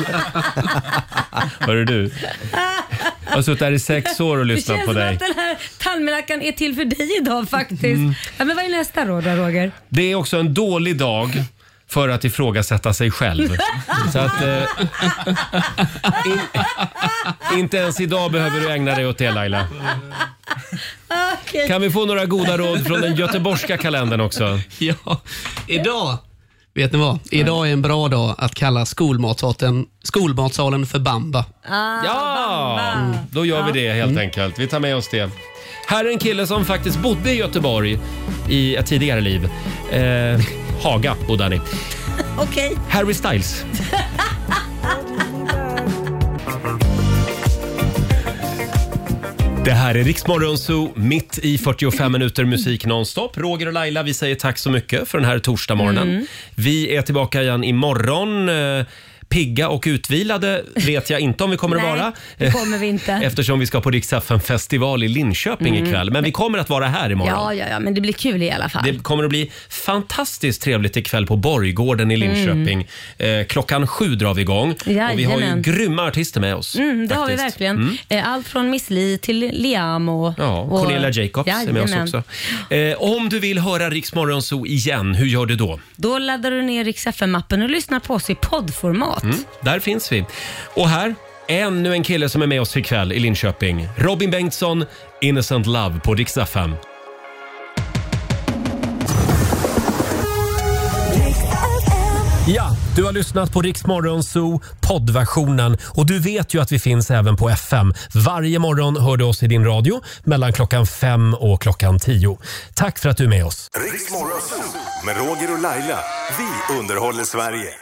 [SPEAKER 1] Hörru du. Jag har suttit här i sex år och
[SPEAKER 3] Det
[SPEAKER 1] lyssnat
[SPEAKER 3] känns
[SPEAKER 1] på
[SPEAKER 3] som
[SPEAKER 1] dig.
[SPEAKER 3] att den här talmänackan är till för dig idag faktiskt.
[SPEAKER 1] Mm.
[SPEAKER 3] Ja, men vad är nästa råd då, Roger?
[SPEAKER 1] Det är också en dålig dag för att ifrågasätta sig själv. Så att, eh, in, inte ens idag behöver du ägna dig åt det, Laila.
[SPEAKER 3] Okay.
[SPEAKER 1] Kan vi få några goda råd från den göteborgska kalendern också?
[SPEAKER 12] Ja, idag, vet ni vad? Idag är en bra dag att kalla skolmatsalen, skolmatsalen för Bamba.
[SPEAKER 3] Ah,
[SPEAKER 1] Ja,
[SPEAKER 3] Bamba.
[SPEAKER 1] då gör vi det helt
[SPEAKER 12] Mm.
[SPEAKER 1] enkelt. Vi tar med oss det. Här är en kille som faktiskt bodde i Göteborg i ett tidigare liv. Eh, Haga bodde han i.
[SPEAKER 3] Okej.
[SPEAKER 1] Harry Styles. Det här är Riks Morgonzoo, mitt i fyrtiofem minuter musik nonstop. Roger och Laila, vi säger tack så mycket för den här torsdagsmorgonen.
[SPEAKER 3] Mm.
[SPEAKER 1] Vi är tillbaka igen imorgon. Eh, Pigga och utvilade vet jag inte om vi kommer att
[SPEAKER 3] Nej,
[SPEAKER 1] vara.
[SPEAKER 3] det kommer vi inte.
[SPEAKER 1] Eftersom vi ska på Rix F M-festival i Linköping
[SPEAKER 3] Mm.
[SPEAKER 1] ikväll. Men vi kommer att vara här imorgon.
[SPEAKER 3] Ja, ja, ja, men det blir kul i alla fall.
[SPEAKER 1] Det kommer att bli fantastiskt trevligt ikväll på Borggården i Linköping. Eh, klockan sju drar vi igång. Och vi har ju
[SPEAKER 3] Jajamän.
[SPEAKER 1] grymma artister med oss.
[SPEAKER 3] Mm, det har vi
[SPEAKER 1] faktiskt.
[SPEAKER 3] verkligen.
[SPEAKER 1] Mm.
[SPEAKER 3] Eh, Allt från Miss Li till Liam och...
[SPEAKER 1] Ja,
[SPEAKER 3] och
[SPEAKER 1] Cornelia Jacobs är med oss
[SPEAKER 3] Jajamän.
[SPEAKER 1] också. Eh, om du vill höra Rix Morgonzoo igen, hur gör du då?
[SPEAKER 3] Då laddar du ner Rix F M-appen och lyssnar på oss i poddformat.
[SPEAKER 1] Mm, där finns vi. Och här, ännu en kille som är med oss ikväll i Linköping. Robin Bengtsson, Innocent Love på Rix F M. Ja, du har lyssnat på Rix Morgonzoo poddversionen och du vet ju att vi finns även på F M. Varje morgon hör du oss i din radio mellan klockan fem och klockan tio. Tack för att du är med oss.
[SPEAKER 6] Rix Morgonzoo med Roger och Laila. Vi underhåller Sverige.